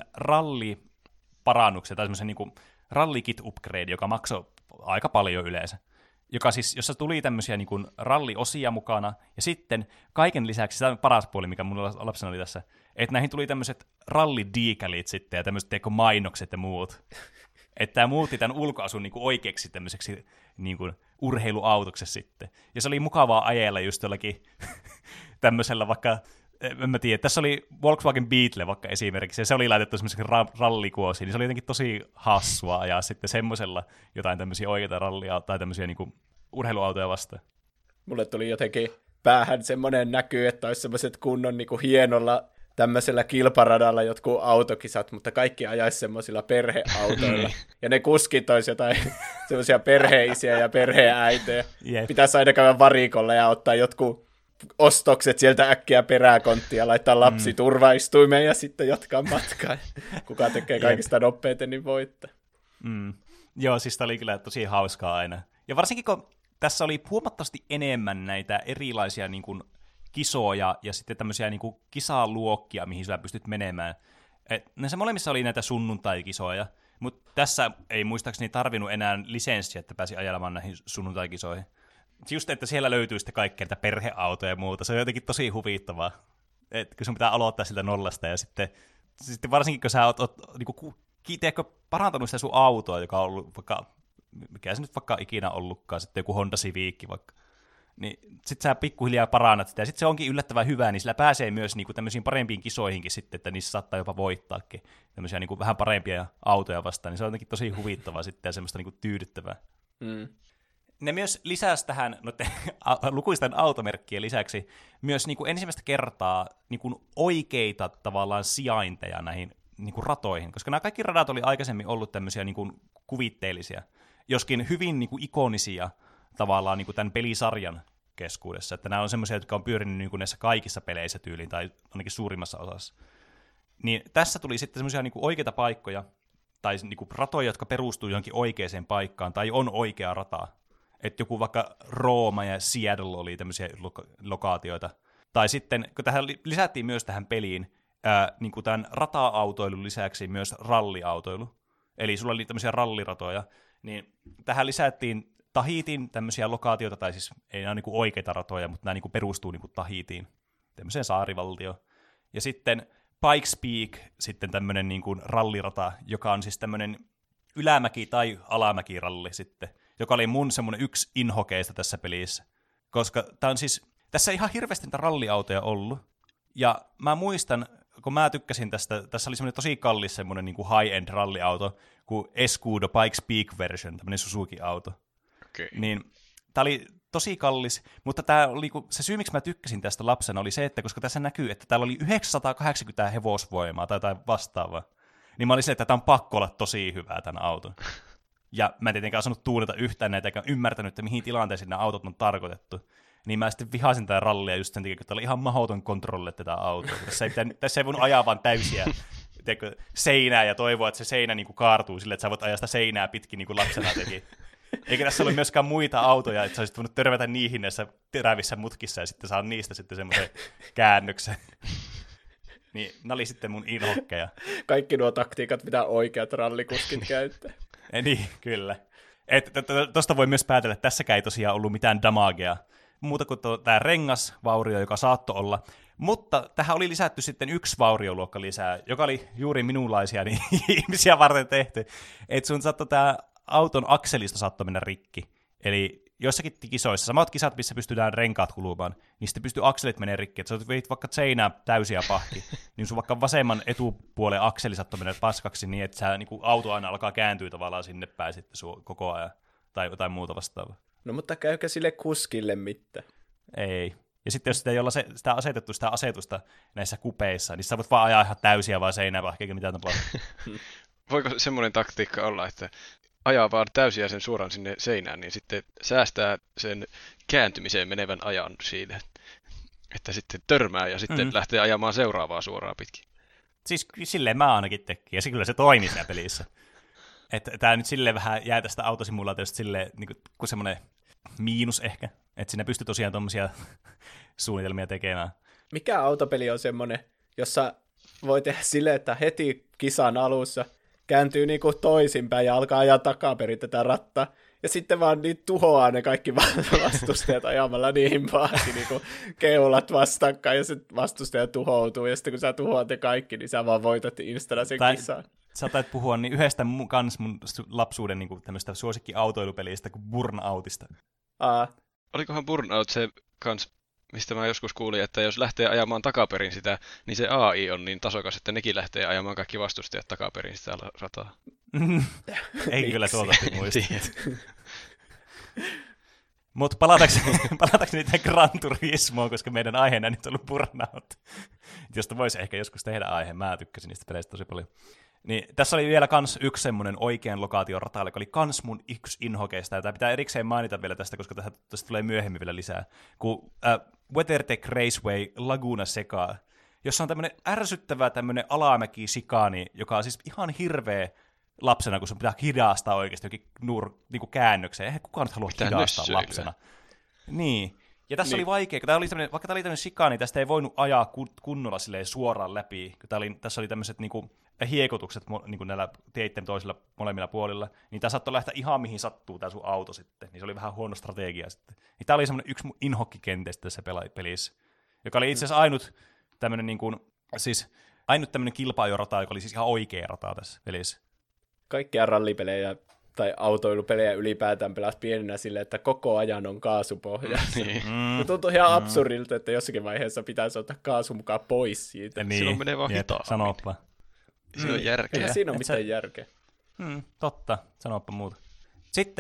ralliparannuksen, tai semmoisen niinku rallikit upgrade, joka maksoi aika paljon yleensä. Joka siis, jossa tuli tämmöisiä niin kuin ralliosia mukana, ja sitten kaiken lisäksi, tämä on paras puoli, mikä mulla lapsena oli tässä, että näihin tuli tämmöiset rallidiikalit sitten, ja tämmöiset teikö mainokset ja muut. Että tämä muutti tämän ulkoasun niin kuin oikeaksi tämmöiseksi niin kuin urheiluautoksi sitten. Ja se oli mukavaa ajella just jollakin tämmöisellä vaikka, en mä tiedä, tässä oli Volkswagen Beetle vaikka esimerkiksi, ja se oli laitettu semmoiseksi ra- rallikuosiin, niin se oli jotenkin tosi hassua ajaa sitten semmoisella jotain tämmöisiä oikeita rallia tai tämmöisiä niinku urheiluautoja vastaan. Mulle tuli jotenkin päähän semmoinen näky, että olisi semmoiset kunnon niinku hienolla tämmöisellä kilparadalla jotkut autokisat, mutta kaikki ajaisi semmoisilla perheautoilla. Ja ne kuskit olisi jotain semmoisia perheisiä ja perheäitejä. Yep. Pitäisi aina käydä varikolla ja ottaa jotkut ostokset sieltä äkkiä peräkonttia, laittaa lapsi mm. turvaistuimeen ja sitten jatkaa matkaa. Kuka tekee kaikista nopeiten, niin voittaa. Mm. Joo, siis tämä oli kyllä tosi hauskaa aina. Ja varsinkin, kun tässä oli huomattavasti enemmän näitä erilaisia niin kuin kisoja ja sitten tämmöisiä niin kuin kisaluokkia, mihin sä pystyt menemään. Et näissä molemmissa oli näitä sunnuntai-kisoja, mutta tässä ei muistaakseni tarvinnut enää lisenssiä, että pääsi ajelemaan näihin sunnuntai-kisoihin. Just, että siellä löytyy sitten kaikkea perheautoja ja muuta. Se on jotenkin tosi huvittavaa. Et kun sun pitää aloittaa siltä nollasta ja sitten, sitten varsinkin kun sä oot, oot niinku, tiedätkö, parantanut sitä sun autoa, joka on ollut vaikka, mikä se nyt vaikka ikinä ollutkaan, sitten joku Honda Civic vaikka, niin sit sä pikkuhiljaa parannat sitä ja sitten se onkin yllättävän hyvä, niin sillä pääsee myös niinku tämmöisiin parempiin kisoihinkin sitten, että niissä saattaa jopa voittaakin tämmöisiä niinku vähän parempia autoja vastaan, niin se on jotenkin tosi huvittavaa sitten ja semmoista niinku tyydyttävää. Mm. ne myös lisäsi tähän noiden lukuisten automerkkien lisäksi myös niin kuin ensimmäistä kertaa niin kuin oikeita tavallaan sijainteja näihin niin kuin ratoihin, koska nämä kaikki radat oli aikaisemmin ollut tämmöisiä niin kuin kuvitteellisia, joskin hyvin niin kuin ikonisia tavallaan niin kuin tämän pelisarjan keskuudessa, että nämä on semmoisia, jotka on pyörinyt niin kuin näissä kaikissa peleissä tyyliin, tai ainakin suurimmassa osassa. Niin tässä tuli sitten semmoisia niin kuin oikeita paikkoja, tai niin kuin ratoja, jotka perustuu johonkin oikeaan paikkaan, tai on oikea rata. Että joku vaikka Rooma ja Seattle oli tämmöisiä loka- lokaatioita. Tai sitten, kun tähän lisättiin myös tähän peliin, ää, niin kuin tämän rata-autoilun lisäksi myös ralliautoilu. Eli sulla oli tämmöisiä ralliratoja, niin tähän lisättiin Tahitin tämmöisiä lokaatioita, tai siis ei nämä ole niin kuin oikeita ratoja, mutta nämä niin kuin perustuu niin kuin Tahitiin, tämmöiseen saarivaltioon. Ja sitten Pikes Peak, sitten tämmöinen niin kuin rallirata, joka on siis tämmöinen ylämäki- tai alamäkiralli sitten, joka oli mun semmoinen yksi inhokeista tässä pelissä. Koska tää on siis, tässä ei ihan hirveästi niitä ralliautoja ollut, ja mä muistan, kun mä tykkäsin tästä, tässä oli semmoinen tosi kallis semmoinen niin kuin high-end ralliauto, kuin Escudo Pikes Peak version, tämmöinen Suzuki-auto. Okay. Niin tää oli tosi kallis, mutta tää oli, se syy, miksi mä tykkäsin tästä lapsena, oli se, että koska tässä näkyy, että täällä oli yhdeksänsataakahdeksankymmentä hevosvoimaa tai jotain vastaavaa, niin mä olin silleen, että tämä on pakko olla tosi hyvää tämän auton. Ja mä en tietenkään osannut tuunata yhtään näitä, eikä ymmärtänyt, että mihin tilanteisiin nämä autot on tarkoitettu. Niin mä sitten vihasin tätä rallia just sen takia, kun tää oli ihan mahdoton kontrolle tätä autoa. Tässä ei, tässä ei voinut ajaa vaan täysiä tiedätkö, seinää ja toivoa, että se seinä niin kuin kaartuu sille, että sä voit ajaa sitä seinää pitkin niin kuin lapsena teki. Eikä tässä ollut myöskään muita autoja, että sä olisit voinut törmätä niihin näissä terävissä mutkissa ja sitten saa niistä sitten semmoisen käännöksen. Niin nämä oli sitten mun inhokkeja. Kaikki nuo taktiikat, mitä oikeat rallikuskit käyttää. Ja niin, kyllä. Tuosta voi myös päätellä, että tässäkään ei tosiaan ollut mitään damagea. Muuta kuin tämä rengasvaurio, joka saattoi olla. Mutta tähän oli lisätty sitten yksi vaurioluokka lisää, joka oli juuri minunlaisia niin ihmisiä varten tehty. Että sun saattoi tämä auton akselista saattoi mennä rikki. Eli joissakin kisoissa, samat kisat, missä pystytään renkaat kulumaan, niin sitten pystyy akselit menee rikki. Että sä veit vaikka seinää täysiä pahki, niin sun vaikka vasemman etupuolen akseli saattoi mennä paskaksi niin, että sä, niin auto aina alkaa kääntyä tavallaan sinne päin sitten su- koko ajan. Tai jotain muuta vastaavaa. No mutta käykö sille kuskille mitään? Ei. Ja sitten jos sitä ei olla se, sitä asetettu sitä asetusta näissä kupeissa, niin sä voit vaan ajaa ihan täysiä vaan seinää, vaikka eikä mitään tapahtuu. Voiko semmoinen taktiikka olla, että ajaa vaan täysiä sen suoraan sinne seinään, niin sitten säästää sen kääntymiseen menevän ajan siitä, että sitten törmää ja sitten mm. lähtee ajamaan seuraavaa suoraan pitkin. Siis silleen mä ainakin tekin, ja se kyllä se toimi siinä pelissä. Että tää nyt silleen vähän jää tästä autosimulaatiosta silleen niin kuin, kuin semmoinen miinus ehkä, että siinä pystyy tosiaan tommosia suunnitelmia tekemään. Mikä autopeli on semmoinen, jossa voi tehdä silleen, että heti kisan alussa kääntyy niinku toisinpäin ja alkaa ajaa takaperin tätä rattaa, ja sitten vaan niin tuhoaa ne kaikki vastustajat ajamalla niihin pahasti niinku keulat vastakkain, ja se vastustaja tuhoutuu, ja sitten kun sä tuhoat ne kaikki, niin sä vaan voitat installa sen tai kisan. Sä taitat puhua niin yhdestä mun, kans mun lapsuuden niin tämmöistä suosikki-autoilupelistä kuin Burnoutista. Aa. Olikohan Burnout se kans, mistä mä joskus kuulin, että jos lähtee ajamaan takaperin sitä, niin se A I on niin tasokas, että nekin lähtee ajamaan kaikki vastustajat takaperin sitä rataa. Ei kyllä tuolta muista. Mutta palatakseni, palatakseni tähän Gran Turismoon, koska meidän aiheena nyt on ollut Burnout, josta voisi ehkä joskus tehdä aihe. Mä tykkäsin niistä peleistä tosi paljon. Niin, tässä oli vielä kans yksi semmoinen oikean lokaation rata, joka oli kans mun yksi inhokeista, ja tämä pitää erikseen mainita vielä tästä, koska tästä tulee myöhemmin vielä lisää, kun äh, WeatherTech Raceway Laguna Seca, jossa on tämmöinen ärsyttävä tämmöinen alamäki-sikaani, joka on siis ihan hirveä lapsena, kun sun pitää hidastaa oikeasti jokin nur, niinku käännökseen. Eihän kukaan nyt halua pitää hidastaa nössöillä lapsena. Niin. Ja tässä niin. oli vaikea, kun tää oli vaikka tämä oli tämmöinen sikaani, niin tästä ei voinut ajaa kunnolla silleen suoraan läpi, kun oli, tässä oli tämmöiset niinku hiekotukset niin kuin näillä teitten toisilla molemmilla puolilla, niin tämä saattoi lähteä ihan mihin sattuu tämä sun auto sitten, niin se oli vähän huono strategia sitten. Niin tämä oli semmoinen yksi mun inhokkikenteistä tässä pelissä, joka oli itse asiassa ainut tämmöinen niin kuin, siis ainut tämmöinen kilpailurata, joka oli siis ihan oikea rata tässä pelissä. Kaikkia rallipelejä tai autoilupelejä ylipäätään pelasi pienenä silleen, että koko ajan on kaasupohjassa. Mm, se tuntuu ihan mm. absurdilta, että jossakin vaiheessa pitäisi ottaa kaasu mukaan pois siitä. Niin. Silloin menee vaan hitaammin. Sanoppa. Siinä on järkeä. Eihän siinä ole mitään sä... järkeä. Hmm, totta, sanoppa muuta. Sitten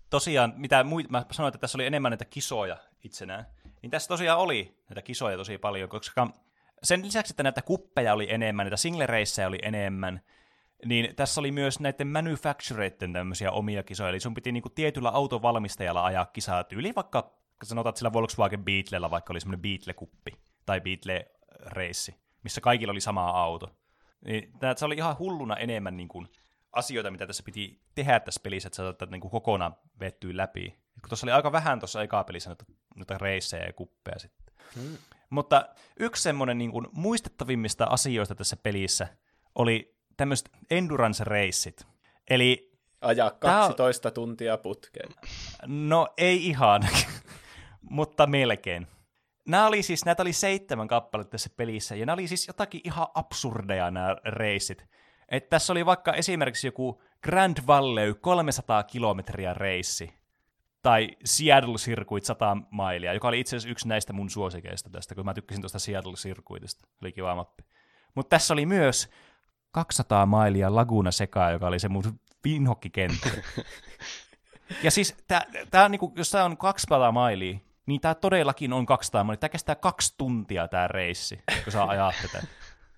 tosiaan, mitä muit, mä sanoin, että tässä oli enemmän näitä kisoja itsenään, niin tässä tosiaan oli näitä kisoja tosi paljon, koska sen lisäksi, että näitä kuppeja oli enemmän, näitä single-reissejä oli enemmän, niin tässä oli myös näiden manufactureiden tämmöisiä omia kisoja, eli sun piti niinku tietyllä autovalmistajalla ajaa kisaa tyyliin, vaikka sanotaan, että sillä Volkswagen Beetlellä vaikka oli semmoinen Beetle-kuppi tai Beetle-reissi, missä kaikilla oli sama auto. Niin, se oli ihan hulluna enemmän niin kuin asioita, mitä tässä piti tehdä tässä pelissä, että sä saat niin kuin kokonaan vettyä läpi. Kun tuossa oli aika vähän tuossa ekaa pelissä noita, noita reissejä ja kuppeja sitten. Hmm. Mutta yksi semmoinen niin kuin muistettavimmista asioista tässä pelissä oli tämmöiset endurance-reissit. Eli ajaa kaksitoista tää... tuntia putkeen. No ei ihan, mutta melkein. Nämä oli siis, näitä oli seitsemän kappaletta tässä pelissä, ja nämä oli siis jotakin ihan absurdeja nämä reissit. Että tässä oli vaikka esimerkiksi joku Grand Valley kolmesataa kilometriä reissi, tai Seattle Circuit sata mailia, joka oli itse asiassa yksi näistä mun suosikeista tästä, kun mä tykkäsin tuosta Seattle Circuitista. Oli kiva mappi. Mutta tässä oli myös kaksisataa mailia Laguna Seca, joka oli se mun vinhokkikenttä. Ja siis, tää, tää, niinku, jos tää on kaksisataa mailia, niin tää todellakin on kaksisataa mailia. Tää kestää kaksi tuntia tää reissi, kun sä ajat tätä.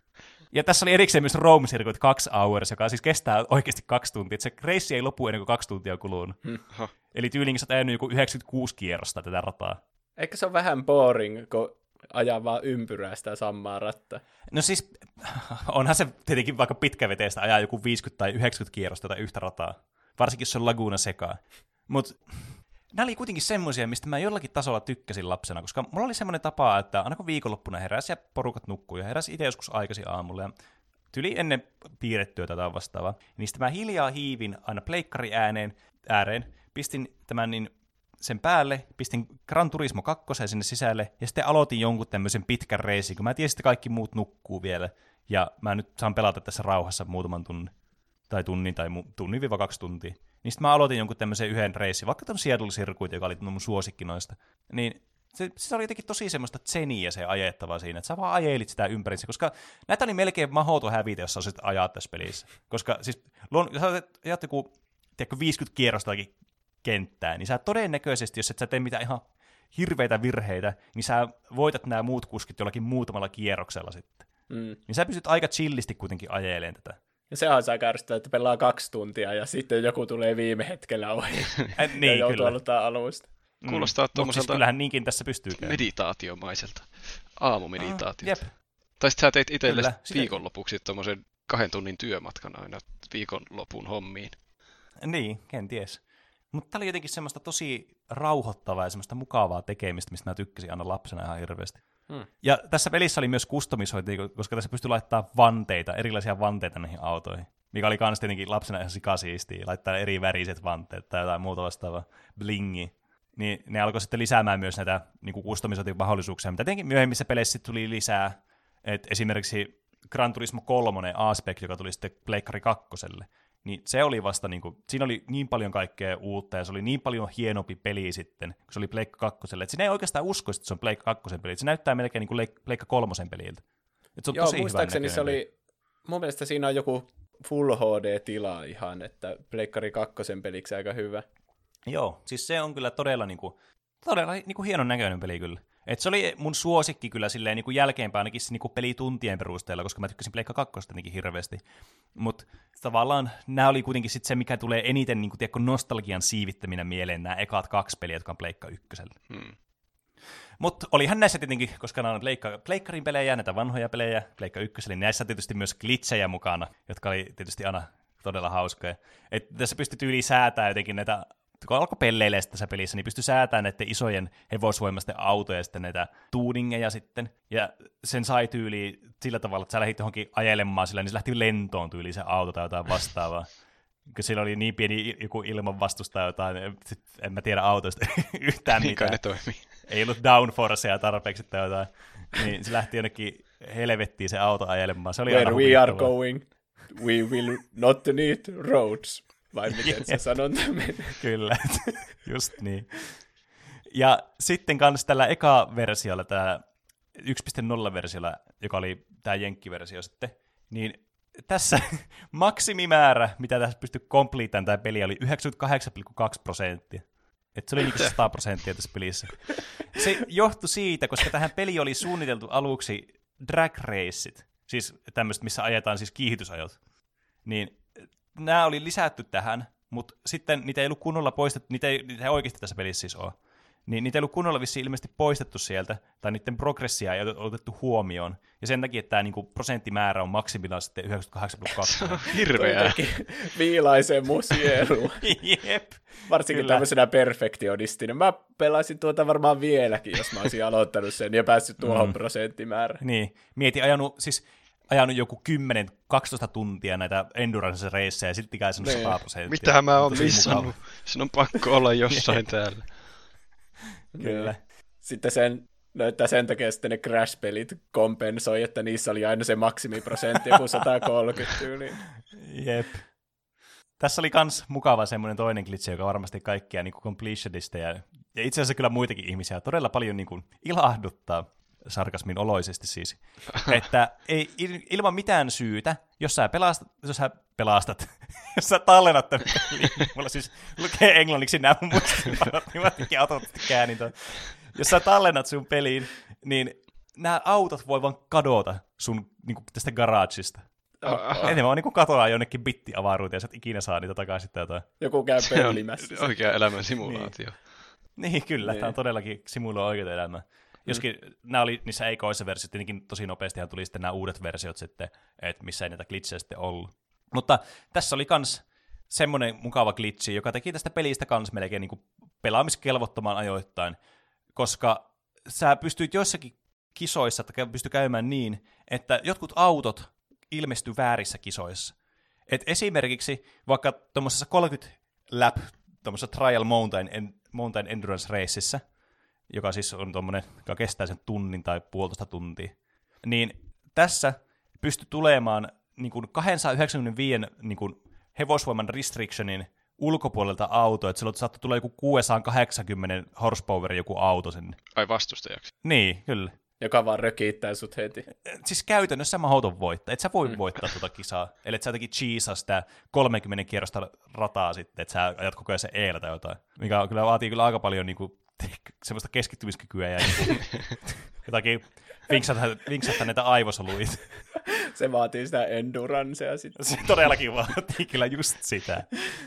Ja tässä oli erikseen myös Rome Circuit kaksi hours, joka siis kestää oikeasti kaksi tuntia. Et se reissi ei lopu ennen kuin kaksi tuntia kulunut. Hmm. Eli tyyliin sä oot ajanut joku yhdeksänkymmentäkuusi kierrosta tätä rataa. Eikö se ole vähän boring, kun ajaa vaan ympyrää sitä samaa rattaa? No siis, onhan se tietenkin vaikka pitkäveteistä ajaa joku viisikymmentä tai yhdeksänkymmentä kierrosta tätä yhtä rataa. Varsinkin jos se on Laguna Seca. Mutta nämä oli kuitenkin semmoisia, mistä mä jollakin tasolla tykkäsin lapsena, koska mulla oli semmoinen tapa, että aina kun viikonloppuna heräsi ja porukat nukkuu ja heräsi itse joskus aikaisin aamulla ja tyli ennen piirrettyä tätä vastaavaa, niin sitten mä hiljaa hiivin aina pleikkari ääneen, ääreen, pistin tämän niin sen päälle, pistin Gran Turismo kaksi sinne sisälle ja sitten aloitin jonkun tämmöisen pitkän reisin, kun mä tiesin, että kaikki muut nukkuu vielä ja mä nyt saan pelata tässä rauhassa muutaman tunnin tai tunnin tai mu- tunnin viiva kaksi tuntia. Niin sitten mä aloitin jonkun tämmöisen yhden reissin, vaikka ton Seattle Circuit, joka oli mun suosikki noista. Niin se, se oli jotenkin tosi semmoista tseniä se ajettava siinä, että sä vaan ajelit sitä ympärissä, koska näitä oli melkein mahdoton hävitä, jos sä olisit ajaa tässä pelissä. Koska siis, jos sä ajat joku, tiedätkö, viisikymmentä kierrostakin kenttää, niin sä todennäköisesti, jos et sä tee mitään ihan hirveitä virheitä, niin sä voitat nämä muut kuskit jollakin muutamalla kierroksella sitten. Mm. Niin sä pystyt aika chillisti kuitenkin ajeleen tätä. Ja se on saa kärsittää, että pelaa kaksi tuntia ja sitten joku tulee viime hetkellä ohi äh, niin, ja joutuu aloittaa alusta. Kuulostaa mm. tuommoiselta siis kyllähän niinkin tässä pystyy käymään. Meditaatiomaiselta. Aamumeditaatiota. Ah, tai sitten sä teit itsellesi viikonlopuksi tuommoisen kahden tunnin työmatkan aina viikonlopun hommiin. Niin, kenties. Mutta tämä oli jotenkin semmoista tosi rauhoittavaa ja semmoista mukavaa tekemistä, mistä mä tykkäsin aina lapsena ihan hirveästi. Hmm. Ja tässä pelissä oli myös kustomisointi, koska tässä pystyi laittamaan vanteita, erilaisia vanteita näihin autoihin, mikä oli kans tietenkin lapsena ihan sikasiistiä, laittaa eri väriset vanteet tai jotain muuta vastaavaa, blingi. Niin ne alkoi sitten lisäämään myös näitä niin kustomisointimahdollisuuksia, mitä tietenkin myöhemmissä peleissä tuli lisää. Et esimerkiksi Gran Turismo kolme A-Spec, joka tuli sitten Pleikkari kakkoselle, niin se oli vasta, niin kuin, siinä oli niin paljon kaikkea uutta, ja se oli niin paljon hienompi peli sitten, kun se oli Pleikka kakkoselle, että siinä ei oikeastaan uskoisi, että se on Pleikka kakkosen peli, että se näyttää melkein niin kuin Pleikka kolmosen peliltä. Että se on Joo, tosi muistaakseni se oli, mun mielestä siinä on joku Full H D-tila ihan, että Pleikkari kakkosen peliksi aika hyvä. Joo, siis se on kyllä todella, niin kuin, todella niin kuin hienon näköinen peli kyllä. Et se oli mun suosikki kyllä silleen niin kuin jälkeenpäin ainakin niin kuin pelituntien perusteella, koska mä tykkäsin Pleikka kakkosta niinkin hirveästi. Mutta tavallaan nämä oli kuitenkin sit se, mikä tulee eniten niin kuin, tiedätkö, nostalgian siivittäminen mieleen, nämä ekat kaksi peliä, jotka on Pleikka ykkösellä. Hmm. Mutta olihan näissä tietenkin, koska nämä on Pleikka, Pleikkarin pelejä, näitä vanhoja pelejä, Pleikka ykkösellä, niin näissä on tietysti myös glitchejä mukana, jotka oli tietysti aina todella hauskoja. Et tässä pystyt yli säätämään jotenkin näitä, kun alkoi pelleilemään tässä pelissä, niin pystyi säätämään näiden isojen hevosvoimaisten autoja ja sitten näitä tuuningeja sitten. Ja sen sai tyyliin sillä tavalla, että sä lähdit johonkin ajelemaan sillä, niin se lähti lentoon tyyliin se auto tai jotain vastaavaa. Kun sillä oli niin pieni joku ilmanvastus tai jotain, en mä tiedä autoista yhtään mitään. Ne toimii. Ei ollut downforcea tarpeeksi tai jotain. Niin se lähti jonnekin helvettiin se auto ajelemaan. Se oli Where we are going, we will not need roads. Vai miten se sanonta menee? Kyllä, just niin. Ja sitten kanssa tällä eka-versiolla, tämä yksi piste nolla-versiolla, joka oli tämä jenkkiversio sitten, niin tässä maksimimäärä, mitä tässä pystyi completeamaan tämä peli, oli yhdeksänkymmentäkahdeksan pilkku kaksi prosenttia. Että se oli niinku sata prosenttia tässä pelissä. Se johtui siitä, koska tähän peli oli suunniteltu aluksi drag raceit, siis tämmöiset, missä ajetaan siis kiihdytysajot. Niin nämä oli lisätty tähän, mutta sitten niitä ei ollut kunnolla poistettu, niitä ei, niitä ei oikeasti tässä pelissä siis ole. Niin niitä ei ollut kunnolla vissiin ilmeisesti poistettu sieltä, tai niiden progressia ei otettu huomioon. Ja sen takia, että tämä niinku prosenttimäärä on maksimillaan sitten yhdeksänkymmentäkahdeksan pilkku kaksi. Hirveää. Viilaisen musielu. Jep. Varsinkin Kyllä. tämmöisenä perfektionistina. Mä pelaisin tuota varmaan vieläkin, jos mä olisin aloittanut sen ja päässyt tuohon mm. prosenttimäärään. Niin. Mietin ajanut, siis ajanut joku kymmenen kaksitoista tuntia näitä endurance-reissejä ja siltikään sen Nee. sata prosenttia. Mitähän mä oon missannut? Sen on pakko olla jossain täällä. Kyllä. Sitten sen, no, että sen takia sitten ne Crash-pelit kompensoi, että niissä oli aina se maksimiprosentti, joku sata kolmekymmentä tyyliin. Jep. Tässä oli kans mukava semmoinen toinen glitch, joka varmasti kaikkia niin completionisteja ja itse asiassa kyllä muitakin ihmisiä todella paljon niin kuin ilahduttaa, sarkasmin oloisesti siis, että ei, ilman mitään syytä, jos sä pelastat, jos sä pelastat, jos sä tallennat tämän peliin, mulla siis lukee englanniksi nämä mun muistiinpanot, niin mä tekin automaattisesti käänin ton. Jos sä tallennat sun peliin, niin nämä autot voi vaan kadota sun niin kuin tästä garageista. Aha. Ne vaan niin katoaa jonnekin bittiavaruuteen ja sä et ikinä saa niitä takaisin jotain. Joku käy pelimässä. Oikea elämän simulaatio. Niin, niin kyllä, niin. Tämä on todellakin simuloi oikeaa elämää. Joskin mm. nämä oli niissä eikoissa versioissa, tietenkin tosi nopeastihan tuli sitten nämä uudet versiot sitten, että missä ei näitä glitchejä sitten ollut. Mutta tässä oli kans semmoinen mukava glitchi, joka teki tästä pelistä kans melkein niin kuin pelaamiskelvottomaan ajoittain, koska sä pystyit joissakin kisoissa, että pystyi käymään niin, että jotkut autot ilmestyi väärissä kisoissa. Et esimerkiksi vaikka tuommoisessa kolmekymmentä lap, tuommoisessa Trial Mountain, en, Mountain Endurance Raceissa, joka siis on tuommoinen, joka kestää sen tunnin tai puolitoista tuntia, niin tässä pystyi tulemaan niin kuin kaksisataayhdeksänkymmentäviisi niin kuin hevosvoiman restrictionin ulkopuolelta auto, että silloin saattoi tulla joku kuusisataakahdeksankymmentä horsepower joku auto sinne. Ai vastustajaksi? Niin, kyllä. Joka vaan rökiittää sut heti. Siis käytännössä mahdoton voittaa. Et sä voi mm. voittaa tuota kisaa, eli et sä jotenkin cheesaa sitä kolmekymmentä kierrosta rataa sitten, että sä ajat koko ajan se eellä tai jotain. Mikä kyllä vaatii kyllä aika paljon niinku, semmoista keskittymiskykyä ja niinku, jotakin vinksata näitä aivosoluita. Se vaatii sitä endurancea sitten. Se todellakin vaatii kyllä just sitä.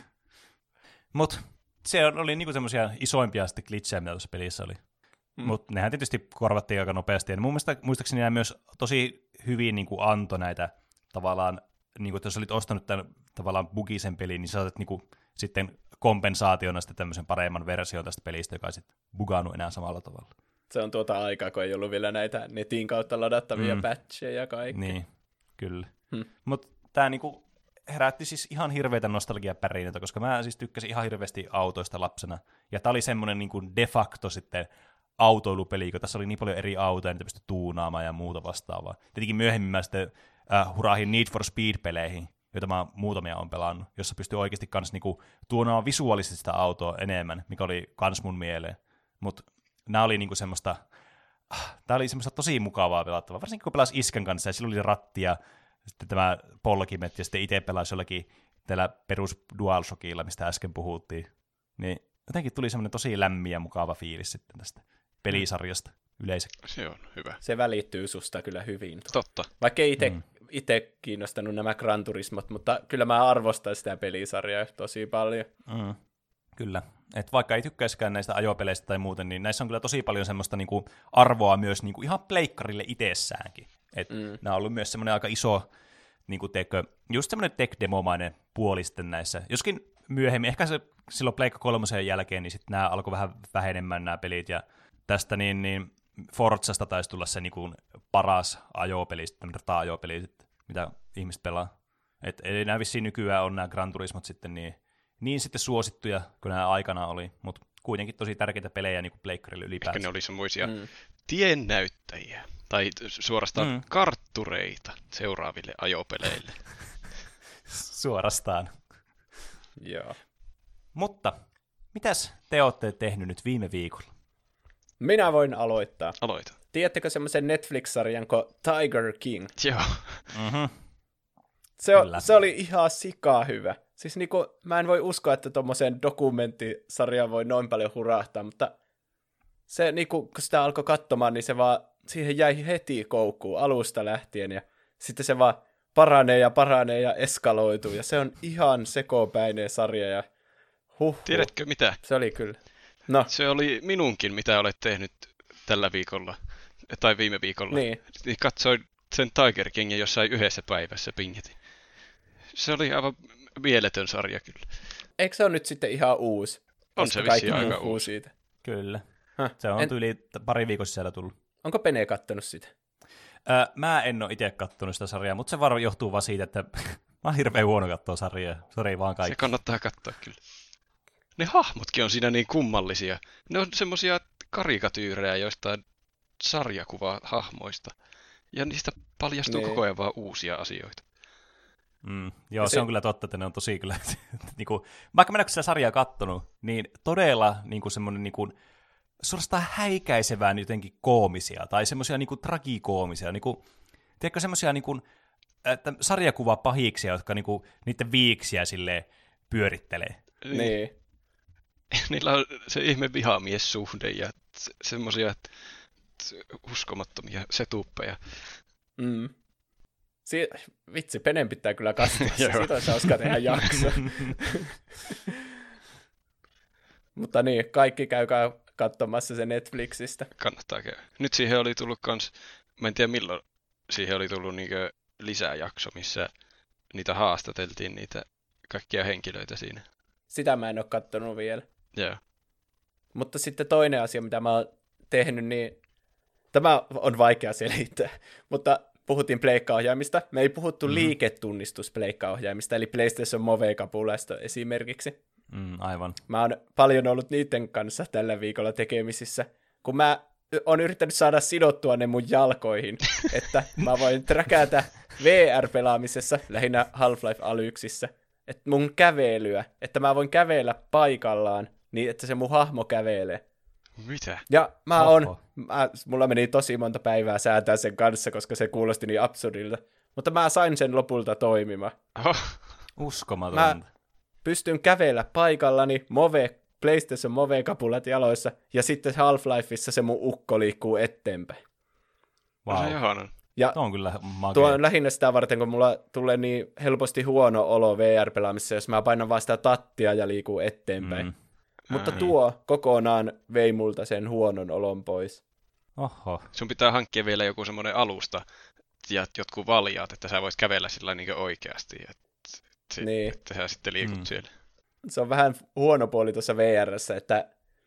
Mut se oli niinku semmoisia isoimpia sitten glitchejä, mitä tuossa pelissä oli. Mm. Mutta nehän tietysti korvattiin aika nopeasti. Ja mun mielestä, muistaakseni nämä myös tosi hyvin niin kuin antoi näitä tavallaan, niin kuin, että jos olit ostanut tämän tavallaan bugisen pelin, niin sä saatat niin kuin, sitten kompensaationa sitten tämmöisen paremman version tästä pelistä, joka ei sitten bugannut enää samalla tavalla. Se on tuota aikaa, kun ei ollut vielä näitä netin kautta ladattavia mm. patcheja ja kaikkea. Niin, kyllä. Hmm. Mutta tämä niinku herätti siis ihan hirveitä nostalgiapärinöitä, koska mä siis tykkäsin ihan hirveästi autoista lapsena. Ja tää oli semmoinen niinku de facto sitten autoilupeli, kun tässä oli niin paljon eri autoja, niitä pystyi tuunaamaan ja muuta vastaavaa. Tietenkin myöhemmin mä sitten äh, hurahin Need for Speed-peleihin, joita mä muutamia on pelannut, jossa pystyy oikeasti kans niinku tuonaamaan visuaalisesti sitä autoa enemmän, mikä oli kans mun mieleen. Mutta nämä oli niinku semmoista, ah, tää oli semmoista tosi mukavaa pelattavaa, varsinkin kun pelasi iskän kanssa, ja silloin oli ratti ja sitten tämä polkimet, ja sitten itse pelasi jollakin tällä perus DualShockilla, mistä äsken puhuttiin. Niin jotenkin tuli semmoinen tosi lämmin ja mukava fiilis sitten tästä pelisarjasta yleisesti. Se on hyvä. Se välittyy susta kyllä hyvin. Totta. Vaikka ei itse mm. ite kiinnostanut nämä Gran Turismot, mutta kyllä mä arvostan sitä pelisarjaa tosi paljon. Mm. Kyllä. Et vaikka ei tykkäisikään näistä ajopeleistä tai muuten, niin näissä on kyllä tosi paljon semmoista niinku arvoa myös niinku ihan pleikkarille itsessäänkin. Et mm. nämä on ollut myös semmoinen aika iso, niinku teikö, just semmoinen tech-demomainen puoli sitten näissä. Joskin myöhemmin, ehkä se silloin Pleikka kolmosen jälkeen, niin sitten nämä alkoi vähän vähenemään nämä pelit, ja tästä niin, niin Forzasta taisi tulla se niinku paras ajopeli, rata-ajopeli, mitä ihmiset pelaa. Et ei nämä vissiin nykyään on nämä Gran Turismot sitten niin, niin sitten suosittuja, kun nämä aikana oli, mutta kuitenkin tosi tärkeitä pelejä niin kuin pleikkarille ylipäänsä. Ehkä ne oli semmoisia mm. tiennäyttäjiä, tai suorastaan mm. karttureita seuraaville ajopeleille. Suorastaan. Joo. Mutta mitäs te olette tehnyt nyt viime viikolla? Minä voin aloittaa. Aloita. Tiedättekö semmoisen Netflix-sarjan kuin Tiger King? Joo. Mm-hmm. Se, on, se oli ihan sikaa hyvä. Siis niinku, mä en voi uskoa, että tommoseen dokumenttisarjaan voi noin paljon hurahtaa, mutta se niinku, kun sitä alkoi katsomaan, niin se vaan, siihen jäi heti koukkuun alusta lähtien, ja sitten se vaan paranee ja paranee ja eskaloituu, ja se on ihan sekopäinen sarja, ja huh, huh. Tiedätkö mitä? Se oli kyllä. No. Se oli minunkin, mitä olet tehnyt tällä viikolla, tai viime viikolla. Niin. Katsoin sen Tiger Kingin jossain yhdessä päivässä pingetin. Se oli aivan mieletön sarja kyllä. Eikö se ole nyt sitten ihan uusi? On se vissiin aika uusi. Siitä. Kyllä. Huh. Se on en... yli pari viikossa siellä tullut. Onko Pene kattonut sitä? Öö, mä en ole itse kattonut sitä sarjaa, mutta se varmaan johtuu vaan siitä, että mä oon hirveän huono katsoa sarjaa. Sori vaan kaikki. Se kannattaa katsoa kyllä. Ne hahmotkin on siinä niin kummallisia. Ne on semmosia karikatyyrejä joistain sarjakuva-hahmoista. Ja niistä paljastuu ne. Koko ajan vaan uusia asioita. Mm, joo, se... se on kyllä totta, että ne on tosi kyllä. niin kuin, vaikka mä en ole sitä sarjaa kattonut, niin todella niin kuin semmoinen niin kuin, suorastaan häikäisevään jotenkin koomisia, tai semmoisia niin kuin tragikoomisia. Niin kuin, tiedätkö semmoisia niin kuin, että sarjakuva pahiksia, jotka niin kuin, niiden viiksiä silleen pyörittelee. Niin. Niillä on se ihme vihamiessuhde ja se, semmoisia uskomattomia setuppeja. Mm. Si- vitsi, Penen pitää kyllä katsoa. Siitä olisi hauska tehdä jakso. Mutta niin, kaikki käykää katsomassa se Netflixistä. Kannattaa käydä. Nyt siihen oli tullut kans, mä en tiedä milloin siihen oli tullut niinkö lisää jakso, missä niitä haastateltiin, niitä kaikkia henkilöitä siinä. Sitä mä en ole kattonut vielä. Joo. Mutta sitten toinen asia, mitä mä oon tehnyt, niin tämä on vaikea selittää, mutta puhuttiin pleikkaohjaimista. Me ei puhuttu mm. liiketunnistuspleikkaohjaimista, eli PlayStation Move-kapulasta esimerkiksi. Mm, aivan. Mä oon paljon ollut niiden kanssa tällä viikolla tekemisissä, kun mä oon yrittänyt saada sidottua ne mun jalkoihin, että mä voin träkätä V R-pelaamisessa, lähinnä Half-Life-alyksissä, että mun kävelyä, että mä voin kävellä paikallaan, niin että se mun hahmo kävelee. Mitä? Ja mä oon, mä, mulla meni tosi monta päivää säätää sen kanssa, koska se kuulosti niin absurdilta, mutta mä sain sen lopulta toimimaan. Oh. Uskomatonta. Mä pystyn kävellä paikallani, Move, PlayStation Move-kapulat jaloissa, ja sitten Half-Lifeissa se mun ukko liikkuu eteenpäin. Wow. Se on ja on kyllä magia. Tuo on lähinnä sitä varten, kun mulla tulee niin helposti huono olo V R-pelaamisessa, jos mä painan vaan sitä tattia ja liikuu eteenpäin. Mm. Mutta tuo kokonaan vei multa sen huonon olon pois. Oho. Sun pitää hankkia vielä joku semmoinen alusta ja jotkut valjaat, että sä voit kävellä sillä niin oikeasti. Että, sit, niin. että sä sitten liikut mm. siellä. Se on vähän huono puoli tuossa V R:ssä, että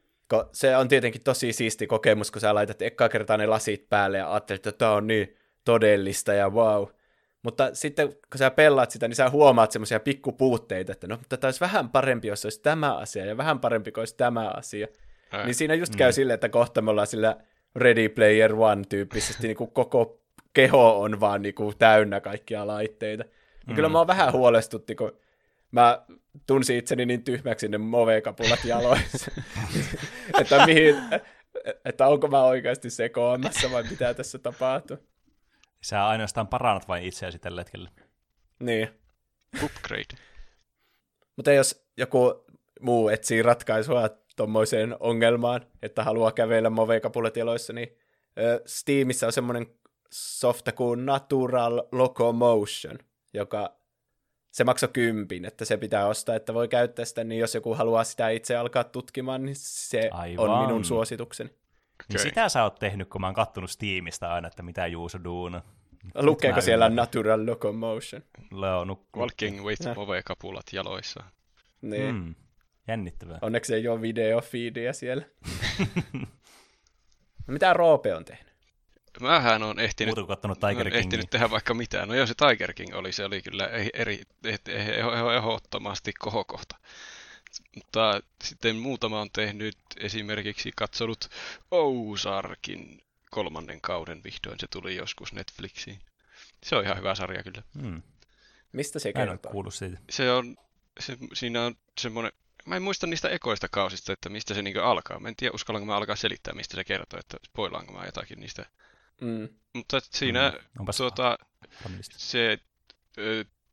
se on tietenkin tosi siisti kokemus, kun sä laitat ekkaa kertaa ne lasit päälle ja ajattelet, että tää on niin todellista ja wow. Mutta sitten kun sä pelaat sitä, niin sä huomaat semmoisia pikkupuutteita, että no, mutta tämä olisi vähän parempi, jos olisi tämä asia, ja vähän parempi, kun olisi tämä asia. Ää. Niin siinä just käy mm. silleen, että kohta me ollaan sillä Ready Player One-tyyppisesti, niin kuin koko keho on vaan niin kuin täynnä kaikkia laitteita. Mm. Kyllä mä vähän huolestutti, kun mä tunsin itseni niin tyhmäksi ne Move-kapulat jaloissa, että, mihin, että onko mä oikeasti sekoamassa vai mitä tässä tapahtuu. Sä ainoastaan parannat vain itseäsi tällä hetkellä. Niin. Upgrade. Mutta jos joku muu etsii ratkaisua tuommoiseen ongelmaan, että haluaa kävellä Move-kapulat jaloissa, niin äh, Steamissa on semmoinen softa kuin Natural Locomotion, joka se maksoi kympin, että se pitää ostaa, että voi käyttää sitä, niin jos joku haluaa sitä itse alkaa tutkimaan, niin se Aivan. on minun suositukseni. Niin okay. Sitä sä oot tehnyt, kun mä oon kattonut Steamista aina, että mitä Juuso duuna. Lukeeko siellä ymmärrän. Natural Locomotion? Leo, nukku. Walking with Move-kapulat jaloissa. Niin. Mm. Jännittävää. Onneksi ei ole videofiidiä siellä. Mitä Roope on tehnyt? Mähän on ehtinyt, Tiger ehtinyt tehdä vaikka mitään. No joo, se Tiger King oli, se oli kyllä eri, ehdottomasti kohokohta. Mutta sitten muutama on tehnyt, esimerkiksi katsonut Ozarkin kolmannen kauden vihdoin. Se tuli joskus Netflixiin. Se on ihan hyvä sarja kyllä. Hmm. Mistä se kertoo? Mä en ole kuullut siitä. Se on, se, siinä on semmoinen, mä en muista niistä ekoista kausista, että mistä se niinku alkaa. Mä en tiedä, uskallanko mä alkaa selittää, mistä se kertoo, että spoilaanko mä jotakin niistä. Mm. Mutta siinä mm. tuota, se ö,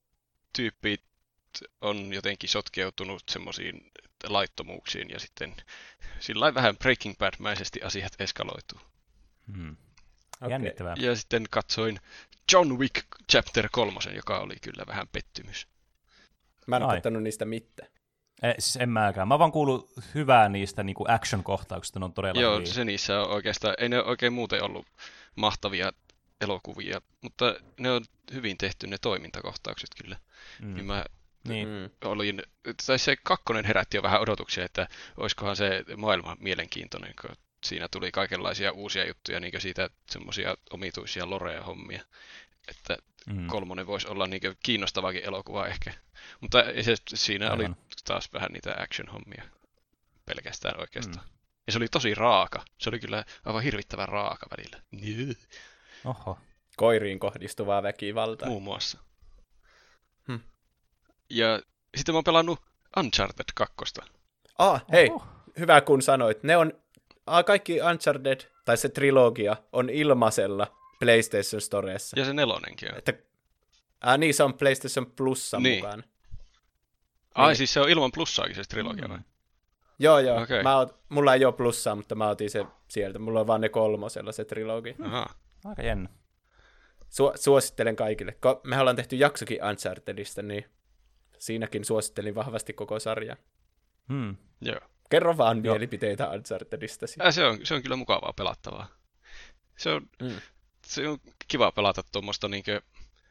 tyypit on jotenkin sotkeutunut semmoisiin laittomuuksiin ja sitten sillä vähän Breaking Bad-mäisesti asiat eskaloituu. Hmm. Okay. Jännittävää. Ja sitten katsoin John Wick Chapter kolmosen, joka oli kyllä vähän pettymys. Mä en Ai. kattanut niistä mitään. Eh, siis en mäkään. Mä oon vaan kuullut hyvää niistä niin kuin action-kohtauksista, ne on todella Joo, hyviä. se niissä on oikeastaan, ei ne oikein muuten ollut mahtavia elokuvia, mutta ne on hyvin tehty ne toimintakohtaukset kyllä. Mm. Niin mä Niin. Mm. olin, tai se kakkonen herätti jo vähän odotuksia, että olisikohan se maailma mielenkiintoinen, kun siinä tuli kaikenlaisia uusia juttuja, niin kuin siitä semmoisia omituisia lorea-hommia, että Mm. kolmonen voisi olla niin kuin kiinnostavakin elokuva ehkä. Mutta se, siinä Aivan. oli taas vähän niitä action-hommia pelkästään oikeastaan. Mm. Ja se oli tosi raaka. Se oli kyllä aivan hirvittävän raaka välillä. Oho. Koiriin kohdistuvaa väkivaltaa. Muun muassa. Hmm. Ja sitten mä oon pelannut Uncharted kaksi. Ah, hei, Oho. hyvä kun sanoit. Ne on, ah, kaikki Uncharted, tai se trilogia, on ilmaisella PlayStation Storessa. Ja se nelonenkin on. Että, ah, niin, se on PlayStation Plussa Niin. mukaan. Ai Niin. siis se on ilman plussaakin se trilogia vai? Joo, joo. Okei. Mä oot, mulla ei ole plussaa, mutta mä otin se sieltä. Mulla on vaan ne kolmosella se trilogia. Aha. Aika jännä. Su- suosittelen kaikille. Ko- me ollaan tehty jaksokin Unchartedista, niin siinäkin suosittelin vahvasti koko sarjaa. Hmm. Joo. Kerro vaan Joo. mielipiteitä Unchartedista. Ja se, on, se on kyllä mukavaa pelattavaa. Se on, Mm. se on kiva pelata tuommoista niinkö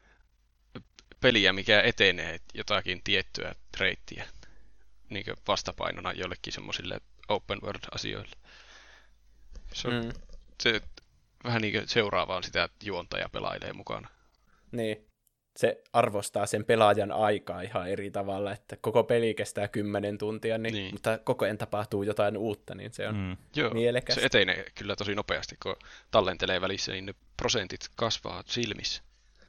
peliä, mikä etenee jotakin tiettyä reittiä niinkö vastapainona jollekin semmoisille open world-asioille. Se on Mm. se, vähän niinkö seuraavaan sitä juonta ja pelailee mukana. Niin. Se arvostaa sen pelaajan aikaa ihan eri tavalla, että koko peli kestää kymmenen tuntia, niin, Niin. mutta koko ajan tapahtuu jotain uutta, niin se on Hmm. Joo, mielekästä. se etenee kyllä tosi nopeasti, kun tallentelee välissä, niin ne prosentit kasvaa silmissä.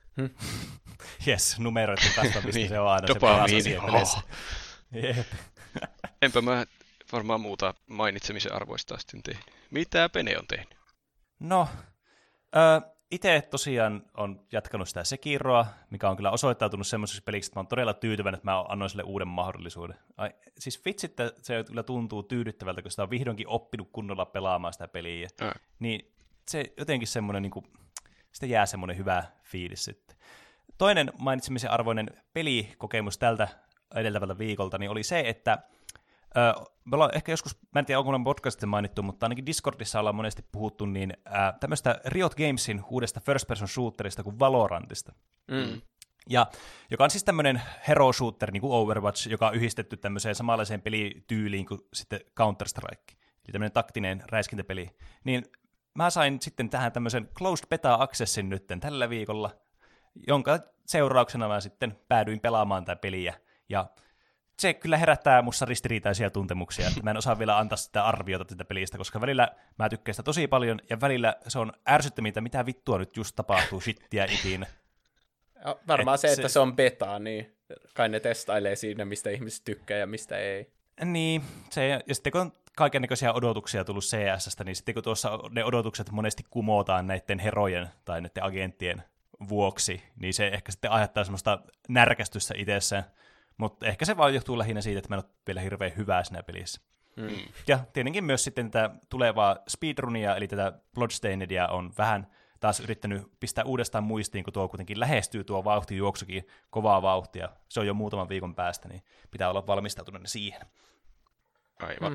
Jes, numeroiden kasvamista, Niin, se on aina se dopamiini, paras asia peleissä. oh. Jep. Enpä mä varmaan muuta mainitsemisen arvoista sitten tehnyt. Mitä Pene on tehnyt? No, äh, itse tosiaan on jatkanut sitä Sekiroa, mikä on kyllä osoittautunut semmoisessa peliksi, että mä oon todella tyytyväinen, että mä annoin sille uuden mahdollisuuden. Ai, siis vitsi, että se kyllä tuntuu tyydyttävältä, kun sitä on vihdoinkin oppinut kunnolla pelaamaan sitä peliä. Ää. Niin se jotenkin semmoinen, niin kuin, sitä jää semmoinen hyvä fiilis sitten. Toinen mainitsemisen arvoinen pelikokemus tältä edeltävältä viikolta niin oli se, että Öö, me ollaan ehkä joskus, mä en tiedä onko on podcastissa mainittu, mutta ainakin Discordissa ollaan monesti puhuttu niin ää, tämmöistä Riot Gamesin uudesta first person shooterista kuin Valorantista. Mm. Ja, joka on siis tämmöinen hero shooter, niin kuin Overwatch, joka on yhdistetty tämmöiseen samanlaiseen pelityyliin kuin sitten Counter-Strike, eli tämmöinen taktinen räiskintäpeli. Niin mä sain sitten tähän tämmöisen closed beta-accessin nytten tällä viikolla, jonka seurauksena mä sitten päädyin pelaamaan tätä peliä, ja se kyllä herättää musta ristiriitaisia tuntemuksia, että mä en osaa vielä antaa sitä arviota tätä pelistä, koska välillä mä tykkään sitä tosi paljon, ja välillä se on ärsyttämintä, mitä vittua nyt just tapahtuu, shittiä ikinä. Ja varmaan Et se, että se- se on beta, niin kai ne testailee siinä, mistä ihmiset tykkää ja mistä ei. Niin, se, ja sitten kun on kaikennäköisiä odotuksia tullut C S:stä, niin sitten kun tuossa ne odotukset monesti kumotaan näiden herojen tai näiden agenttien vuoksi, niin se ehkä sitten aiheuttaa semmoista närkästystä itsessään. Mutta ehkä se vaan johtuu lähinnä siitä, että mä en ole vielä hirveän hyvää siinä pelissä. Mm. Ja tietenkin myös sitten tätä tulevaa speedrunia, eli tätä Bloodstainedia on vähän taas yrittänyt pistää uudestaan muistiin, kun tuo kuitenkin lähestyy tuo vauhtijuoksukin kovaa vauhtia. Se on jo muutaman viikon päästä, niin pitää olla valmistautuneena siihen. Aivan. Mm.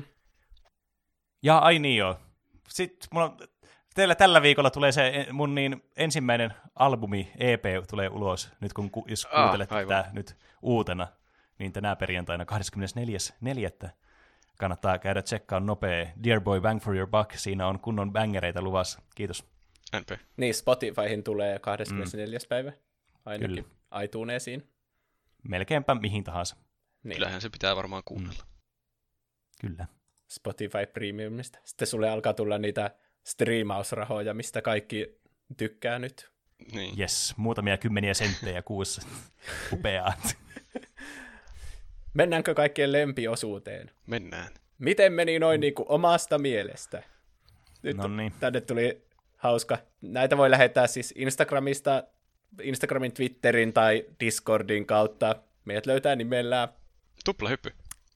Ja ai niin joo. Sitten mulla, teillä tällä viikolla tulee se mun niin ensimmäinen albumi, E P, tulee ulos, nyt kun ku, jos Ah, kuuntelet aivan. tätä nyt uutena, niin tänä perjantaina kahdeskymmenesneljäs neljättä kannattaa käydä tsekkaamaan nopea Dear Boy Bang for Your Buck, siinä on kunnon bangereita luvassa. Kiitos. N P. Niin, Spotifyhin tulee kahdeskymmenesneljäs päivä ainakin Kyllä. iTunesiin. Melkeinpä mihin tahansa. Niin, Kyllähän se pitää varmaan kuunnella. Kyllä. Spotify Premiumista. Sitten sulle alkaa tulla niitä striimausrahoja, mistä kaikki tykkää nyt. Niin. Yes, muutamia kymmeniä senttejä kuussa. Upeaa. Mennäänkö kaikkien lempiosuuteen? Mennään. Miten meni noin niin kuin omasta mielestä? Nyt No niin. tänne tuli hauska. Näitä voi lähettää siis Instagramista, Instagramin, Twitterin tai Discordin kautta Meidät löytää nimellään Tuplahyppy.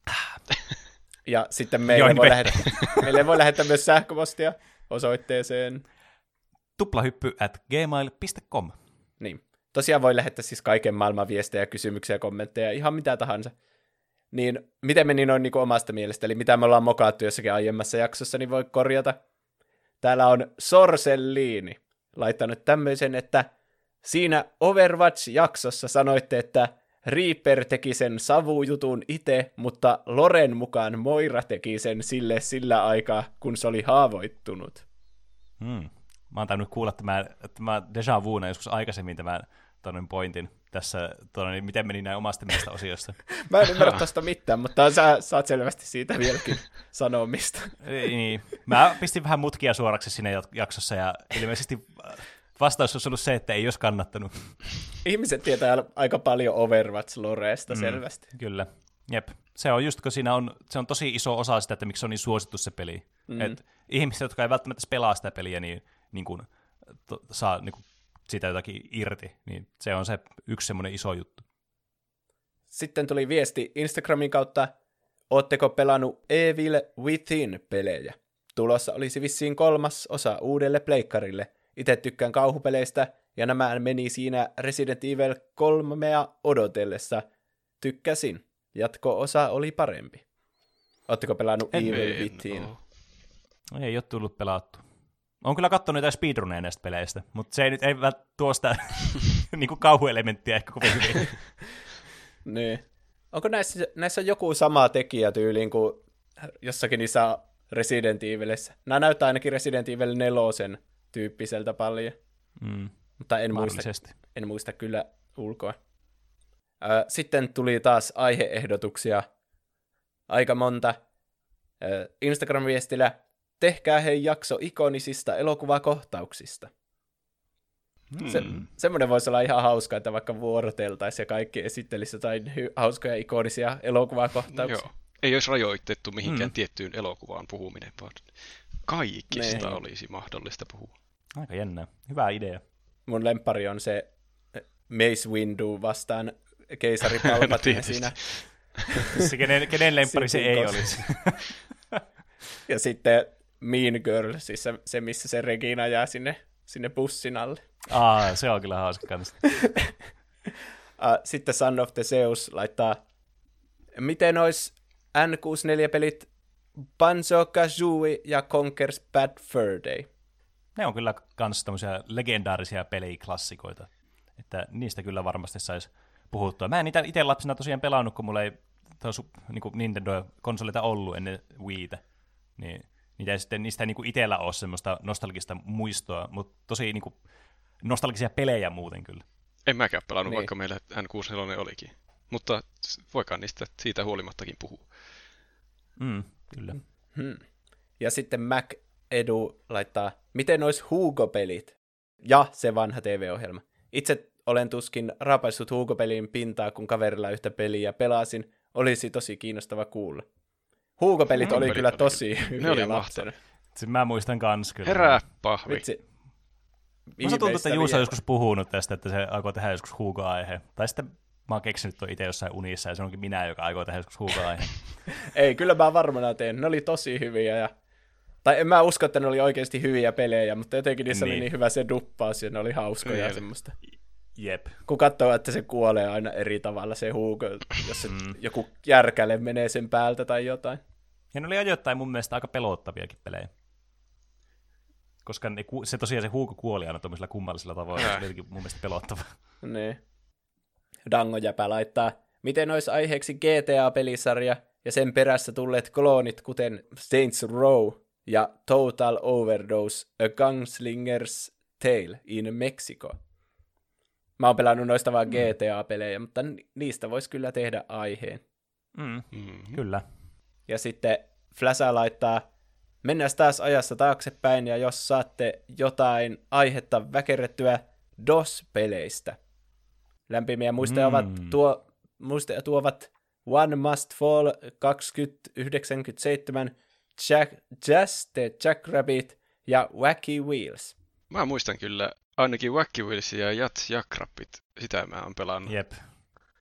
Ja sitten meille voi, lähettää, meille voi lähettää myös sähköpostia osoitteeseen tuplahyppy at gmail dot com. Niin. Tosiaan voi lähettää siis kaiken maailman viestejä, kysymyksiä, kommentteja, ihan mitä tahansa. Niin miten meni noin niin kuin omasta mielestä, eli mitä me ollaan mokaattu jossakin aiemmassa jaksossa, niin voi korjata. Täällä on Sorselliini laittanut tämmöisen, että siinä Overwatch-jaksossa sanoitte, että Reaper teki sen savujutun itse, mutta Loren mukaan Moira teki sen sille sillä aikaa, kun se oli haavoittunut. Hmm. Mä oon tainnut kuulla tämän, tämä déjà vuna joskus aikaisemmin tämän toinen pointin tässä, toinen, niin miten meni näin omasta mielestä osiosta. Mä en ymmärrä tosta mitään, mutta sä saat selvästi siitä vieläkin sanomista. Niin. Mä pistin vähän mutkia suoraksi siinä jaksossa, ja ilmeisesti vastaus olisi ollut se, että ei olisi kannattanut. Ihmiset tietää aika paljon Overwatch-loreesta mm, selvästi. Kyllä. Jep. Se on just, kun siinä on, se on tosi iso osa sitä, että miksi se on niin suosittu se peli. Mm. Et ihmiset, jotka ei välttämättä pelaa sitä peliä, niin, niin kun, to, saa niin kun, siitä jotakin irti. Niin se on se yksi semmoinen iso juttu. Sitten tuli viesti Instagramin kautta, ootteko pelannut Evil Within-pelejä? Tulossa olisi vissiin kolmas osa uudelle pleikkarille. Itse tykkään kauhupeleistä, ja nämä meni siinä Resident Evil kolmea odotellessa. Tykkäsin. Jatko-osa oli parempi. Ootteko pelannut en Evil Within? Ei ole tullut pelattu. Olen kyllä katsonut jotain speedruneja näistä peleistä, mutta se ei nyt ei tuosta niinku kauhuelementtiä ehkä kovin hyvin. Niin. Onko näissä, näissä joku sama tekijä tyyliin kuin jossakin niissä Resident Evilissä? Nämä näyttää ainakin Resident Evil nelosen tyyppiseltä paljon, mm. mutta en muista, en muista kyllä ulkoa. Sitten tuli taas aiheehdotuksia aika monta. Instagram-viestillä tehkää hei jakso ikonisista elokuvakohtauksista. Hmm. Se, semmoinen voisi olla ihan hauska, että vaikka vuoroteltaisiin ja kaikki esittelisi jotain hy- hauskoja ikonisia elokuvakohtauksia. Joo. Ei olisi rajoitettu mihinkään hmm. tiettyyn elokuvaan puhuminen, vaan kaikista ne. Olisi mahdollista puhua. Aika jännä. Hyvä idea. Mun lemppari on se Mace Windu vastaan keisari Palpatine no, siinä. Se kenen, kenen lemppari se ei olisi. Ja sitten Mean Girl, siis se, se missä se Regina jää sinne, sinne bussin alle. Aa, se on kyllä hauska kanssa. Sitten Son of the Zeus laittaa, miten ois N kuusikymmentäneljä-pelit Banjo-Kazooie ja Conker's Bad Fur Day? Ne on kyllä kans tämmöisiä legendaarisia peliklassikoita, että niistä kyllä varmasti saisi puhuttua. Mä en niitä itse lapsena tosiaan pelannut, kun mulla ei niin Nintendo-konsoleita ollut ennen Wiitä, niin niitä ei sitten, niistä ei niin itsellä ole semmoista nostalgista muistoa, mutta tosi niin kuin, nostalgisia pelejä muuten kyllä. En mäkään pelannut, niin. Vaikka meillä N kuusikymmentäneljä olikin, mutta voikaan niistä siitä huolimattakin puhua. Mm, kyllä. Hmm. Ja sitten Mac Edu laittaa, miten olisi Hugo-pelit ja se vanha T V-ohjelma. Itse olen tuskin rapaissut Hugo-pelin pintaa, kun kaverilla yhtä peliä pelasin. Olisi tosi kiinnostava kuulla. Hugo-pelit mm, oli kyllä oli, tosi hyviä. Ne oli mahtavia. Mä muistan kans kyllä. Herää pahvi. Vitsi. Musta tuntuu, että Juuso on joskus puhunut tästä, että se aikoo tehdä joskus Hugo-aihe. Tai sitten mä oon keksinyt tuon itse jossain unissa, ja se onkin minä, joka aikoo tehdä joskus Hugo-aihe. Ei, kyllä mä varmana teen. Ne oli tosi hyviä. Ja... Tai en mä usko, että ne oli oikeasti hyviä pelejä, mutta jotenkin niissä niin. oli niin hyvä se duppaus, ja ne oli hauskoja ja semmoista. Jep. Kun katsoo, että se kuolee aina eri tavalla se Hugo, jos se mm. joku järkäle menee sen päältä tai jotain. Ja ne oli ajoittain mun mielestä aika pelottaviakin pelejä. Koska ne, se tosiaan se Hugo kuoli aina tuollaisilla kummallisilla tavoilla, se oli jotenkin mun mielestä pelottava. Niin. Dangojäpä laittaa, miten olisi aiheeksi G T A-pelisarja ja sen perässä tulleet kloonit, kuten Saints Row ja Total Overdose, A Gunslinger's Tale in Mexico. Mä oon pelannut noista vaan mm. G T A-pelejä, mutta niistä voisi kyllä tehdä aiheen. Mm. Mm-hmm. Kyllä. Ja sitten Flasha laittaa, mennään taas ajassa taaksepäin, ja jos saatte jotain aihetta väkerrettyä D O S-peleistä. Lämpimiä muistoja mm. ovat tuo, muistoja tuovat One Must Fall kaksituhattayhdeksänkymmentäseitsemän, Jack, Jazz the Jackrabbit ja Wacky Wheels. Mä muistan kyllä ainakin Wacky Wheels ja Jazz Jackrabbit. Sitä mä oon pelannut. Jep.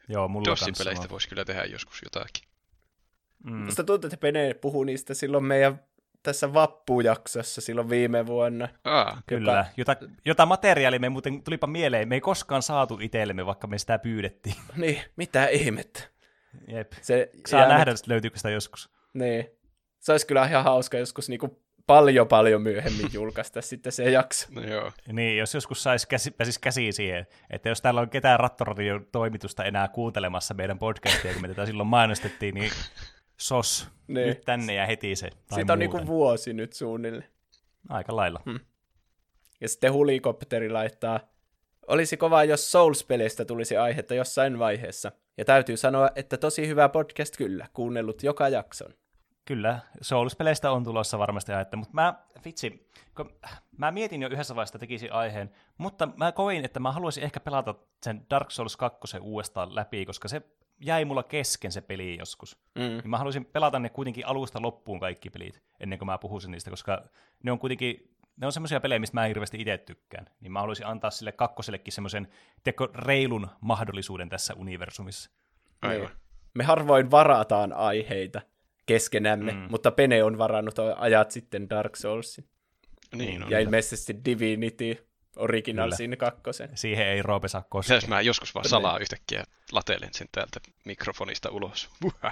Joo, mulla Dossin peleistä voisi kyllä tehdä joskus jotakin. Mm. Musta tuntuu, että Pene puhui niistä silloin meidän tässä vappujaksossa silloin viime vuonna. Aa, kyllä, jota, jota materiaalia me muuten tulipa mieleen, me ei koskaan saatu itsellemme, vaikka me sitä pyydettiin. Niin, mitä ihmettä. Jep, se saa nähdä, nyt... löytyykö sitä joskus. Niin, se olisi kyllä ihan hauska joskus niinku paljon paljon myöhemmin julkaista sitten se jakso. No joo. Niin, jos joskus sais käsi, pääsis käsiin siihen, että jos täällä on ketään Rattoradion toimitusta enää kuuntelemassa meidän podcastia, kun me tätä silloin mainostettiin, niin sos, niin. Nyt tänne ja heti se. Tai siitä on niinku vuosi nyt suunnilleen. Aika lailla. Hmm. Ja sitten Hulikopteri laittaa, olisi kovaa, jos Souls-peleistä tulisi aihetta jossain vaiheessa. Ja täytyy sanoa, että tosi hyvä podcast kyllä, kuunnellut joka jakson. Kyllä, Souls-peleistä on tulossa varmasti aihetta, mutta mä, vitsi, mä mietin jo yhdessä vaiheessa, että tekisin aiheen, mutta mä koin, että mä haluaisin ehkä pelata sen Dark Souls kaksi uudestaan läpi, koska se jäi mulla kesken se peli joskus. Mm. Mä haluaisin pelata ne kuitenkin alusta loppuun kaikki pelit, ennen kuin mä puhuisin niistä, koska ne on kuitenkin, ne on semmoisia pelejä, mistä mä hirveästi itse tykkään. Niin mä haluaisin antaa sille kakkosellekin semmoisen teko reilun mahdollisuuden tässä universumissa. Aivan. Me harvoin varataan aiheita keskenämme, mm. mutta Pene on varannut ajat sitten Dark Soulsin. Niin on. Ja ilmeisesti Divinity Original Sin kakkosen. Siihen ei Roope saa koskea. Mitäs mä joskus vaan salaa yhtäkkiä latelen sen täältä mikrofonista ulos.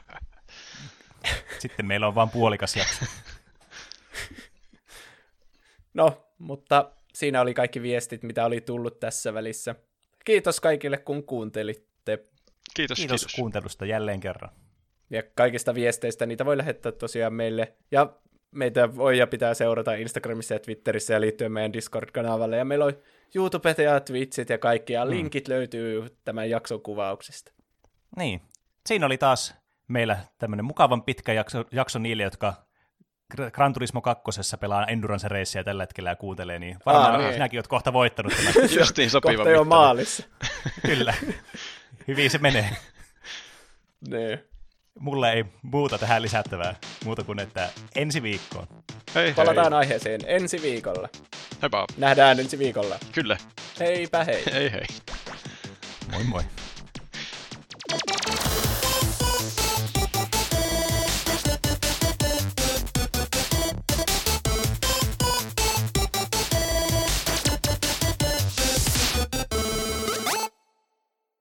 Sitten meillä on vaan puolikas jakso. No, mutta siinä oli kaikki viestit, mitä oli tullut tässä välissä. Kiitos kaikille, kun kuuntelitte. Kiitos, kiitos, kiitos. kuuntelusta jälleen kerran. Ja kaikista viesteistä niitä voi lähettää tosiaan meille. Ja meitä voi ja pitää seurata Instagramissa ja Twitterissä ja liittyen meidän Discord-kanavalle. Ja meillä on YouTubet ja Twitchit ja kaikki. Ja linkit mm. löytyy tämän jakson kuvauksesta. Niin. Siinä oli taas meillä tämmöinen mukavan pitkä jakso, jakso niille, jotka Gran Turismo kaksi pelaa Endurance Racea tällä hetkellä ja kuuntelee. Niin varmaan Aa, niin. Sinäkin olet kohta voittanut tämän. Justiin sopiva kohta jo maalissa. Kyllä. Hyvin se menee. Niin. Mulla ei muuta tähän lisättävää, muuta kuin että ensi viikkoon. Hei, Palataan hei. aiheeseen ensi viikolla. Heippa. Nähdään ensi viikolla. Kyllä. Heipä hei. Hei hei. Moi moi.